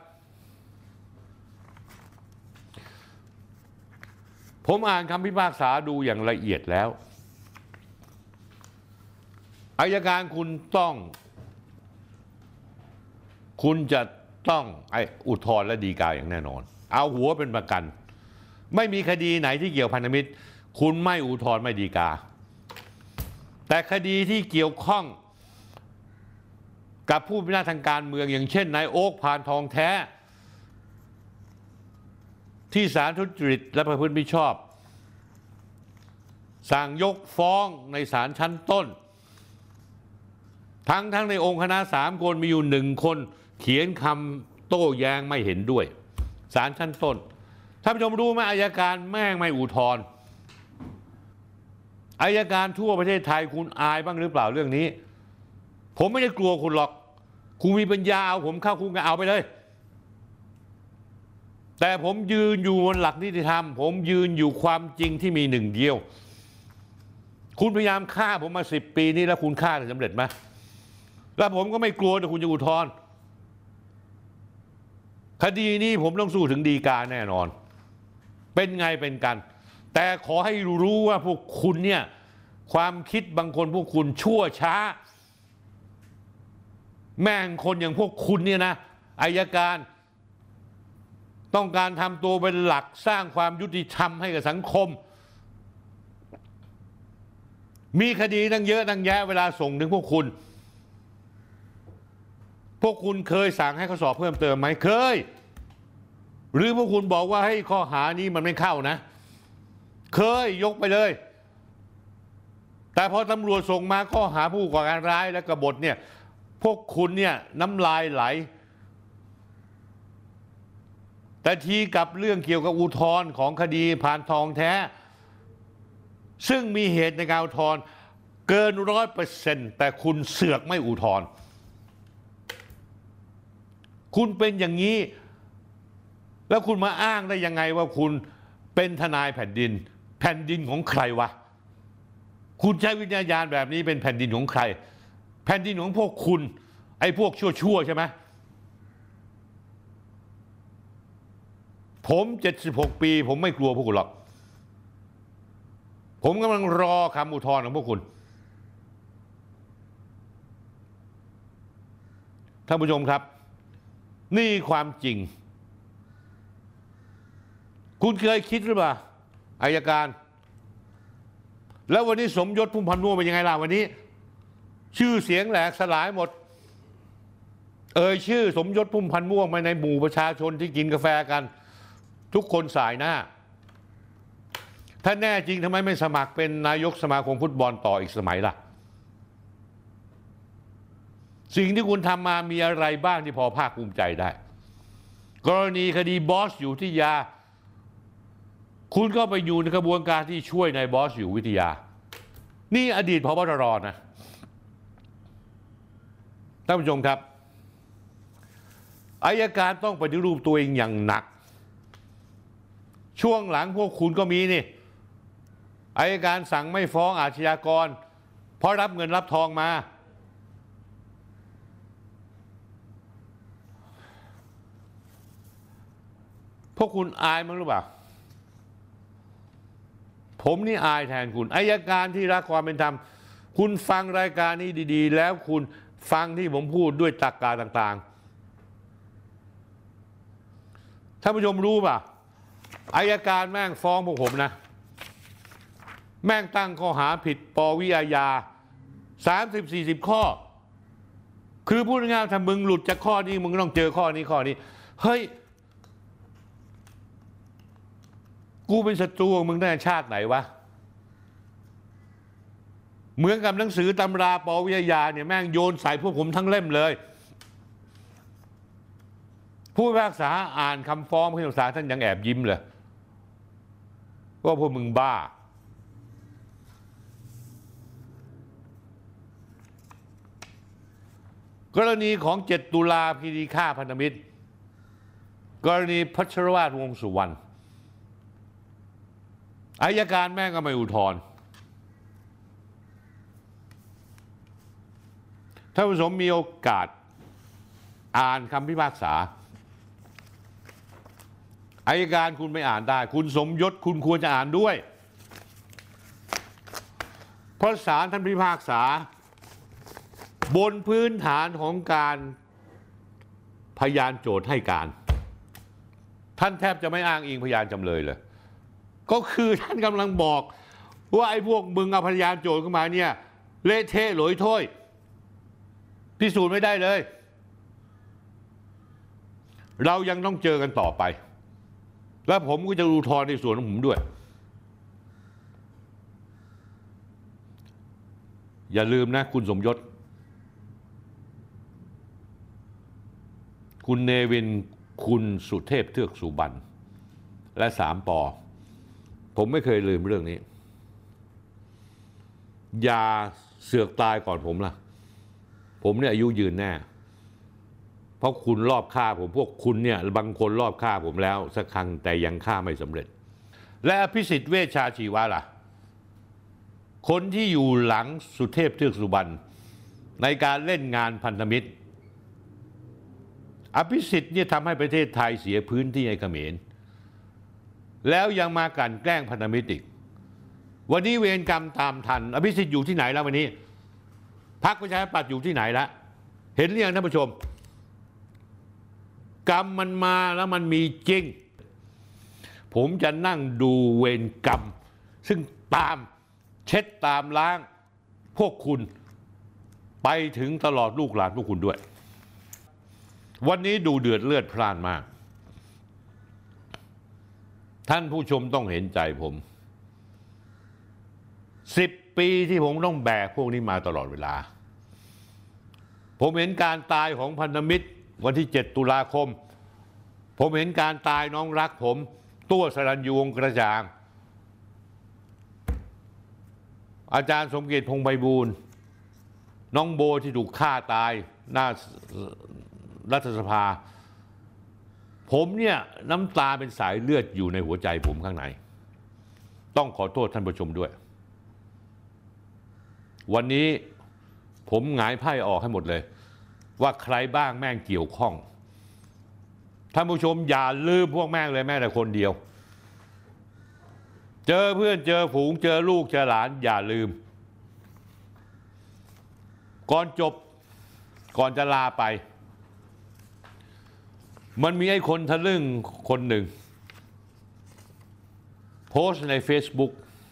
ผมอ่านคำพิพากษาดูอย่างละเอียดแล้วอัยการคุณจะต้องอุทธรณ์และฎีกาอย่างแน่นอนเอาหัวเป็นประกันไม่มีคดีไหนที่เกี่ยวพันธมิตรคุณไม่อุทธรณ์ไม่ฎีกาแต่คดีที่เกี่ยวข้องกับผู้มีอำนาจทางการเมืองอย่างเช่นนายโอ๊คพานทองแท้ที่ศาลทุจริตและประพฤติมิชอบสั่งยกฟ้องในศาลชั้นต้นทั้งในองค์คณะ3 คนมีอยู่1 คนเขียนคำโต้แย้งไม่เห็นด้วยศาลชั้นต้นท่านผู้ชมรู้ไหมอัยการแม่งไม่อุทธรณ์อัยการทั่วประเทศไทยคุณอายบ้างหรือเปล่าเรื่องนี้ผมไม่ได้กลัวคุณหรอกคุณมีปัญญาเอาผมเข้าคุกก็เอาไปเลยแต่ผมยืนอยู่บนหลักนิติธรรมผมยืนอยู่ความจริงที่มีหนึ่งเดียวคุณพยายามฆ่าผมมา10 ปีนี้แล้วคุณฆ่าได้สำเร็จไหมแล้วผมก็ไม่กลัวแต่คุณจะอุทธรณ์คดีนี้ผมต้องสู้ถึงฎีกาแน่นอนเป็นไงเป็นกันแต่ขอให้รู้ว่าพวกคุณเนี่ยความคิดบางคนพวกคุณชั่วช้าแม่งคนอย่างพวกคุณเนี่ยนะอัยการต้องการทำตัวเป็นหลักสร้างความยุติธรรมให้กับสังคมมีคดีตั้งเยอะตั้งแยะเวลาส่งถึงพวกคุณเคยสั่งให้เขาสอบเพิ่มเติมไหมเคยหรือพวกคุณบอกว่าให้ข้อหานี้มันไม่เข้านะเคยยกไปเลยแต่พอตำรวจส่งมาข้อหาผู้ก่อการร้ายและกบฏเนี่ยพวกคุณเนี่ยน้ำลายไหลแต่ทีกับเรื่องเกี่ยวกับอุทธรณ์ของคดีพานทองแท้ซึ่งมีเหตุในการอุทธรณ์เกิน100%แต่คุณเสือกไม่อุทธรณ์คุณเป็นอย่างนี้แล้วคุณมาอ้างได้ยังไงว่าคุณเป็นทนายแผ่นดินของใครวะคุณใช้วิญญาณแบบนี้เป็นแผ่นดินของใครแผ่นดินของพวกคุณไอ้พวกชั่วใช่ไหมผม76 ปีผมไม่กลัวพวกคุณหรอกผมกำลังรอคำอุทธรณ์ของพวกคุณท่านผู้ชมครับนี่ความจริงคุณเคยคิดหรือเปล่าอัยการแล้ววันนี้สมยศพุ่มพันธ์ม่วงเป็นยังไงล่ะวันนี้ชื่อเสียงแหลกสลายหมดชื่อสมยศพุ่มพันธ์ม่วงมาในหมู่ประชาชนที่กินกาแฟกันทุกคนสายหน้าถ้าแน่จริงทำไมไม่สมัครเป็นนายกสมาคมฟุตบอลต่ออีกสมัยล่ะสิ่งที่คุณทำมามีอะไรบ้างที่พอภาคภูมิใจได้กรณีคดีบอสอยู่วิทยาคุณก็ไปอยู่ในกระบวนการที่ช่วยนายบอสอยู่วิทยานี่อดีตผบ.ตร.นะท่านผู้ชมครับอัยการต้องปฏิรูปตัวเองอย่างหนักช่วงหลังพวกคุณก็มีนี่อัยการสั่งไม่ฟ้องอาชญากรเพราะรับเงินรับทองมาพวกคุณอายมั้งหรือเปล่าผมนี่อายแทนคุณอัยการที่รักความเป็นธรรมคุณฟังรายการนี้ดีๆแล้วคุณฟังที่ผมพูดด้วยตรรกะต่างๆท่านผู้ชมรู้ป่ะอัยการแม่งฟ้องพวกผมนะแม่งตั้งข้อหาผิดปวิอาญา30-40 ข้อคือพูดง่ายๆถ้ามึงหลุดจากข้อนี้มึงต้องเจอข้อนี้เฮ้ยกูเป็นศัตรูของมึงตั้งแต่ชาติไหนวะเหมือนกับหนังสือตำราปวิทยาเนี่ยแม่งโยนใส่พวกผมทั้งเล่มเลยผู้พิพากษาอ่านคำฟ้องผู้พิพากษาท่านยังแอบยิ้มเลยว่าพวกมึงบ้ากรณีของ7 ตุลาคดีฆ่าพันธมิตรกรณีพัชรวาทวงศ์สุวรรณอัยการแม่งก็ไม่อุทธรณ์ท่านผู้ชมมีโอกาสอ่านคำพิพากษาอัยการคุณไม่อ่านได้คุณสมยศคุณควรจะอ่านด้วยเพราะศาลท่านพิพากษาบนพื้นฐานของการพยานโจทย์ให้การท่านแทบจะไม่อ้างอิงพยานจำเลยเลยก็คือท่านกำลังบอกว่าไอ้พวกมึงเอาพยานโจทย์ขึ้นมาเนี่ยเละเทะหลอยถ้วยพิสูจน์ไม่ได้เลยเรายังต้องเจอกันต่อไปแล้วผมก็จะอุทธรณ์ในส่วนของผมด้วยอย่าลืมนะคุณสมยศคุณเนวินคุณสุเทพเทือกสุบรรณและ3 ป.ผมไม่เคยลืมเรื่องนี้อย่าเสือกตายก่อนผมล่ะผมเนี่ยอายุยืนแน่เพราะคุณรอบฆ่าผมพวกคุณเนี่ยบางคนรอบฆ่าผมแล้วสักครั้งแต่ยังฆ่าไม่สำเร็จและอภิสิทธิ์เวชชาชีวะล่ะคนที่อยู่หลังสุเทพเทือกสุบรรณในการเล่นงานพันธมิตรอภิสิทธิ์เนี่ยทำให้ประเทศไทยเสียพื้นที่ให้เขมรแล้วยังมากลั่นแกล้งพันธมิตรอีกวันนี้เวรกรรมตามทันอภิสิทธิ์อยู่ที่ไหนแล้ววันนี้พรรคประชาธิปัตย์อยู่ที่ไหนแล้วเห็นหรือยังท่านผู้ชมกรรมมันมาแล้วมันมีจริงผมจะนั่งดูเวรกรรมซึ่งตามเช็ดตามล้างพวกคุณไปถึงตลอดลูกหลานพวกคุณด้วยวันนี้ดูเดือดเลือดพล่านมากท่านผู้ชมต้องเห็นใจผม10 ปีที่ผมต้องแบกพวกนี้มาตลอดเวลาผมเห็นการตายของพันธมิตรวันที่7 ตุลาคมผมเห็นการตายน้องรักผมตัวสรัญยูวงศ์กระจ่างอาจารย์สมเกียรติพงษ์ไพบูลย์น้องโบที่ถูกฆ่าตายหน้ารัฐสภาผมเนี่ยน้ำตาเป็นสายเลือดอยู่ในหัวใจผมข้างในต้องขอโทษท่านผู้ชมด้วยวันนี้ผมหงายไพ่ออกให้หมดเลยว่าใครบ้างแม่งเกี่ยวข้องท่านผู้ชมอย่าลืมพวกแม่งเลยแม้แต่คนเดียวเจอเพื่อนเจอฝูงเจอลูกเจอหลานอย่าลืมก่อนจบก่อนจะลาไปมันมีไอ้คนทะลึ่งคนหนึ่งโพสต์ใน Facebook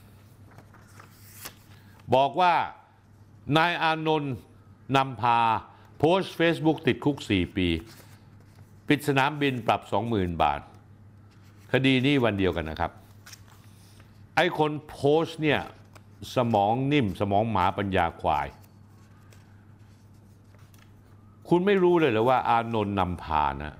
บอกว่านายอานนท์นำพาโพสต์ Facebook ติดคุก4 ปีปิดสนามบินปรับ 20,000 บาทคดีนี้วันเดียวกันนะครับไอ้คนโพสต์เนี่ยสมองนิ่มสมองหมาปัญญาควายคุณไม่รู้เลยเหรอว่าอานนท์นำพานะ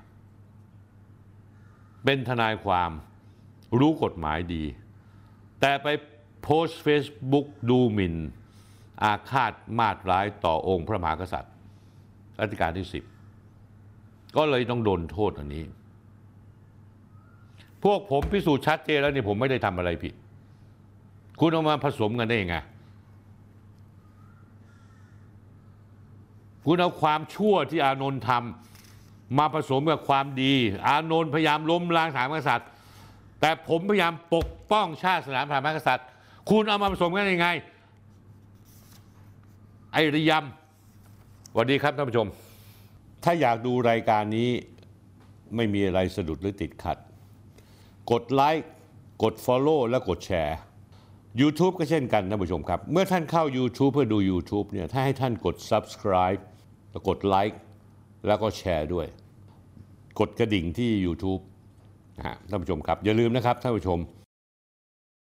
เป็นทนายความรู้กฎหมายดีแต่ไปโพสต์ Facebook ดูหมิ่นอาฆาตมาตร้ายต่อองค์พระมหากษัตริย์รัชกาลที่10ก็เลยต้องโดนโทษอันนี้พวกผมพิสูจน์ชัดเจนแล้วนี่ผมไม่ได้ทำอะไรผิดคุณเอามาผสมกันได้ยังไงคุณเอาความชั่วที่อานนท์ทำมาผสมกับความดีอานนท์พยายามล้มล้างสถาบันกษัตริย์แต่ผมพยายามปกป้องชาติศาสนาพระมหากษัตริย์คุณเอามาผสมกันได้ยังไงไอ้ระยำสวัสดีครับท่านผู้ชมถ้าอยากดูรายการนี้ไม่มีอะไรสะดุดหรือติดขัดกดไลค์กด Follow และกดแชร์ YouTube ก็เช่นกันท่านผู้ชมครับเมื่อท่านเข้า YouTube เพื่อดู YouTube เนี่ยถ้าให้ท่านกด Subscribe แล้วกดไลค์แล้วก็แชร์ด้วยกดกระดิ่งที่ YouTube ท่านผู้ชมครับอย่าลืมนะครับท่านผู้ชม